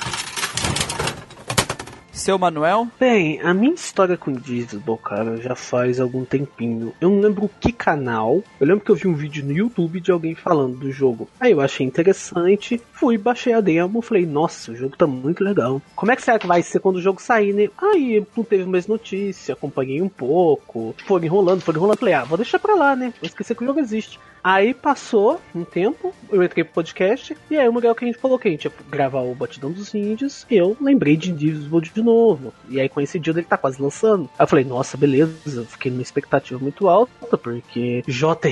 Seu Manuel? Bem, a minha história com Invisible, cara, já faz algum tempinho. Eu não lembro que canal. Eu lembro que eu vi um vídeo no YouTube de alguém falando do jogo. Aí eu achei interessante, fui, baixei a demo, falei, nossa, o jogo tá muito legal. Como é que será que vai ser quando o jogo sair, né? Aí não teve mais notícia, acompanhei um pouco, foram enrolando, falei, vou deixar pra lá, né? Vou esquecer que o jogo existe. Aí passou um tempo, eu entrei pro podcast, e aí o lugar que a gente falou que a gente ia gravar o Batidão dos Índios, e eu lembrei de Invisible de novo. E aí coincidiu dele tá quase lançando. Aí eu falei, nossa, beleza, fiquei numa expectativa muito alta, porque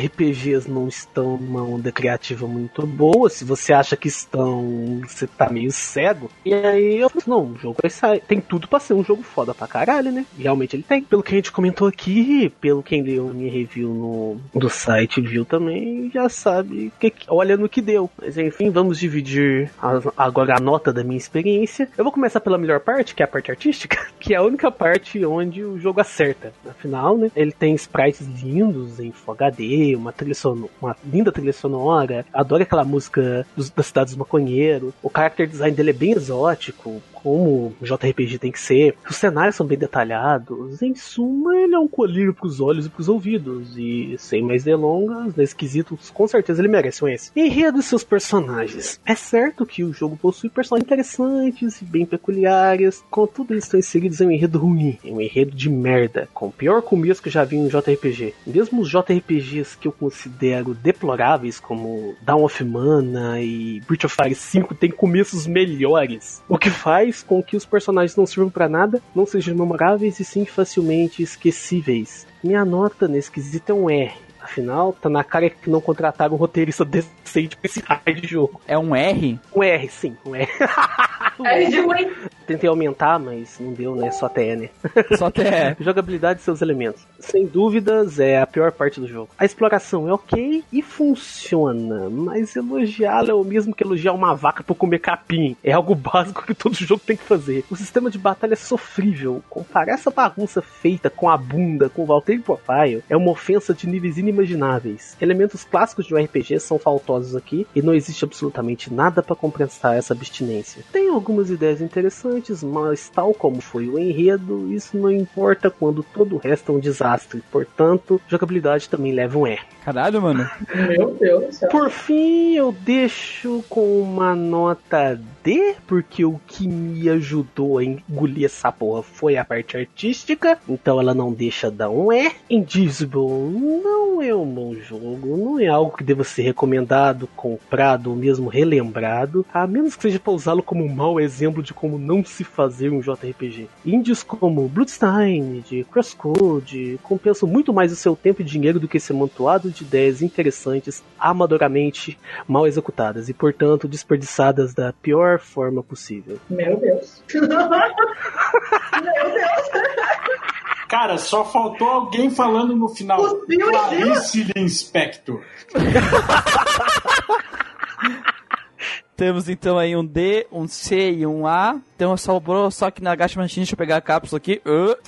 JRPGs não estão numa onda criativa muito boa. Se você acha que estão, você tá meio cego. E aí eu falei, não, o jogo vai sair. Tem tudo pra ser um jogo foda pra caralho, né? E realmente ele tem. Pelo que a gente comentou aqui, pelo quem leu minha review do site viu também, já sabe olha no que deu. Mas enfim, vamos dividir agora a nota da minha experiência. Eu vou começar pela melhor parte, que é a parte artística, que é a única parte onde o jogo acerta. Afinal, né, ele tem sprites lindos em Full HD, uma linda trilha sonora. Adoro aquela música da Cidade dos Maconheiros. O character design dele é bem exótico, como o JRPG tem que ser. Os cenários são bem detalhados. Em suma, ele é um colírio pros olhos e pros ouvidos. E sem mais delongas, nesse quesito, com certeza ele merece um S. Enredo dos seus personagens. É certo que o jogo possui personagens interessantes e bem peculiares. Contudo, eles estão inseridos em um enredo ruim. É um enredo de merda. Com o pior começo que eu já vi em um JRPG. Mesmo os JRPGs que eu considero deploráveis, como Dawn of Mana e Breath of Fire 5, tem começos melhores. O que faz com que os personagens não sirvam pra nada, não sejam memoráveis e sim facilmente esquecíveis. Minha nota nesse quesito é um R. Afinal, tá na cara que não contrataram um roteirista decente pra esse raio de jogo. É um R? Um R, sim. Um R. R de ruim. tentei aumentar, mas não deu, né? Só TE, né? Só TE. Jogabilidade e seus elementos. Sem dúvidas, é a pior parte do jogo. A exploração é ok e funciona, mas elogiá-la é o mesmo que elogiar uma vaca por comer capim. É algo básico que todo jogo tem que fazer. O sistema de batalha é sofrível. Comparar essa bagunça feita com a bunda, com o Valkyrie Profile, é uma ofensa de níveis inimagináveis. Elementos clássicos de um RPG são faltosos aqui e não existe absolutamente nada para compensar essa abstinência. Tem algumas ideias interessantes, mas tal como foi o enredo, isso não importa quando todo o resto é um desastre. Portanto, jogabilidade também leva um E. Caralho, mano. Meu Deus do céu. Por fim, eu deixo com uma nota D, porque o que me ajudou a engolir essa porra foi a parte artística, então ela não deixa dar um E. Indivisible não é um bom jogo, não é algo que deva ser recomendado, comprado ou mesmo relembrado, a menos que seja para usá-lo como um mau exemplo de como não se fazer um JRPG. Indies como Bloodstained, Crosscode compensam muito mais o seu tempo e dinheiro do que esse amontoado de ideias interessantes, amadoramente mal executadas e, portanto, desperdiçadas da pior forma possível. Meu Deus. Meu Deus. Cara, só faltou alguém falando no final. Clarice Lispector. Temos então aí um D, um C e um A. Então sobrou só que na Gacha Machine. Deixa eu pegar a cápsula aqui.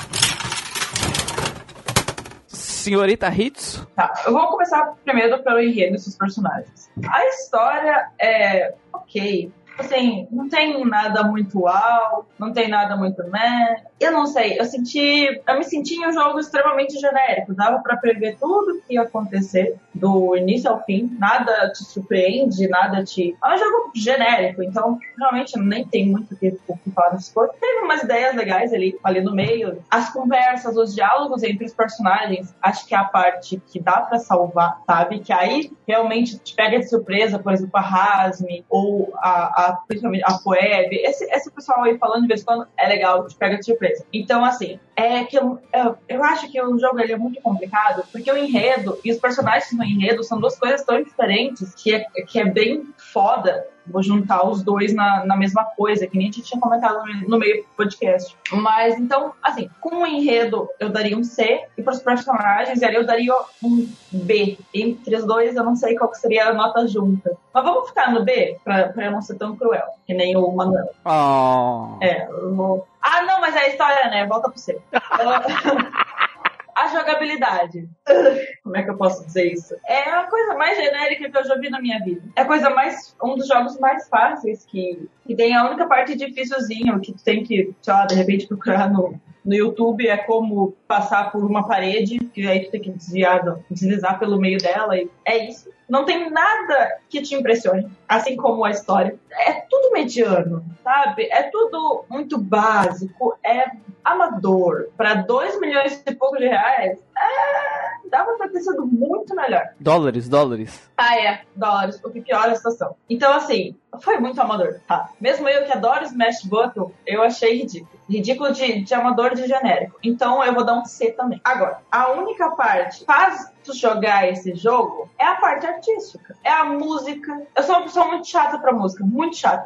Senhorita Hitsu. Tá, eu vou começar primeiro pelo enredo desses personagens. A história é ok. Assim, não tem nada muito uau, não tem nada muito meh. Eu não sei, eu me senti em um jogo extremamente genérico. Dava pra prever tudo que ia acontecer do início ao fim. Nada te surpreende, nada te... É um jogo genérico, então realmente nem tem muito o que falar desse coisa. Teve umas ideias legais ali no meio. As conversas, os diálogos entre os personagens, acho que é a parte que dá pra salvar, sabe? Que aí realmente te pega de surpresa, por exemplo, a Hasme ou principalmente a Poeb. Esse pessoal aí falando de vez em quando é legal, te pega de surpresa. Então, assim, eu acho que o jogo ele é muito complicado, porque o enredo e os personagens no enredo são duas coisas tão diferentes que é bem foda. Vou juntar os dois na mesma coisa, que nem a gente tinha comentado no meio do podcast. Mas, então, assim, com o enredo eu daria um C, e para os personagens eu daria um B. Entre os dois eu não sei qual que seria a nota junta. Mas vamos ficar no B, pra eu não ser tão cruel, que nem o Manuel. Oh. Eu vou... Ah, não, mas é a história, né? Volta pro C. A jogabilidade. Como é que eu posso dizer isso? É a coisa mais genérica que eu já vi na minha vida. É um dos jogos mais fáceis que tem a única parte dificilzinho que tu tem que, sei lá, de repente procurar no YouTube, é como passar por uma parede, que aí tu tem que deslizar pelo meio dela, e é isso. Não tem nada que te impressione, assim como a história. É tudo mediano, sabe? É tudo muito básico, é amador. Para 2 milhões e pouco de reais, dava pra ter sido muito melhor. Dólares. Dólares, o que piora a situação. Então, assim, foi muito amador, tá? Mesmo eu que adoro Smash Button, eu achei ridículo. Ridículo de amador de genérico. Então, eu vou dar um C também. Agora, a única parte que faz tu jogar esse jogo é a parte artística. É a música. Eu sou uma pessoa muito chata pra música. Muito chata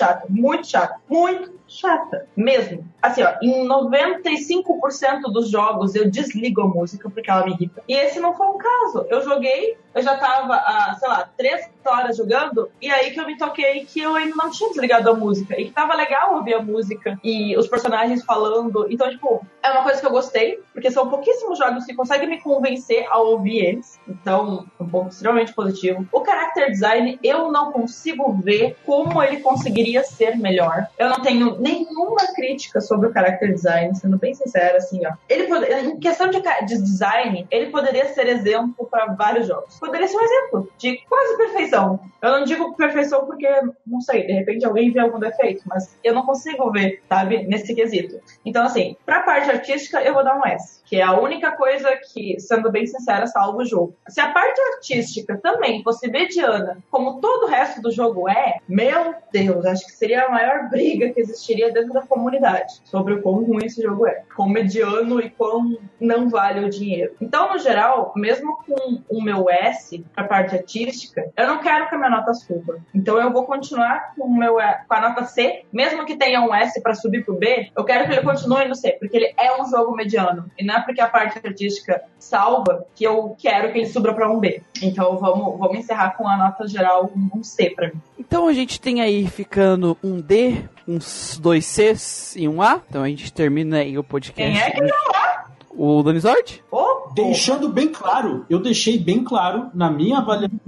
mesmo. Assim, ó, em 95% dos jogos eu desligo a música porque ela me irrita. E esse não foi um caso. Eu já tava, 3 horas jogando, e aí que eu me toquei que eu ainda não tinha desligado a música, e que tava legal ouvir a música, e os personagens falando. Então, tipo, é uma coisa que eu gostei, porque são pouquíssimos jogos que conseguem me convencer a ouvir eles. Então, um ponto extremamente positivo. O character design, eu não consigo ver como ele conseguiria ser melhor. Eu não tenho nenhuma crítica sobre o character design, sendo bem sincera, assim, ó. Em questão de design, ele poderia ser exemplo para vários jogos. Poderia ser um exemplo de quase perfeição. Eu não digo perfeição porque, não sei, de repente alguém vê algum defeito, mas eu não consigo ver, sabe, nesse quesito. Então, assim, pra parte artística, eu vou dar um S, que é a única coisa que, sendo bem sincera, salva o jogo. Se a parte artística também fosse mediana, como todo o resto do jogo meu Deus, acho que seria a maior briga que existiria dentro da comunidade sobre o quão ruim esse jogo é, quão mediano e quão não vale o dinheiro. Então, no geral, mesmo com o meu S, a parte artística, eu não quero que a minha nota suba. Então, eu vou continuar com a nota C, mesmo que tenha um S para subir pro B, eu quero que ele continue no C, porque ele é um jogo mediano. E não é porque a parte artística salva que eu quero que ele suba para um B. Então, vamos encerrar com a nota geral um C para mim. Então, a gente tem aí ficando um D, uns 2 Cs e um A. Então, a gente termina aí o podcast. Quem é que deu A? O Donizord? Deixando bem claro, eu deixei bem claro na minha avaliação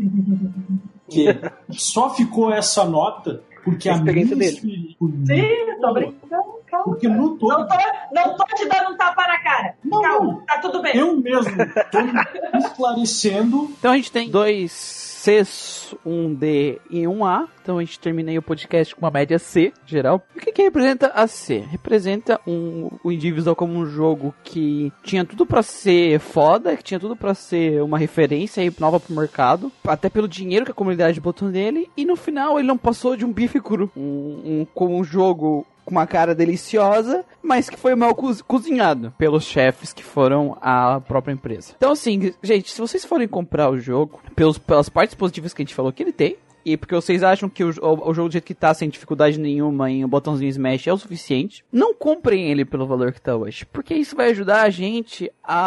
que só ficou essa nota porque a experiência minha dele. Sim, tô brincando, calma. Porque no todo... Não tô te dando um tapa na cara. Não, calma, tá tudo bem. Eu mesmo tô esclarecendo. Então a gente tem 2 Cs, um D e um A. Então a gente termina aí o podcast com uma média C, geral. E o que representa a C? Representa o Indivisible como um jogo que tinha tudo pra ser foda, que tinha tudo pra ser uma referência aí nova pro mercado, até pelo dinheiro que a comunidade botou nele, e no final ele não passou de um bife cru. Com um jogo com uma cara deliciosa, mas que foi mal cozinhado pelos chefes que foram a própria empresa. Então assim, gente, se vocês forem comprar o jogo, pelas partes positivas que a gente falou que ele tem, e porque vocês acham que o jogo do jeito que tá, sem dificuldade nenhuma, em um botãozinho Smash é o suficiente, não comprem ele pelo valor que tá hoje. Porque isso vai ajudar a gente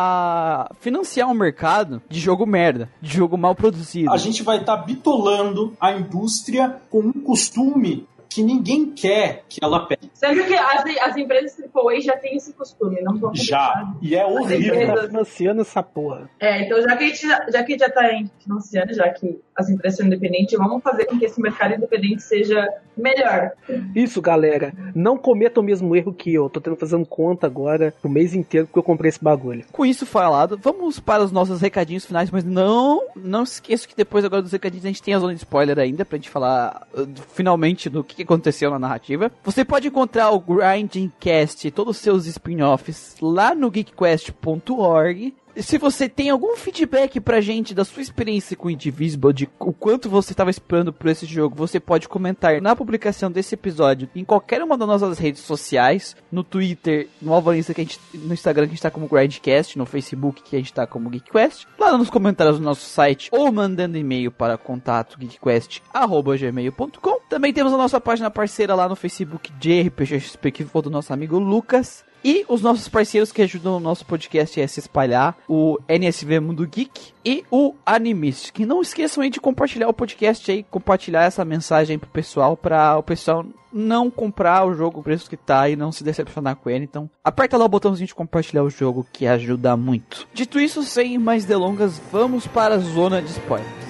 a financiar um mercado de jogo merda, de jogo mal produzido. A gente vai estar bitolando a indústria com um costume que ninguém quer que ela pegue. Sendo que as empresas AAA já têm esse costume, não vão já, e é horrível. Tá financiando essa porra. Então já que a gente já tá financiando, já que as empresas são independentes, vamos fazer com que esse mercado independente seja melhor. Isso, galera. Não cometa o mesmo erro que eu. Tô fazendo conta agora o mês inteiro porque eu comprei esse bagulho. Com isso falado, vamos para os nossos recadinhos finais, mas não esqueça que depois agora dos recadinhos a gente tem a zona de spoiler ainda, pra gente falar finalmente do que aconteceu na narrativa. Você pode encontrar o Grinding Cast, todos os seus spin-offs, lá no geekquest.org. Se você tem algum feedback pra gente da sua experiência com Indivisible, de o quanto você estava esperando por esse jogo, você pode comentar na publicação desse episódio em qualquer uma das nossas redes sociais, no Twitter, no Alvarista, no Instagram que a gente tá como Grindcast, no Facebook que a gente tá como GeekQuest, lá nos comentários do nosso site, ou mandando e-mail para contato geekquest@gmail.com. Também temos a nossa página parceira lá no Facebook de RPGXP, que foi do nosso amigo Lucas. E os nossos parceiros que ajudam o nosso podcast a se espalhar, o NSV Mundo Geek e o Animist. Que não esqueçam aí de compartilhar o podcast aí, compartilhar essa mensagem pro pessoal, para o pessoal não comprar o jogo, o preço que tá, e não se decepcionar com ele. Então, aperta lá o botãozinho de compartilhar o jogo, que ajuda muito. Dito isso, sem mais delongas, vamos para a zona de spoilers.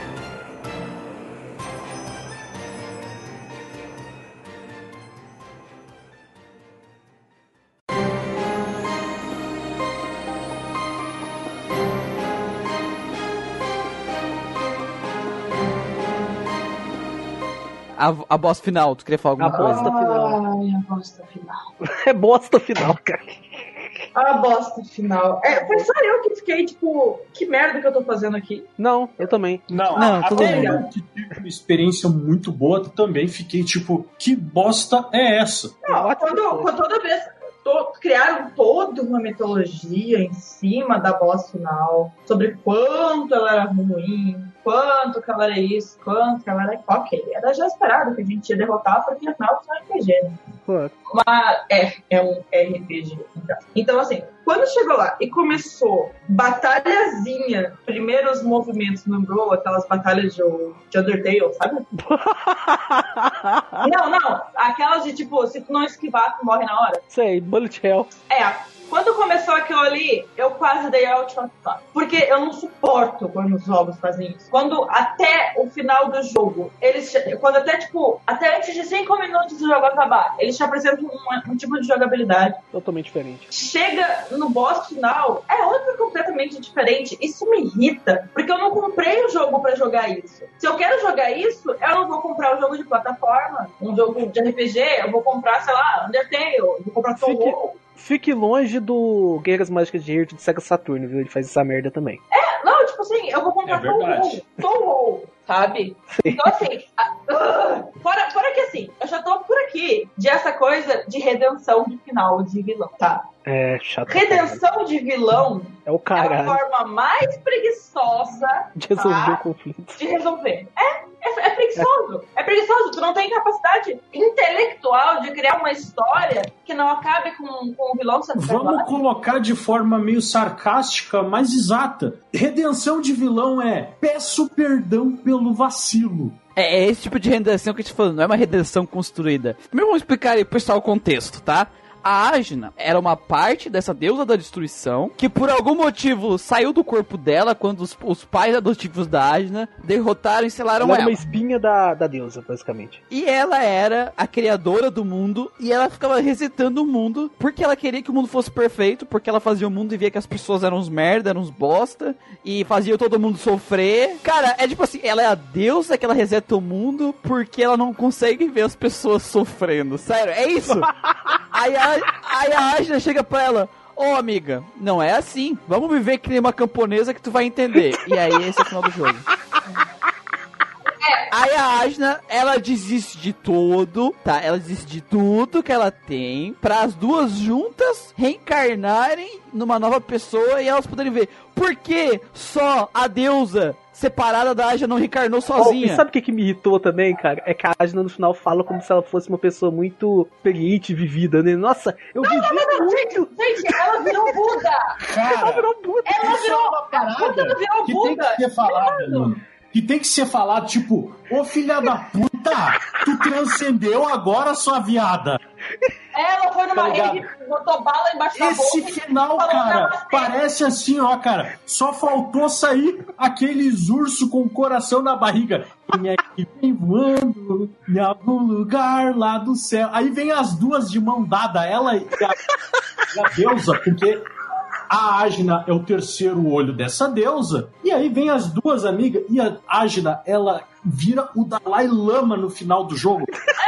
A boss final, tu queria falar alguma coisa? Ai, a bosta final. É bosta final, cara. A bosta final. Foi só eu que fiquei, tipo, que merda que eu tô fazendo aqui? Não, eu também. Não, tudo bem. Eu que tive uma experiência muito boa, também fiquei, tipo, que bosta é essa? Não, toda vez... criaram toda uma mitologia em cima da boss final, sobre quanto ela era ruim, quanto que ela era isso, quanto que ela era... Ok, era já esperado que a gente ia derrotar, porque afinal é um RPG, né? Claro. Mas é um RPG. Então, assim, quando chegou lá e começou batalhazinha, primeiros movimentos, lembrou aquelas batalhas de Undertale, sabe? Não, aquelas de tipo, se tu não esquivar, tu morre na hora. Sei, bullet hell. Quando começou aquilo ali, eu quase dei out of thought. Porque eu não suporto quando os jogos fazem isso. Quando até o final do jogo, até antes de 5 minutos do jogo acabar, eles te apresentam um tipo de jogabilidade totalmente diferente. Chega no boss final, é outra completamente diferente. Isso me irrita, porque eu não comprei o jogo pra jogar isso. Se eu quero jogar isso, eu não vou comprar um jogo de plataforma, um jogo de RPG, eu vou comprar, sei lá, Undertale, eu vou comprar Soul. Fique longe do Guerras Mágicas de Heart de Sega Saturn, viu? Ele faz essa merda também. Não, tipo assim, eu vou comprar Soul, sabe? Sim. Então assim, fora que assim, eu já tô por aqui de essa coisa de redenção de final de vilão, tá? É chato. Redenção de vilão é a forma mais preguiçosa de resolver o conflito. De resolver. É preguiçoso. É preguiçoso. Tu não tem capacidade intelectual de criar uma história que não acabe com o vilão sendo perdoado. Vamos colocar de forma meio sarcástica, mas exata. Redenção de vilão é peço perdão pelo vacilo. É esse tipo de redenção que a gente tá falando, não é uma redenção construída. Primeiro vamos explicar aí pro pessoal o contexto, tá? A Ajna era uma parte dessa deusa da destruição que por algum motivo saiu do corpo dela quando os pais adotivos da Ajna derrotaram e selaram ela. Ela era uma espinha da deusa, basicamente. E ela era a criadora do mundo e ela ficava resetando o mundo porque ela queria que o mundo fosse perfeito, porque ela fazia o mundo e via que as pessoas eram uns merda, eram uns bosta e fazia todo mundo sofrer. Cara, é tipo assim, ela é a deusa que ela reseta o mundo porque ela não consegue ver as pessoas sofrendo. Sério, é isso. Aí a Ajna chega pra ela, amiga, não é assim, vamos viver que nem uma camponesa que tu vai entender. E aí esse é o final do jogo. Aí a Ajna, ela desiste de tudo, tá? Ela desiste de tudo que ela tem pra as duas juntas reencarnarem numa nova pessoa e elas poderem ver. Por que só a deusa separada da Ajna não reencarnou sozinha? E sabe o que me irritou também, cara? É que a Ajna no final fala como se ela fosse uma pessoa muito experiente e vivida, né? Nossa, eu vivi muito! Gente, ela virou Buda! Cara, ela virou Buda! Ela virou uma parada que tem que ser falada, mano. Que tem que ser falado, tipo, ô filha da puta, tu transcendeu agora, sua viada. Ela foi numa rede, botou bala embaixo da boca. Esse final, cara, parece assim, cara, só faltou sair aqueles ursos com o coração na barriga. Quem é que vem voando em algum lugar lá do céu? Aí vem as duas de mão dada, ela e a deusa, porque a Ajna é o terceiro olho dessa deusa, e aí vem as duas amigas, e a Ajna, ela vira o Dalai Lama no final do jogo.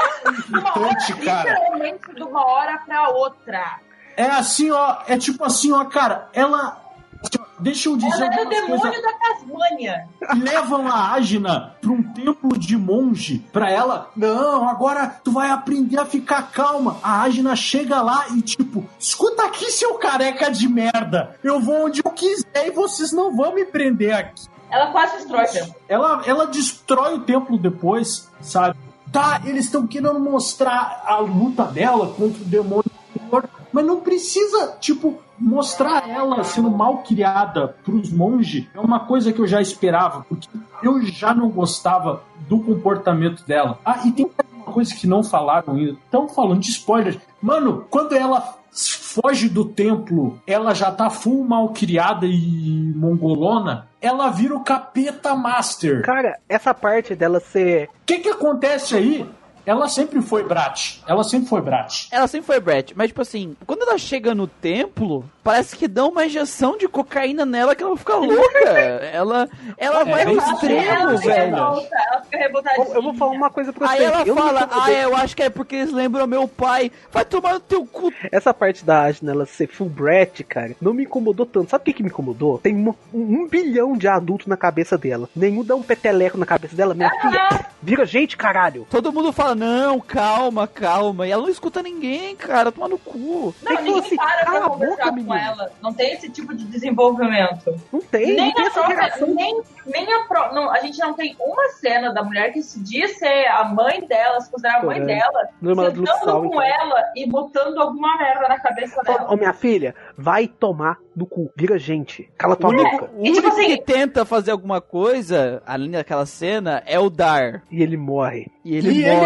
Literalmente de uma hora pra outra. É assim, é tipo assim, cara, ela... Deixa eu dizer ela é o demônio da Tasmânia. Levam a Ajna pra um templo de monge pra ela. Não, agora tu vai aprender a ficar calma. A Ajna chega lá e tipo, escuta aqui, seu careca de merda. Eu vou onde eu quiser e vocês não vão me prender aqui. Ela quase destrói o templo. Ela destrói o templo depois, sabe? Tá, eles estão querendo mostrar a luta dela contra o demônio, mas não precisa, tipo, mostrar ela sendo mal criada pros monges. É uma coisa que eu já esperava, porque eu já não gostava do comportamento dela. E tem uma coisa que não falaram ainda. Estão falando de spoilers. Mano, quando ela foge do templo, ela já tá full mal criada e mongolona, ela vira o capeta master. Cara, essa parte dela ser... O que acontece aí? Ela sempre foi Brat. Ela sempre foi Brat. Mas, tipo assim, quando ela chega no templo, parece que dão uma injeção de cocaína nela que ela fica louca. ela vai ao extremo, velho. Ela fica revoltadinha. Eu vou falar uma coisa pra você. Aí ela fala, eu acho que é porque eles lembram meu pai. Vai tomar no teu cu. Essa parte da Ajna, ela ser full Brat, cara, não me incomodou tanto. Sabe o que me incomodou? Tem 1 bilhão de adultos na cabeça dela. Nenhum dá um peteleco na cabeça dela. Minha filha, vira gente, caralho. Todo mundo fala, não, calma. E ela não escuta ninguém, cara, toma no cu. Não, ninguém para pra conversar com ela. Não tem esse tipo de desenvolvimento. Não tem, nem tem a própria, nem a gente não tem uma cena da mulher que se diz ser a mãe dela, se considerar a mãe dela, sentando com ela e botando alguma merda na cabeça dela. Ô, minha filha, vai tomar no cu, vira gente, cala tua boca. O único que tenta fazer alguma coisa, além daquela cena, é o Dar. E ele morre. Ele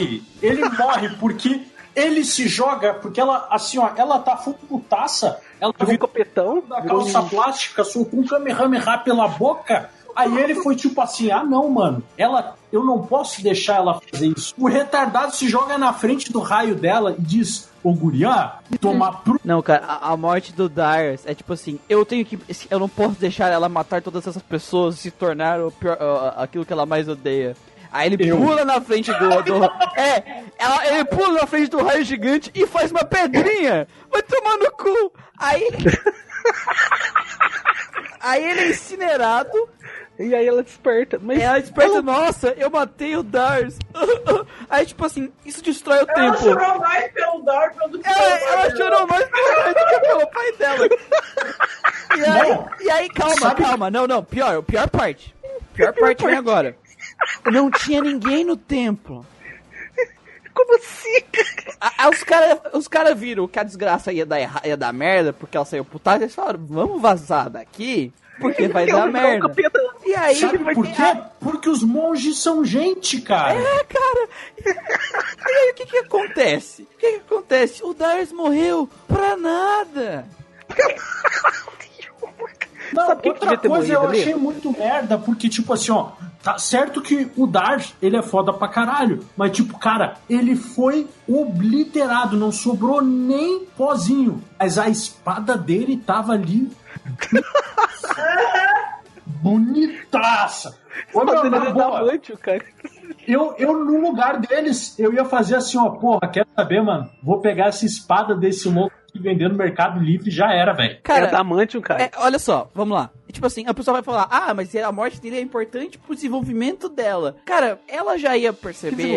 morre porque ele se joga, porque ela, assim, ela tá full putaça, ela viu um copetão da calça plástica, soltou um Kamehameha pela boca. Aí ele foi tipo assim, não, mano, eu não posso deixar ela fazer isso. O retardado se joga na frente do raio dela e diz, ô guria, toma pro... Não, cara, a morte do Darius é tipo assim, eu não posso deixar ela matar todas essas pessoas e se tornar aquilo que ela mais odeia. Aí ele pula na frente do... Ele pula na frente do raio gigante e faz uma pedrinha. Vai tomar no cu. Aí ele é incinerado. E aí ela desperta. Mas ela desperta, nossa, eu matei o Dars. Aí, tipo assim, isso destrói o tempo. Ela chorou mais pelo Dars do que ela chorou mais pelo pai dela. E aí, calma. Não, pior parte. Pior parte vem agora. Não tinha ninguém no templo. Como assim? Os cara viram que a desgraça ia dar merda, porque ela saiu putada, eles falaram, vamos vazar daqui, porque vai dar merda. E aí, sabe por quê? Porque os monges são gente, cara. Cara. E aí, o que acontece? O Darius morreu pra nada. Não, sabe outra coisa eu achei muito merda, porque, tipo assim, ó, tá certo que o Dars, ele é foda pra caralho, mas, tipo, cara, ele foi obliterado, não sobrou nem pozinho, mas a espada dele tava ali bonitaça. Eu, no lugar deles, eu ia fazer assim, ó, porra, quer saber, mano? Vou pegar essa espada desse louco e vender no Mercado Livre, já era, velho. Cara, é Adamantium, cara. Olha só, vamos lá. Tipo assim, a pessoa vai falar, mas a morte dele é importante pro desenvolvimento dela. Cara, ela já ia perceber...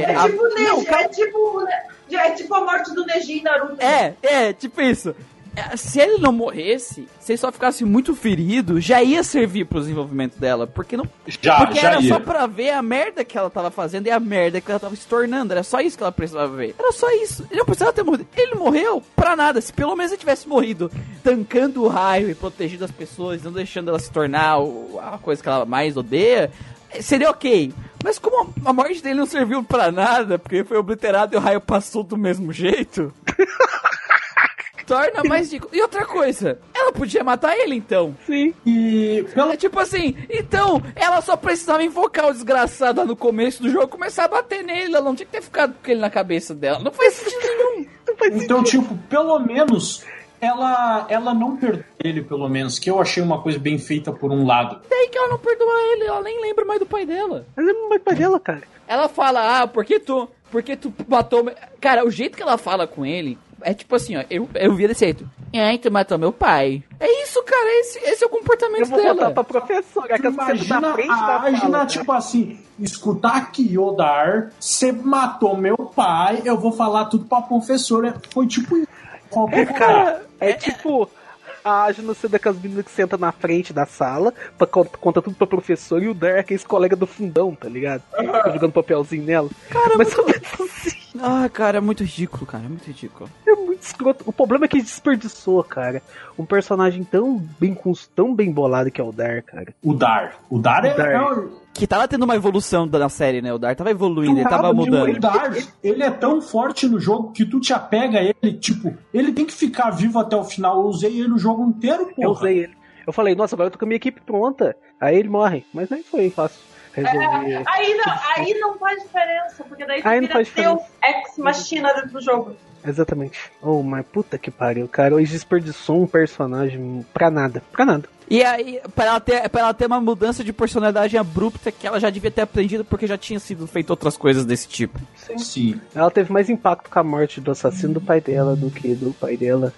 É tipo a morte do Neji em Naruto. Tipo isso. Se ele não morresse, se ele só ficasse muito ferido, já ia servir pro desenvolvimento dela. Porque era só pra ver a merda que ela tava fazendo e a merda que ela tava se tornando. Era só isso que ela precisava ver. Era só isso. Ele não precisava ter morrido. Ele morreu pra nada. Se pelo menos ele tivesse morrido tancando o raio e protegendo as pessoas, não deixando ela se tornar a coisa que ela mais odeia, seria ok. Mas como a morte dele não serviu pra nada, porque ele foi obliterado e o raio passou do mesmo jeito... torna mais ridículo. E outra coisa, ela podia matar ele, então. Sim. Tipo assim, então, ela só precisava invocar o desgraçado lá no começo do jogo e começar a bater nele. Ela não tinha que ter ficado com ele na cabeça dela. Não faz sentido nenhum. Então, tipo, pelo menos... Ela não perdoa ele, pelo menos, que eu achei uma coisa bem feita por um lado. Daí que ela não perdoa ele, ela nem lembra mais do pai dela. Ela lembra mais do pai dela, cara. Ela fala, porque tu matou... Cara, o jeito que ela fala com ele é tipo assim, ó, eu vi desse jeito. Tu matou meu pai. É isso, cara, esse é o comportamento dela. Eu vou contar pra professora, que imagina, tipo assim, escutar aqui, Odar, você matou meu pai, eu vou falar tudo pra professora. Foi tipo isso. Tipo a Agnes ser daquelas meninas que senta na frente da sala, conta tudo pra professora, e o Dar é aquele colega do fundão, tá ligado? Tá jogando papelzinho nela. Cara, mas assim. Cara, é muito ridículo, cara. É muito ridículo. É muito escroto. O problema é que ele desperdiçou, cara, um personagem tão bem bolado que é o Dar, cara. O Dar que tava tendo uma evolução na série, né? O Dar tava evoluindo, ele tava mudando. O Dar, ele é tão forte no jogo que tu te apega a ele, tipo, ele tem que ficar vivo até o final. Eu usei ele o jogo inteiro, porra. Eu usei ele. Eu falei, nossa, agora eu tô com a minha equipe pronta. Aí ele morre. Mas nem foi fácil. Aí não faz diferença, porque daí tu vira teu ex-machina dentro do jogo. Exatamente. Mas puta que pariu, cara. Hoje desperdiçou um personagem pra nada. E aí, pra ela ter uma mudança de personalidade abrupta que ela já devia ter aprendido porque já tinha sido feito outras coisas desse tipo. Sim. Ela teve mais impacto com a morte do assassino do pai dela do que do pai dela.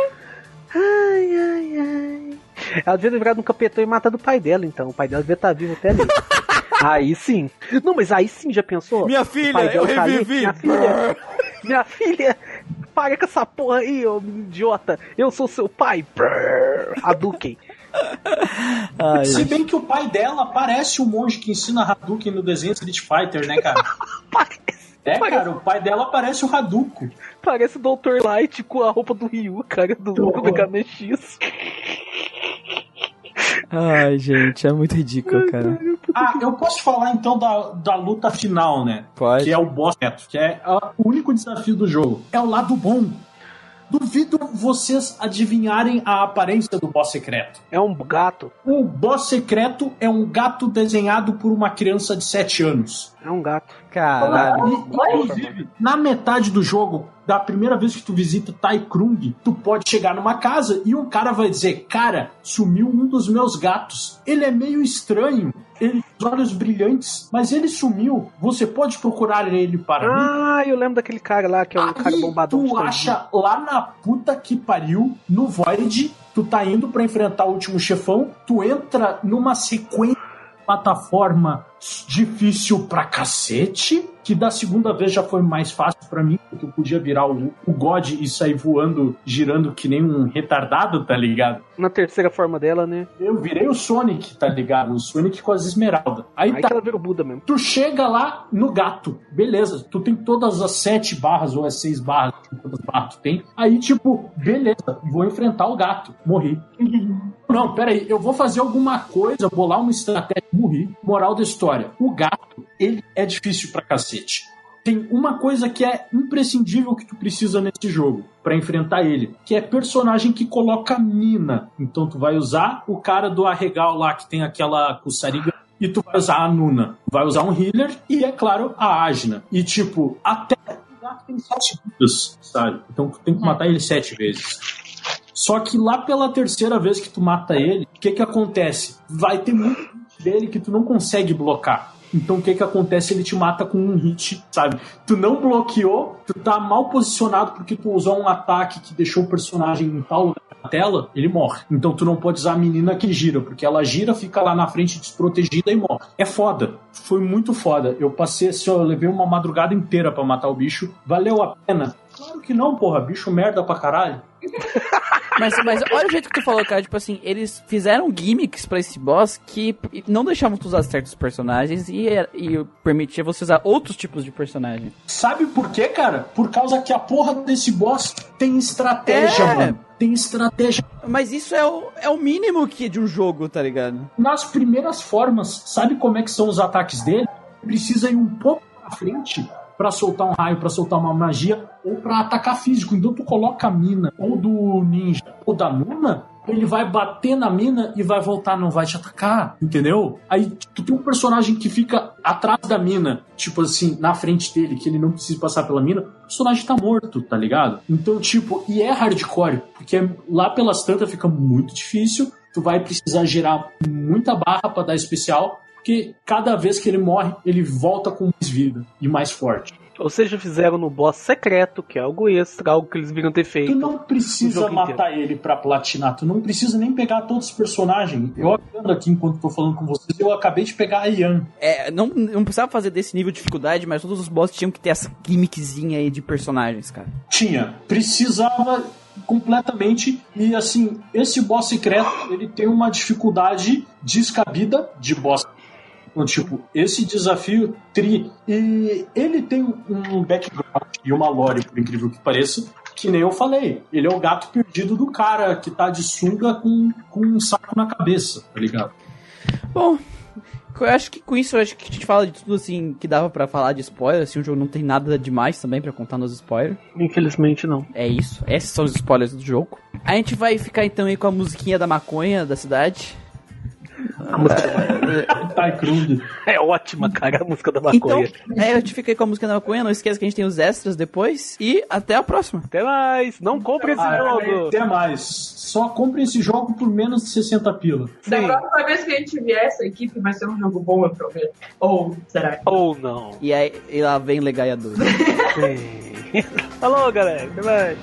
Ai. Ela devia ter virado um capetão e matado o pai dela, então. O pai dela devia estar vivo até ali. Aí sim. Não, mas aí sim, já pensou? Minha filha, eu revivi. Minha filha, para com essa porra aí, ô idiota. Eu sou seu pai. Hadouken. Se bem que o pai dela parece o monge que ensina Hadouken no desenho Street Fighter, né, cara? Cara, o pai dela parece o Hadouken. Parece o Dr. Light com a roupa do Ryu, cara, do Mega Man X. Ai, gente, é muito ridículo, cara. Eu posso falar então da luta final, né? Pode. Que é o boss neto, que é o único desafio do jogo. É o lado bom. Duvido vocês adivinharem a aparência do boss secreto. É um gato. O boss secreto é um gato desenhado por uma criança de 7 anos. É um gato. Caralho. Inclusive, na metade do jogo, da primeira vez que tu visita Tai Krung, tu pode chegar numa casa e um cara vai dizer, cara, sumiu um dos meus gatos. Ele é meio estranho, ele tem olhos brilhantes, mas ele sumiu. Você pode procurar ele para mim? Ah, eu lembro daquele cara lá, que é um cara bombadão. Tu acha lá na puta que pariu, no Void, tu tá indo pra enfrentar o último chefão, tu entra numa sequência de plataforma difícil pra cacete, que da segunda vez já foi mais fácil pra mim, porque eu podia virar o God e sair voando, girando que nem um retardado, tá ligado? Na terceira forma dela, né? Eu virei o Sonic, tá ligado? O Sonic com as esmeraldas. Aí tá, que ela vira o Buda mesmo. Tu chega lá no gato, beleza, tu tem todas as 7 barras ou as 6 barras, quantas barras tu tem. Aí tipo, beleza, vou enfrentar o gato, morri. Não, peraí, eu vou fazer alguma coisa, bolar uma estratégia, morri. Moral da história, o gato, ele é difícil pra cacete. Tem uma coisa que é imprescindível que tu precisa nesse jogo pra enfrentar ele, que é personagem que coloca mina. Então tu vai usar o cara do arregal lá que tem aquela Kusariga e tu vai usar a Nuna. Vai usar um healer e, é claro, a Ajna. E tipo, até o gato tem 7 vidas, sabe? Então tu tem que matar ele 7 vezes. Só que lá pela terceira vez que tu mata ele, o que acontece? Vai ter muito dele que tu não consegue blocar. Então o que acontece? Ele te mata com um hit, sabe? Tu não bloqueou, tu tá mal posicionado porque tu usou um ataque que deixou o personagem em tal lugar na tela, ele morre. Então tu não pode usar a menina que gira, porque ela gira, fica lá na frente desprotegida e morre. É foda. Foi muito foda. Eu passei assim, eu levei uma madrugada inteira pra matar o bicho. Valeu a pena? Claro que não, porra. Bicho merda pra caralho. Mas olha o jeito que tu falou, cara. Tipo assim, eles fizeram gimmicks pra esse boss que não deixavam tu usar certos personagens e permitia você usar outros tipos de personagem. Sabe por quê, cara? Por causa que a porra desse boss tem estratégia, mano. Tem estratégia. Mas isso é o mínimo que de um jogo, tá ligado? Nas primeiras formas, sabe como é que são os ataques dele? Precisa ir um pouco pra frente pra soltar um raio, pra soltar uma magia, ou pra atacar físico. Então tu coloca a mina, ou do ninja, ou da Nuna, ele vai bater na mina e vai voltar, não vai te atacar, entendeu? Aí tu tem um personagem que fica atrás da mina, tipo assim, na frente dele, que ele não precisa passar pela mina, o personagem tá morto, tá ligado? Então, tipo, e é hardcore, porque lá pelas tantas fica muito difícil, tu vai precisar gerar muita barra pra dar especial, porque cada vez que ele morre, ele volta com mais vida e mais forte. Ou seja, fizeram no boss secreto, que é algo extra, algo que eles viram ter feito. Tu não precisa matar ele pra platinar, tu não precisa nem pegar todos os personagens. Eu ando aqui enquanto tô falando com vocês, eu acabei de pegar a Yan. Não precisava fazer desse nível de dificuldade, mas todos os bosses tinham que ter essa gimmickzinha aí de personagens, cara. Tinha. Precisava completamente. E assim, esse boss secreto, ele tem uma dificuldade descabida de boss. Então, tipo, esse desafio e ele tem um background e uma lore, por incrível que pareça, que nem eu falei. Ele é o gato perdido do cara que tá de sunga com um saco na cabeça, tá ligado? Bom, eu acho que com isso a gente fala de tudo assim que dava pra falar de spoiler. Assim, o jogo não tem nada demais também pra contar nos spoilers. Infelizmente não. É isso, esses são os spoilers do jogo. A gente vai ficar então aí com a musiquinha da maconha da cidade. A música da maconha. É ótima, cara, a música da maconha. Então, eu te fiquei com a música da maconha. Não esqueça que a gente tem os extras depois. E até a próxima. Até mais. Não compre esse jogo. Até mais. Só compre esse jogo por menos de 60 pila. Da próxima vez que a gente vier, essa equipe vai ser um jogo bom, eu prometo. Ou será? Ou não. E aí e lá vem Legaia 2. Falou, galera. Até mais.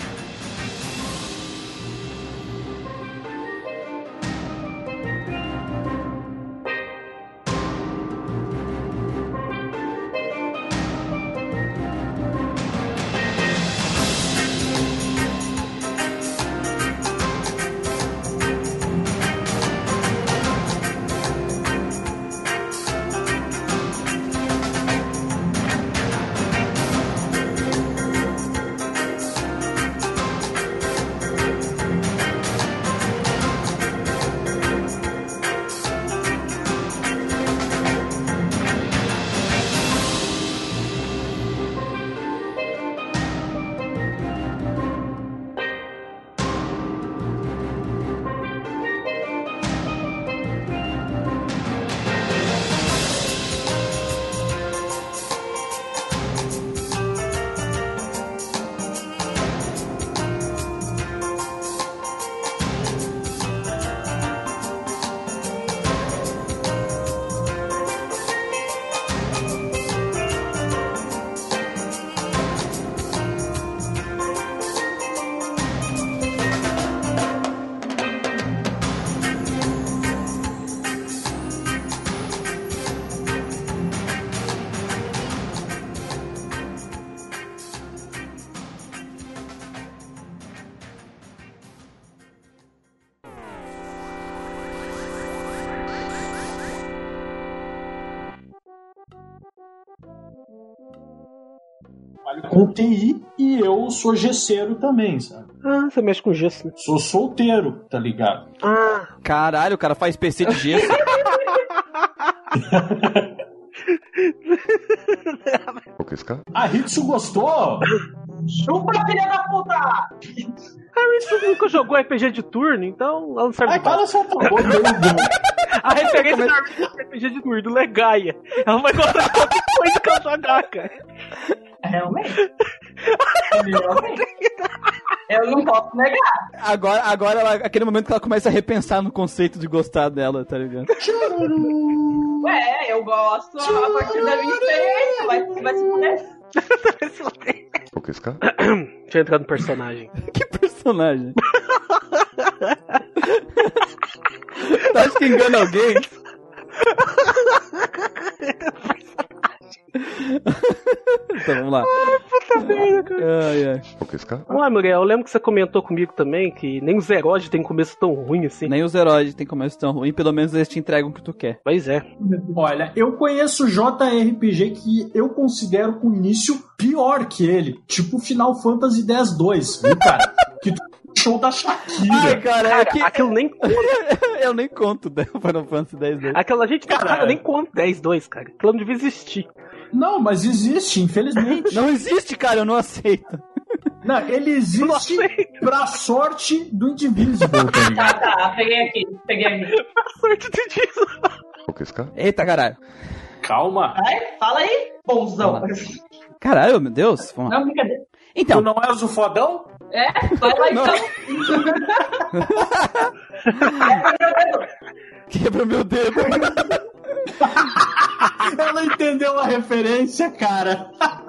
trabalho com TI e eu sou gesseiro também, sabe? Ah, você mexe com gesso, né? Sou solteiro, tá ligado? Ah. Caralho, o cara faz PC de gesso. A Ritsu gostou? Chupa, filha da puta! A Ritsu nunca jogou RPG de turno, então ela não sabe. Ai, cala sua boca. A referência da Ritsu é RPG de turno, Legaia. Ela vai gostar de qualquer coisa que ela jogar, cara. Realmente. Eu não posso negar. Agora aquele momento que ela começa a repensar no conceito de gostar dela, tá ligado? Ué, eu gosto a partir da minha experiência. Vai se puder. Deixa eu entrar no personagem. Que personagem? Tu acha que engana alguém? Então vamos lá. Puta merda, cara. Ai. Ué, Muriel, eu lembro que você comentou comigo também que nem os heróis têm começo tão ruim assim. Nem os heróis têm começo tão ruim, pelo menos eles te entregam o que tu quer. Pois é. Olha, eu conheço JRPG que eu considero com início pior que ele. Tipo Final Fantasy X-2, viu, cara? Que show da Shakira. Ai, cara, aquilo nem conta. Eu nem conto Final Fantasy X-2. Aquela gente, cara, eu nem conto 10-2, cara. Aquilo não devia existir. Não, mas existe, infelizmente. Não existe, cara, eu não aceito. Não, ele existe pra sorte do Indivisible. Tá, peguei aqui. Pra sorte do Indivisible. Eita, caralho. Calma. Vai, fala aí, bonzão. Caralho, meu Deus. Vamos lá. Não, brincadeira. Então. Tu não és o fodão? É, vai lá então. Quebra meu dedo. Ela entendeu a referência, cara.